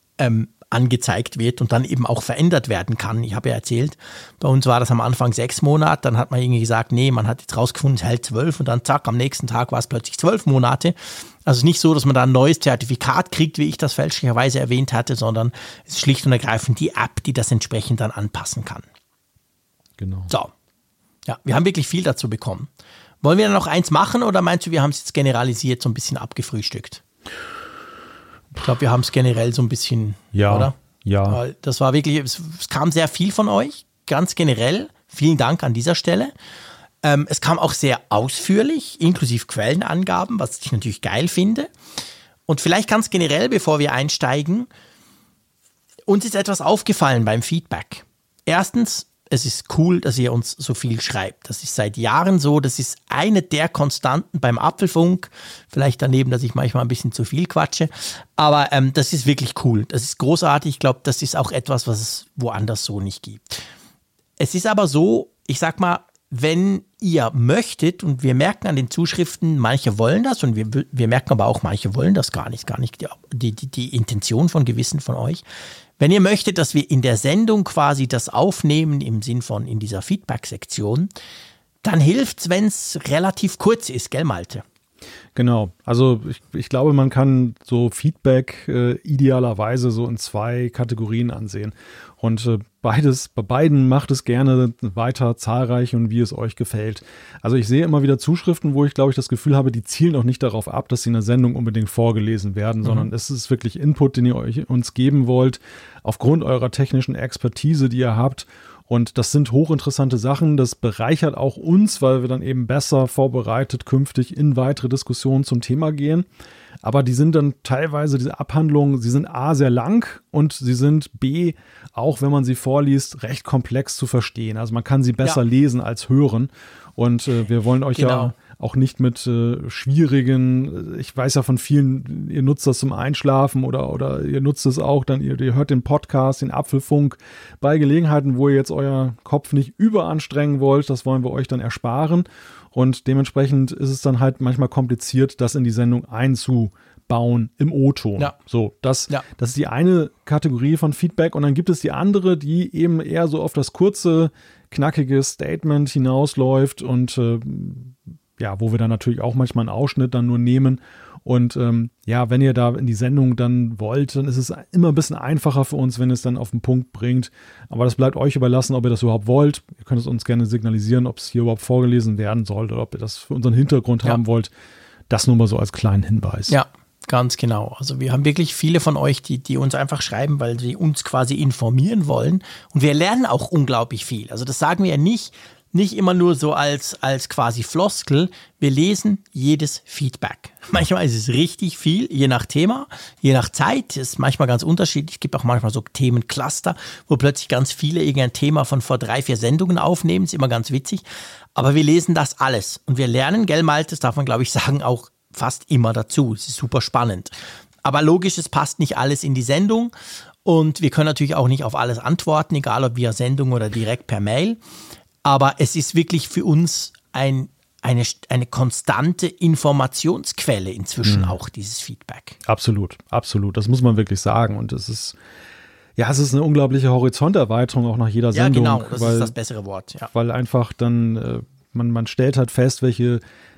angezeigt wird und dann eben auch verändert werden kann. Ich habe ja erzählt, bei uns war das am Anfang 6 Monate, dann hat man irgendwie gesagt, nee, man hat jetzt rausgefunden, es hält 12 und dann zack, am nächsten Tag war es plötzlich 12 Monate. Also es ist nicht so, dass man da ein neues Zertifikat kriegt, wie ich das fälschlicherweise erwähnt hatte, sondern es ist schlicht und ergreifend die App, die das entsprechend dann anpassen kann. Genau. So, ja, wir haben wirklich viel dazu bekommen. Wollen wir noch eins machen oder meinst du, wir haben es jetzt generalisiert, so ein bisschen abgefrühstückt? Ich glaube, wir haben es generell so ein bisschen, oder? Ja. Weil das war wirklich, es kam sehr viel von euch, ganz generell. Vielen Dank an dieser Stelle. Es kam auch sehr ausführlich, inklusive Quellenangaben, was ich natürlich geil finde. Und vielleicht ganz generell, bevor wir einsteigen, uns ist etwas aufgefallen beim Feedback. Erstens, es ist cool, dass ihr uns so viel schreibt. Das ist seit Jahren so. Das ist eine der Konstanten beim Apfelfunk. Vielleicht daneben, dass ich manchmal ein bisschen zu viel quatsche. Aber das ist wirklich cool. Das ist großartig. Ich glaube, das ist auch etwas, was es woanders so nicht gibt. Es ist aber so, ich sag mal, wenn ihr möchtet, und wir merken an den Zuschriften, manche wollen das und wir merken aber auch, manche wollen das gar nicht die Intention von gewissen von euch. Wenn ihr möchtet, dass wir in der Sendung quasi das aufnehmen, im Sinn von in dieser Feedback-Sektion, dann hilft es, wenn es relativ kurz ist, gell, Malte? Genau, also ich glaube, man kann so Feedback idealerweise so in 2 Kategorien ansehen. Und bei beiden macht es gerne weiter zahlreich und wie es euch gefällt. Also ich sehe immer wieder Zuschriften, wo ich, glaube ich, das Gefühl habe, die zielen auch nicht darauf ab, dass sie in der Sendung unbedingt vorgelesen werden, sondern es ist wirklich Input, den ihr uns geben wollt, aufgrund eurer technischen Expertise, die ihr habt. Und das sind hochinteressante Sachen. Das bereichert auch uns, weil wir dann eben besser vorbereitet künftig in weitere Diskussionen zum Thema gehen. Aber die sind dann teilweise, diese Abhandlungen, sie sind A, sehr lang und sie sind B, auch wenn man sie vorliest, recht komplex zu verstehen. Also man kann sie besser lesen als hören. Und wir wollen euch ja auch nicht mit schwierigen, ich weiß ja von vielen, ihr nutzt das zum Einschlafen oder ihr nutzt es auch, dann ihr hört den Podcast, den Apfelfunk bei Gelegenheiten, wo ihr jetzt euer Kopf nicht überanstrengen wollt, das wollen wir euch dann ersparen und dementsprechend ist es dann halt manchmal kompliziert, das in die Sendung einzubauen im O-Ton. Ja. So, das ist die eine Kategorie von Feedback und dann gibt es die andere, die eben eher so auf das kurze, knackige Statement hinausläuft und wo wir dann natürlich auch manchmal einen Ausschnitt dann nur nehmen. Und wenn ihr da in die Sendung dann wollt, dann ist es immer ein bisschen einfacher für uns, wenn ihr es dann auf den Punkt bringt. Aber das bleibt euch überlassen, ob ihr das überhaupt wollt. Ihr könnt es uns gerne signalisieren, ob es hier überhaupt vorgelesen werden soll oder ob ihr das für unseren Hintergrund haben wollt. Das nur mal so als kleinen Hinweis. Ja, ganz genau. Also wir haben wirklich viele von euch, die uns einfach schreiben, weil sie uns quasi informieren wollen. Und wir lernen auch unglaublich viel. Also das sagen wir ja nicht immer nur so als quasi Floskel. Wir lesen jedes Feedback. Manchmal ist es richtig viel, je nach Thema, je nach Zeit. Ist manchmal ganz unterschiedlich. Es gibt auch manchmal so Themencluster, wo plötzlich ganz viele irgendein Thema von vor 3-4 Sendungen aufnehmen. Ist immer ganz witzig. Aber wir lesen das alles. Und wir lernen, gell, Malte, das darf man, glaube ich, sagen, auch fast immer dazu. Es ist super spannend. Aber logisch, es passt nicht alles in die Sendung. Und wir können natürlich auch nicht auf alles antworten, egal ob via Sendung oder direkt per Mail. Aber es ist wirklich für uns eine konstante Informationsquelle inzwischen auch, dieses Feedback. Absolut, absolut. Das muss man wirklich sagen. Und es ist eine unglaubliche Horizonterweiterung auch nach jeder Sendung. Ja, genau, das ist das bessere Wort. Ja. Weil einfach dann, man stellt halt fest, welche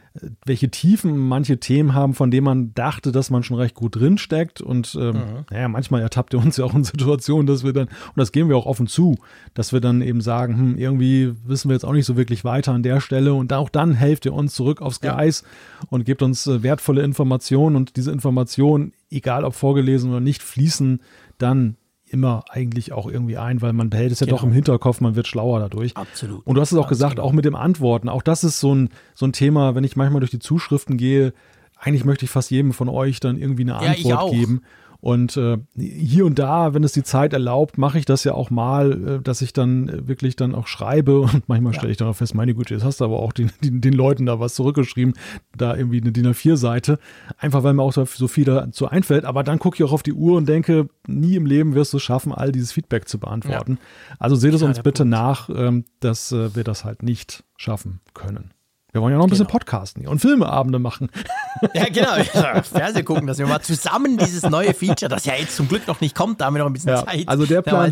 Tiefen manche Themen haben, von denen man dachte, dass man schon recht gut drinsteckt. Und manchmal ertappt ihr uns ja auch in Situationen, dass wir dann, und das geben wir auch offen zu, dass wir dann eben sagen, irgendwie wissen wir jetzt auch nicht so wirklich weiter an der Stelle. Und auch dann helft ihr uns zurück aufs Gleis und gebt uns wertvolle Informationen. Und diese Informationen, egal ob vorgelesen oder nicht, fließen dann immer eigentlich auch irgendwie ein, weil man behält es ja doch im Hinterkopf, man wird schlauer dadurch. Absolut. Und du hast es auch gesagt, auch mit dem Antworten. Auch das ist so ein Thema, wenn ich manchmal durch die Zuschriften gehe, eigentlich möchte ich fast jedem von euch dann irgendwie eine Antwort geben. Und hier und da, wenn es die Zeit erlaubt, mache ich das ja auch mal, dass ich dann wirklich dann auch schreibe und manchmal stelle ich dann auch fest, meine Güte, jetzt hast du aber auch den Leuten da was zurückgeschrieben, da irgendwie eine DIN A4-Seite, einfach weil mir auch so viel dazu einfällt, aber dann gucke ich auch auf die Uhr und denke, nie im Leben wirst du es schaffen, all dieses Feedback zu beantworten. Ja. Also seht es uns bitte nach, dass wir das halt nicht schaffen können. Wir wollen ja noch ein bisschen podcasten hier und Filmeabende machen. Ja, genau. Fernsehen gucken, dass wir mal zusammen dieses neue Feature, das ja jetzt zum Glück noch nicht kommt, da haben wir noch ein bisschen Zeit. Also der Plan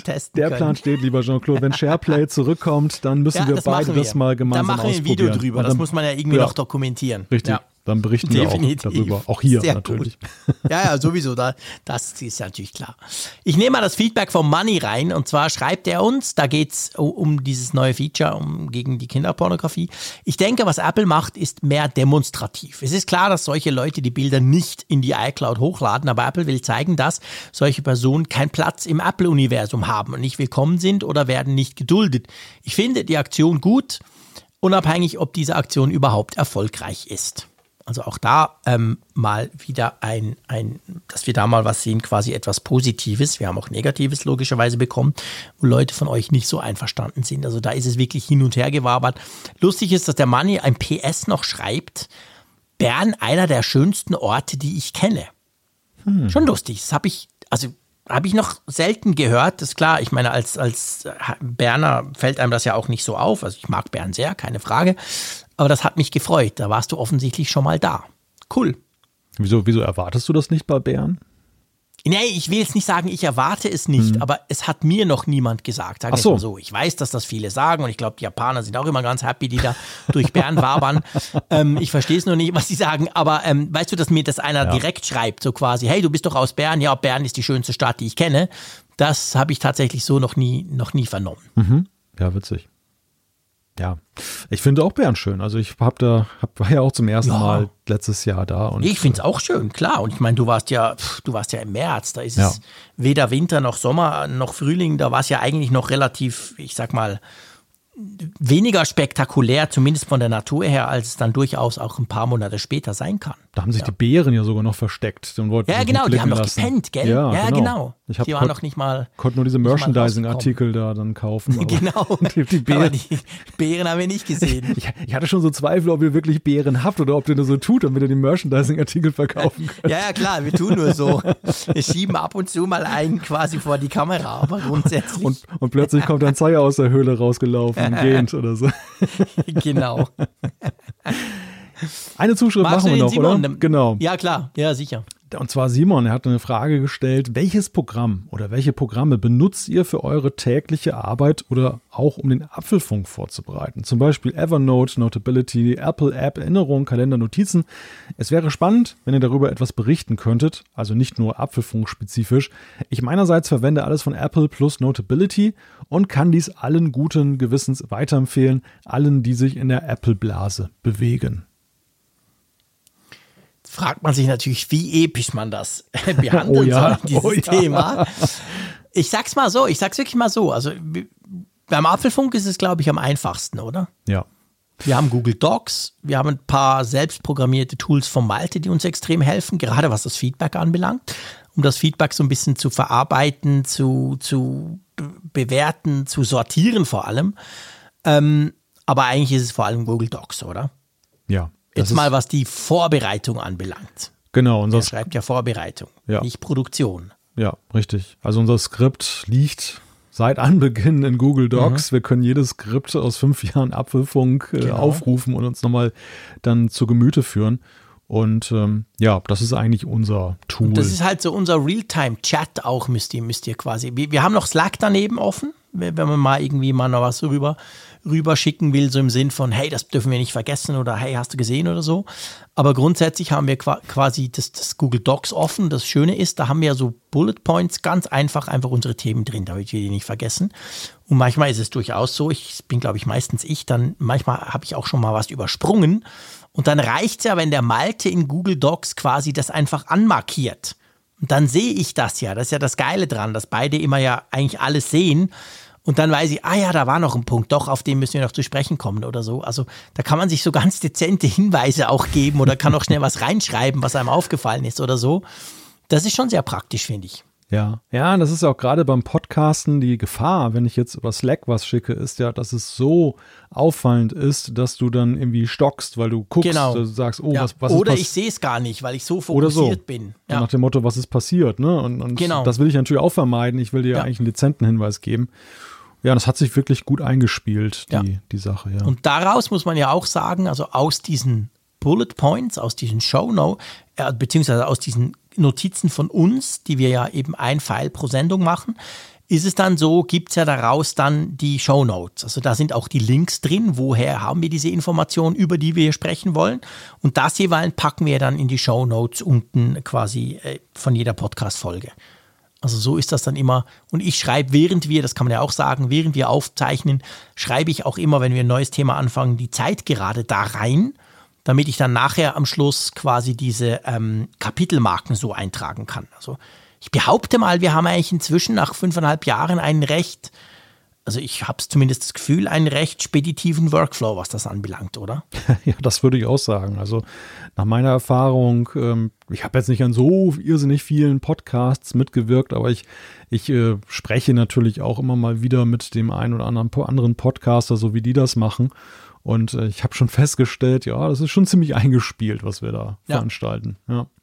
steht, lieber Jean-Claude. Wenn SharePlay zurückkommt, dann müssen wir beide das mal gemeinsam ausprobieren. Da machen wir ein Video drüber, das muss man ja irgendwie noch dokumentieren. Richtig. Ja. Dann berichten wir auch darüber. Auch hier sehr natürlich. Gut. Ja, sowieso. Das ist ja natürlich klar. Ich nehme mal das Feedback vom Manni rein. Und zwar schreibt er uns, da geht es um dieses neue Feature gegen die Kinderpornografie. Ich denke, was Apple macht, ist mehr demonstrativ. Es ist klar, dass solche Leute die Bilder nicht in die iCloud hochladen, aber Apple will zeigen, dass solche Personen keinen Platz im Apple-Universum haben und nicht willkommen sind oder werden nicht geduldet. Ich finde die Aktion gut, unabhängig, ob diese Aktion überhaupt erfolgreich ist. Also auch da mal wieder dass wir da mal was sehen, quasi etwas Positives. Wir haben auch Negatives logischerweise bekommen, wo Leute von euch nicht so einverstanden sind. Also da ist es wirklich hin und her gewabert. Lustig ist, dass der Manni ein PS noch schreibt, Bern einer der schönsten Orte, die ich kenne. Schon lustig. Das habe ich noch selten gehört. Das ist klar, ich meine, als Berner fällt einem das ja auch nicht so auf. Also ich mag Bern sehr, keine Frage. Aber das hat mich gefreut. Da warst du offensichtlich schon mal da. Cool. Wieso erwartest du das nicht bei Bern? Nee, ich will jetzt nicht sagen, ich erwarte es nicht, aber es hat mir noch niemand gesagt. Sagen wir mal so. Ich weiß, dass das viele sagen und ich glaube, die Japaner sind auch immer ganz happy, die da durch Bern wabern. Ich verstehe es nur nicht, was sie sagen, aber weißt du, dass mir das einer direkt schreibt, so quasi, hey, du bist doch aus Bern, ja, Bern ist die schönste Stadt, die ich kenne. Das habe ich tatsächlich so noch nie vernommen. Ja, witzig. Ja, ich finde auch Bären schön. Also ich war ja auch zum ersten Mal letztes Jahr da. Und ich finde es auch schön, klar. Und ich meine, du warst ja im März. Da ist es weder Winter noch Sommer noch Frühling. Da war es ja eigentlich noch relativ, ich sag mal, weniger spektakulär, zumindest von der Natur her, als es dann durchaus auch ein paar Monate später sein kann. Da haben sich die Bären ja sogar noch versteckt. Ja, genau, die haben noch gepennt, gell? Ja, genau. Die waren noch nicht mal. Konnte nur diese Merchandising-Artikel da dann kaufen. Genau. Die Bären. Aber die Bären haben wir nicht gesehen. Ich hatte schon so Zweifel, ob ihr wirklich Bären habt oder ob ihr nur so tut, damit ihr die Merchandising-Artikel verkaufen könnt. Ja, klar, wir tun nur so. Wir schieben ab und zu mal einen quasi vor die Kamera, aber grundsätzlich. Und plötzlich kommt ein Zeier aus der Höhle rausgelaufen, gehend oder so. Genau. Eine Zuschrift machen wir noch, Simon, oder? Genau. Ja, klar. Ja, sicher. Und zwar Simon, er hat eine Frage gestellt, welches Programm oder welche Programme benutzt ihr für eure tägliche Arbeit oder auch um den Apfelfunk vorzubereiten? Zum Beispiel Evernote, Notability, Apple App, Erinnerung, Kalender, Notizen. Es wäre spannend, wenn ihr darüber etwas berichten könntet, also nicht nur Apfelfunk-spezifisch. Ich meinerseits verwende alles von Apple plus Notability und kann dies allen guten Gewissens weiterempfehlen, allen, die sich in der Apple-Blase bewegen. Fragt man sich natürlich, wie episch man das behandeln soll, dieses Thema. Ich sag's wirklich mal so. Also beim Apfelfunk ist es, glaube ich, am einfachsten, oder? Ja. Wir haben Google Docs, wir haben ein paar selbstprogrammierte Tools von Malte, die uns extrem helfen, gerade was das Feedback anbelangt, um das Feedback so ein bisschen zu verarbeiten, zu bewerten, zu sortieren vor allem. Aber eigentlich ist es vor allem Google Docs, oder? Ja. Jetzt mal, was die Vorbereitung anbelangt. Genau. Er schreibt ja Vorbereitung, nicht Produktion. Ja, richtig. Also unser Skript liegt seit Anbeginn in Google Docs. Wir können jedes Skript aus 5 Jahren Apfelfunk aufrufen und uns nochmal dann zu Gemüte führen. Und das ist eigentlich unser Tool. Und das ist halt so unser Realtime-Chat auch, müsst ihr quasi. Wir haben noch Slack daneben offen, wenn man mal irgendwie mal noch was rüber schicken will, so im Sinn von, hey, das dürfen wir nicht vergessen oder hey, hast du gesehen oder so. Aber grundsätzlich haben wir quasi das Google Docs offen. Das Schöne ist, da haben wir so Bullet Points, ganz einfach unsere Themen drin, damit wir die nicht vergessen. Und manchmal ist es durchaus so, ich bin, glaube ich, meistens manchmal habe ich auch schon mal was übersprungen. Und dann reicht es ja, wenn der Malte in Google Docs quasi das einfach anmarkiert. Und dann sehe ich das ja. Das ist ja das Geile dran, dass beide immer ja eigentlich alles sehen. Und dann weiß ich, da war noch ein Punkt, doch, auf den müssen wir noch zu sprechen kommen oder so. Also da kann man sich so ganz dezente Hinweise auch geben oder kann auch schnell was reinschreiben, was einem aufgefallen ist oder so. Das ist schon sehr praktisch, finde ich. Ja, das ist ja auch gerade beim Podcasten die Gefahr, wenn ich jetzt über Slack was schicke, ist ja, dass es so auffallend ist, dass du dann irgendwie stockst, weil du guckst, du sagst, was ist oder ich sehe es gar nicht, weil ich so fokussiert bin. Ja. Nach dem Motto, was ist passiert, ne? Und das will ich natürlich auch vermeiden. Ich will dir ja eigentlich einen dezenten Hinweis geben. Ja, das hat sich wirklich gut eingespielt, die Sache, ja. Und daraus muss man ja auch sagen, also aus diesen Bullet Points, aus diesen Shownotes, beziehungsweise aus diesen Notizen von uns, die wir ja eben ein File pro Sendung machen, ist es dann so, gibt es ja daraus dann die Shownotes. Also da sind auch die Links drin, woher haben wir diese Informationen, über die wir hier sprechen wollen. Und das jeweils packen wir dann in die Shownotes unten quasi von jeder Podcast-Folge. Also so ist das dann immer. Und ich schreibe, während wir aufzeichnen, schreibe ich auch immer, wenn wir ein neues Thema anfangen, die Zeit gerade da rein, damit ich dann nachher am Schluss quasi diese Kapitelmarken so eintragen kann. Also ich behaupte mal, wir haben eigentlich inzwischen nach 5,5 Jahren ich habe zumindest das Gefühl, einen recht speditiven Workflow, was das anbelangt, oder? Ja, das würde ich auch sagen. Also nach meiner Erfahrung, ich habe jetzt nicht an so irrsinnig vielen Podcasts mitgewirkt, aber ich spreche natürlich auch immer mal wieder mit dem einen oder anderen Podcaster, so wie die das machen. Und ich habe schon festgestellt, das ist schon ziemlich eingespielt, was wir da veranstalten.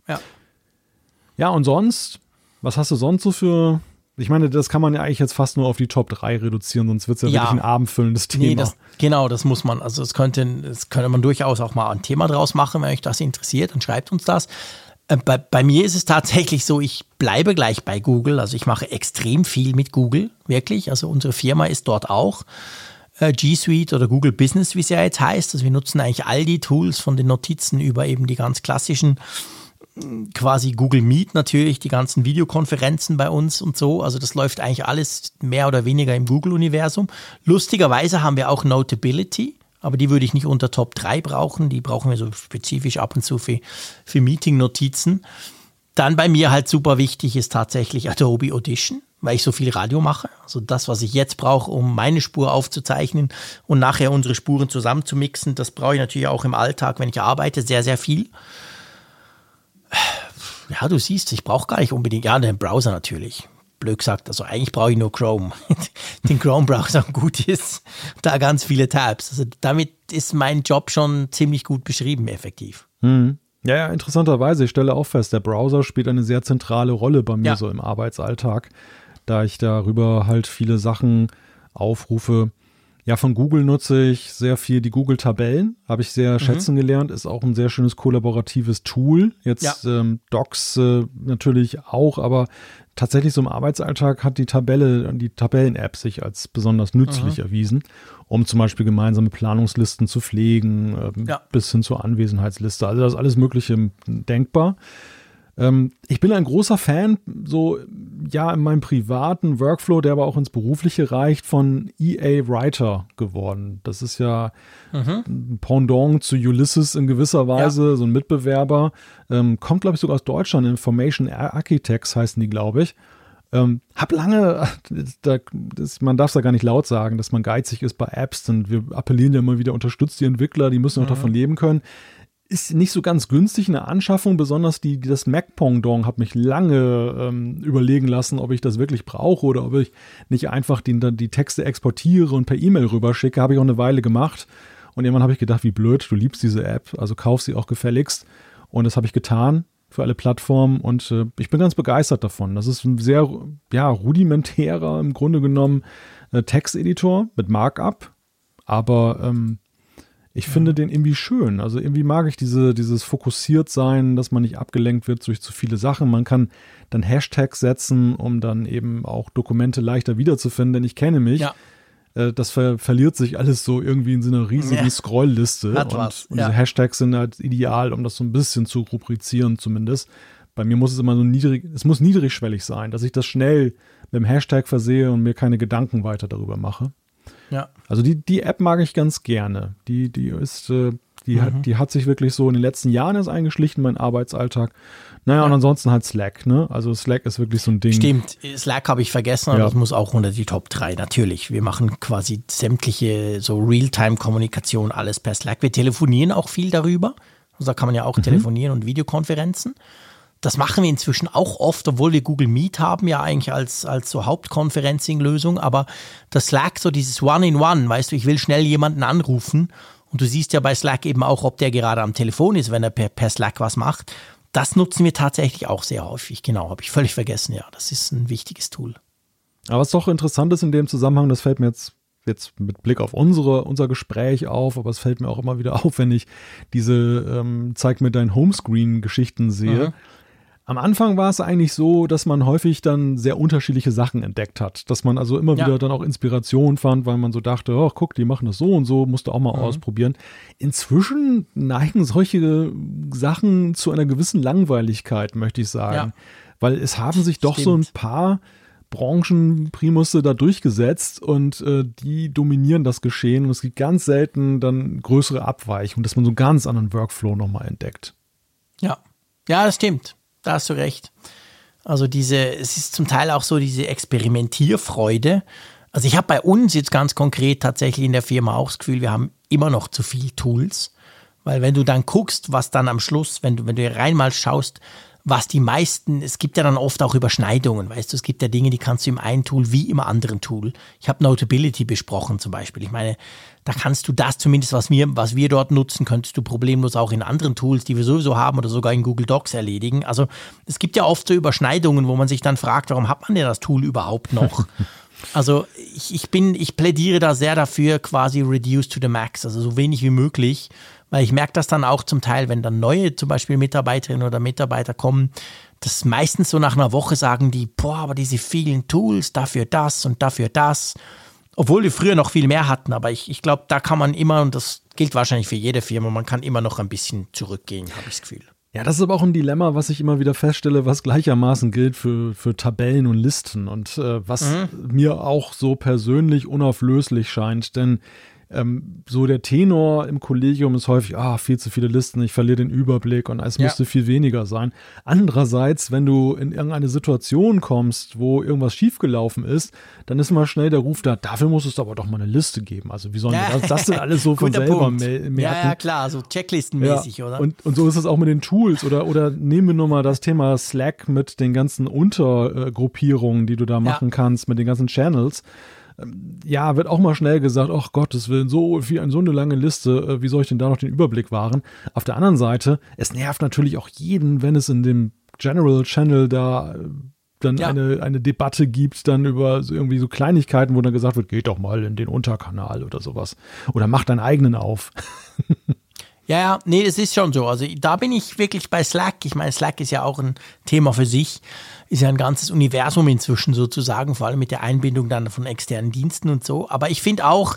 Ja, und sonst, was hast du sonst so für... Ich meine, das kann man ja eigentlich jetzt fast nur auf die Top 3 reduzieren, sonst wird es ja wirklich ein abendfüllendes Thema. Nee, das muss man. Also das könnte man durchaus auch mal ein Thema draus machen, wenn euch das interessiert, dann schreibt uns das. Bei mir ist es tatsächlich so, ich bleibe gleich bei Google. Also ich mache extrem viel mit Google, wirklich. Also unsere Firma ist dort auch. G Suite oder Google Business, wie es ja jetzt heißt. Also wir nutzen eigentlich all die Tools von den Notizen über eben die ganz klassischen quasi Google Meet natürlich, die ganzen Videokonferenzen bei uns und so. Also das läuft eigentlich alles mehr oder weniger im Google-Universum. Lustigerweise haben wir auch Notability, aber die würde ich nicht unter Top 3 brauchen. Die brauchen wir so spezifisch ab und zu für Meeting-Notizen. Dann bei mir halt super wichtig ist tatsächlich Adobe Audition, weil ich so viel Radio mache. Also das, was ich jetzt brauche, um meine Spur aufzuzeichnen und nachher unsere Spuren zusammenzumixen, das brauche ich natürlich auch im Alltag, wenn ich arbeite, sehr, sehr viel. Ja, du siehst, ich brauche gar nicht unbedingt, ja, den Browser natürlich. Blöd gesagt, also eigentlich brauche ich nur Chrome. Den Chrome-Browser gut ist, da ganz viele Tabs. Also damit ist mein Job schon ziemlich gut beschrieben, effektiv. Ja, interessanterweise, ich stelle auch fest, der Browser spielt eine sehr zentrale Rolle bei mir so im Arbeitsalltag, da ich darüber halt viele Sachen aufrufe. Ja, von Google nutze ich sehr viel die Google-Tabellen, habe ich sehr schätzen gelernt, ist auch ein sehr schönes kollaboratives Tool. Jetzt Docs natürlich auch, aber tatsächlich so im Arbeitsalltag hat die Tabellen-App sich als besonders nützlich erwiesen, um zum Beispiel gemeinsame Planungslisten zu pflegen, bis hin zur Anwesenheitsliste. Also das ist alles Mögliche denkbar. Ich bin ein großer Fan, so in meinem privaten Workflow, der aber auch ins Berufliche reicht, von EA Writer geworden. Das ist ja ein Pendant zu Ulysses in gewisser Weise, so ein Mitbewerber. Kommt, glaube ich, sogar aus Deutschland. Information Architects heißen die, glaube ich. Hab lange, man darf es ja gar nicht laut sagen, dass man geizig ist bei Apps, denn wir appellieren ja immer wieder, unterstützt die Entwickler, die müssen auch davon leben können. Ist nicht so ganz günstig eine Anschaffung, besonders das Mac-Pendant hat mich lange überlegen lassen, ob ich das wirklich brauche oder ob ich nicht einfach die Texte exportiere und per E-Mail rüberschicke. Habe ich auch eine Weile gemacht und irgendwann habe ich gedacht, wie blöd, du liebst diese App, also kauf sie auch gefälligst, und das habe ich getan für alle Plattformen und ich bin ganz begeistert davon. Das ist ein sehr rudimentärer, im Grunde genommen, Texteditor mit Markup, aber ich finde den irgendwie schön. Also irgendwie mag ich dieses Fokussiertsein, dass man nicht abgelenkt wird durch zu viele Sachen. Man kann dann Hashtags setzen, um dann eben auch Dokumente leichter wiederzufinden, denn ich kenne mich. Ja. Das verliert sich alles so irgendwie in so einer riesigen Scrollliste. Und diese Hashtags sind halt ideal, um das so ein bisschen zu rubrizieren zumindest. Bei mir muss es immer so niedrigschwellig sein, dass ich das schnell mit dem Hashtag versehe und mir keine Gedanken weiter darüber mache. Ja. Also die App mag ich ganz gerne. Die hat sich wirklich so in den letzten Jahren erst eingeschlichen, mein Arbeitsalltag. Naja, und ansonsten halt Slack, ne? Also Slack ist wirklich so ein Ding. Stimmt, Slack habe ich vergessen, aber das muss auch unter die Top 3, natürlich. Wir machen quasi sämtliche so Realtime-Kommunikation, alles per Slack. Wir telefonieren auch viel darüber. Also da kann man ja auch telefonieren und Videokonferenzen. Das machen wir inzwischen auch oft, obwohl wir Google Meet haben, ja eigentlich als so Hauptconferencing-Lösung. Aber das Slack, so dieses One-in-One, weißt du, ich will schnell jemanden anrufen. Und du siehst ja bei Slack eben auch, ob der gerade am Telefon ist, wenn er per Slack was macht. Das nutzen wir tatsächlich auch sehr häufig. Genau, habe ich völlig vergessen. Ja, das ist ein wichtiges Tool. Aber was doch interessant ist in dem Zusammenhang, das fällt mir jetzt mit Blick auf unser Gespräch auf, aber es fällt mir auch immer wieder auf, wenn ich diese Zeig mir dein Homescreen-Geschichten sehe. Am Anfang war es eigentlich so, dass man häufig dann sehr unterschiedliche Sachen entdeckt hat. Dass man also immer wieder dann auch Inspiration fand, weil man so dachte, oh, guck, die machen das so und so, musst du auch mal ausprobieren. Inzwischen neigen solche Sachen zu einer gewissen Langweiligkeit, möchte ich sagen. Ja. Weil es haben sich doch so ein paar Branchenprimusse da durchgesetzt und die dominieren das Geschehen. Und es gibt ganz selten dann größere Abweichungen, dass man so einen ganz anderen Workflow nochmal entdeckt. Ja, das stimmt. Da hast du recht. Also es ist zum Teil auch so diese Experimentierfreude. Also ich habe bei uns jetzt ganz konkret tatsächlich in der Firma auch das Gefühl, wir haben immer noch zu viel Tools. Weil wenn du dann guckst, was dann am Schluss, wenn du hier rein mal schaust, was die meisten, es gibt ja dann oft auch Überschneidungen, weißt du, es gibt ja Dinge, die kannst du im einen Tool wie im anderen Tool. Ich habe Notability besprochen zum Beispiel. Ich meine, da kannst du das zumindest, was wir dort nutzen, könntest du problemlos auch in anderen Tools, die wir sowieso haben oder sogar in Google Docs erledigen. Also es gibt ja oft so Überschneidungen, wo man sich dann fragt, warum hat man denn das Tool überhaupt noch? Also ich plädiere da sehr dafür, quasi reduce to the max, also so wenig wie möglich, weil ich merke das dann auch zum Teil, wenn dann neue zum Beispiel Mitarbeiterinnen oder Mitarbeiter kommen, dass meistens so nach einer Woche sagen die, aber diese vielen Tools, dafür das und dafür das, obwohl wir früher noch viel mehr hatten, aber ich glaube, da kann man immer, und das gilt wahrscheinlich für jede Firma, man kann immer noch ein bisschen zurückgehen, habe ich das Gefühl. Ja, das ist aber auch ein Dilemma, was ich immer wieder feststelle, was gleichermaßen gilt für Tabellen und Listen und was mir auch so persönlich unauflöslich scheint, denn so der Tenor im Kollegium ist häufig, viel zu viele Listen, ich verliere den Überblick und es müsste viel weniger sein. Andererseits, wenn du in irgendeine Situation kommst, wo irgendwas schiefgelaufen ist, dann ist mal schnell der Ruf da, dafür muss es aber doch mal eine Liste geben. Also wie sollen wir das denn alles so von selber merken? Ja, klar, so checklistenmäßig, oder? Und so ist es auch mit den Tools oder nehmen wir nur mal das Thema Slack mit den ganzen Untergruppierungen, die du da machen kannst, mit den ganzen Channels. Ja, wird auch mal schnell gesagt, ach Gottes Willen, so eine lange Liste, wie soll ich denn da noch den Überblick wahren? Auf der anderen Seite, es nervt natürlich auch jeden, wenn es in dem General Channel da dann eine Debatte gibt, dann über irgendwie so Kleinigkeiten, wo dann gesagt wird, geht doch mal in den Unterkanal oder sowas. Oder mach deinen eigenen auf. Ja, nee, das ist schon so. Also da bin ich wirklich bei Slack. Ich meine, Slack ist ja auch ein Thema für sich. Ist ja ein ganzes Universum inzwischen sozusagen, vor allem mit der Einbindung dann von externen Diensten und so. Aber ich finde auch,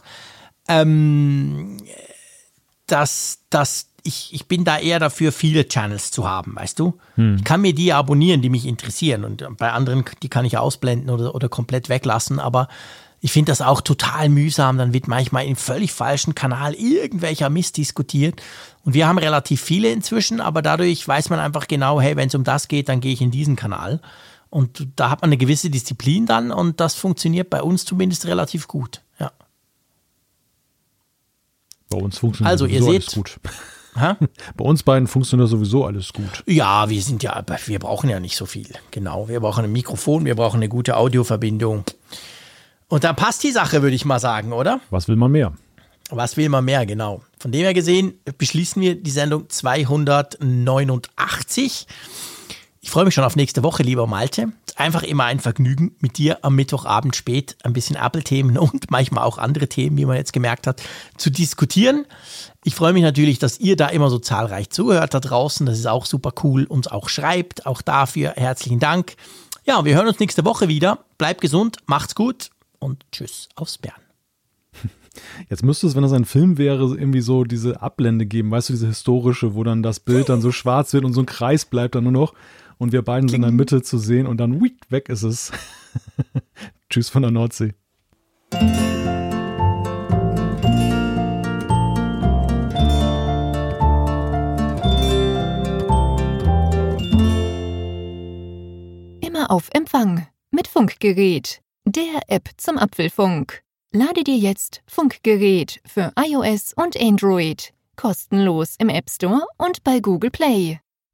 dass ich bin da eher dafür, viele Channels zu haben, weißt du? Ich kann mir die abonnieren, die mich interessieren. Und bei anderen, die kann ich ausblenden oder komplett weglassen. Aber ich finde das auch total mühsam. Dann wird manchmal im völlig falschen Kanal irgendwelcher Mist diskutiert. Und wir haben relativ viele inzwischen, aber dadurch weiß man einfach genau, hey, wenn es um das geht, dann gehe ich in diesen Kanal. Und da hat man eine gewisse Disziplin dann und das funktioniert bei uns zumindest relativ gut. Ja. Bei uns funktioniert also, sowieso alles gut. Bei uns beiden funktioniert sowieso alles gut. Ja, wir brauchen ja nicht so viel. Genau, wir brauchen ein Mikrofon, wir brauchen eine gute Audioverbindung. Und dann passt die Sache, würde ich mal sagen, oder? Was will man mehr? Was will man mehr, genau. Von dem her gesehen beschließen wir die Sendung 289. Ich freue mich schon auf nächste Woche, lieber Malte. Einfach immer ein Vergnügen, mit dir am Mittwochabend spät ein bisschen Apple-Themen und manchmal auch andere Themen, wie man jetzt gemerkt hat, zu diskutieren. Ich freue mich natürlich, dass ihr da immer so zahlreich zuhört da draußen. Das ist auch super cool. Uns auch schreibt. Auch dafür herzlichen Dank. Ja, wir hören uns nächste Woche wieder. Bleibt gesund, macht's gut und tschüss aus Bern. Jetzt müsste es, wenn das ein Film wäre, irgendwie so diese Ablende geben, weißt du, diese historische, wo dann das Bild dann so schwarz wird und so ein Kreis bleibt dann nur noch und wir beiden sind in der Mitte zu sehen und dann weg ist es. Tschüss von der Nordsee. Immer auf Empfang mit Funkgerät, der App zum Apfelfunk. Lade dir jetzt Funkgerät für iOS und Android kostenlos im App Store und bei Google Play.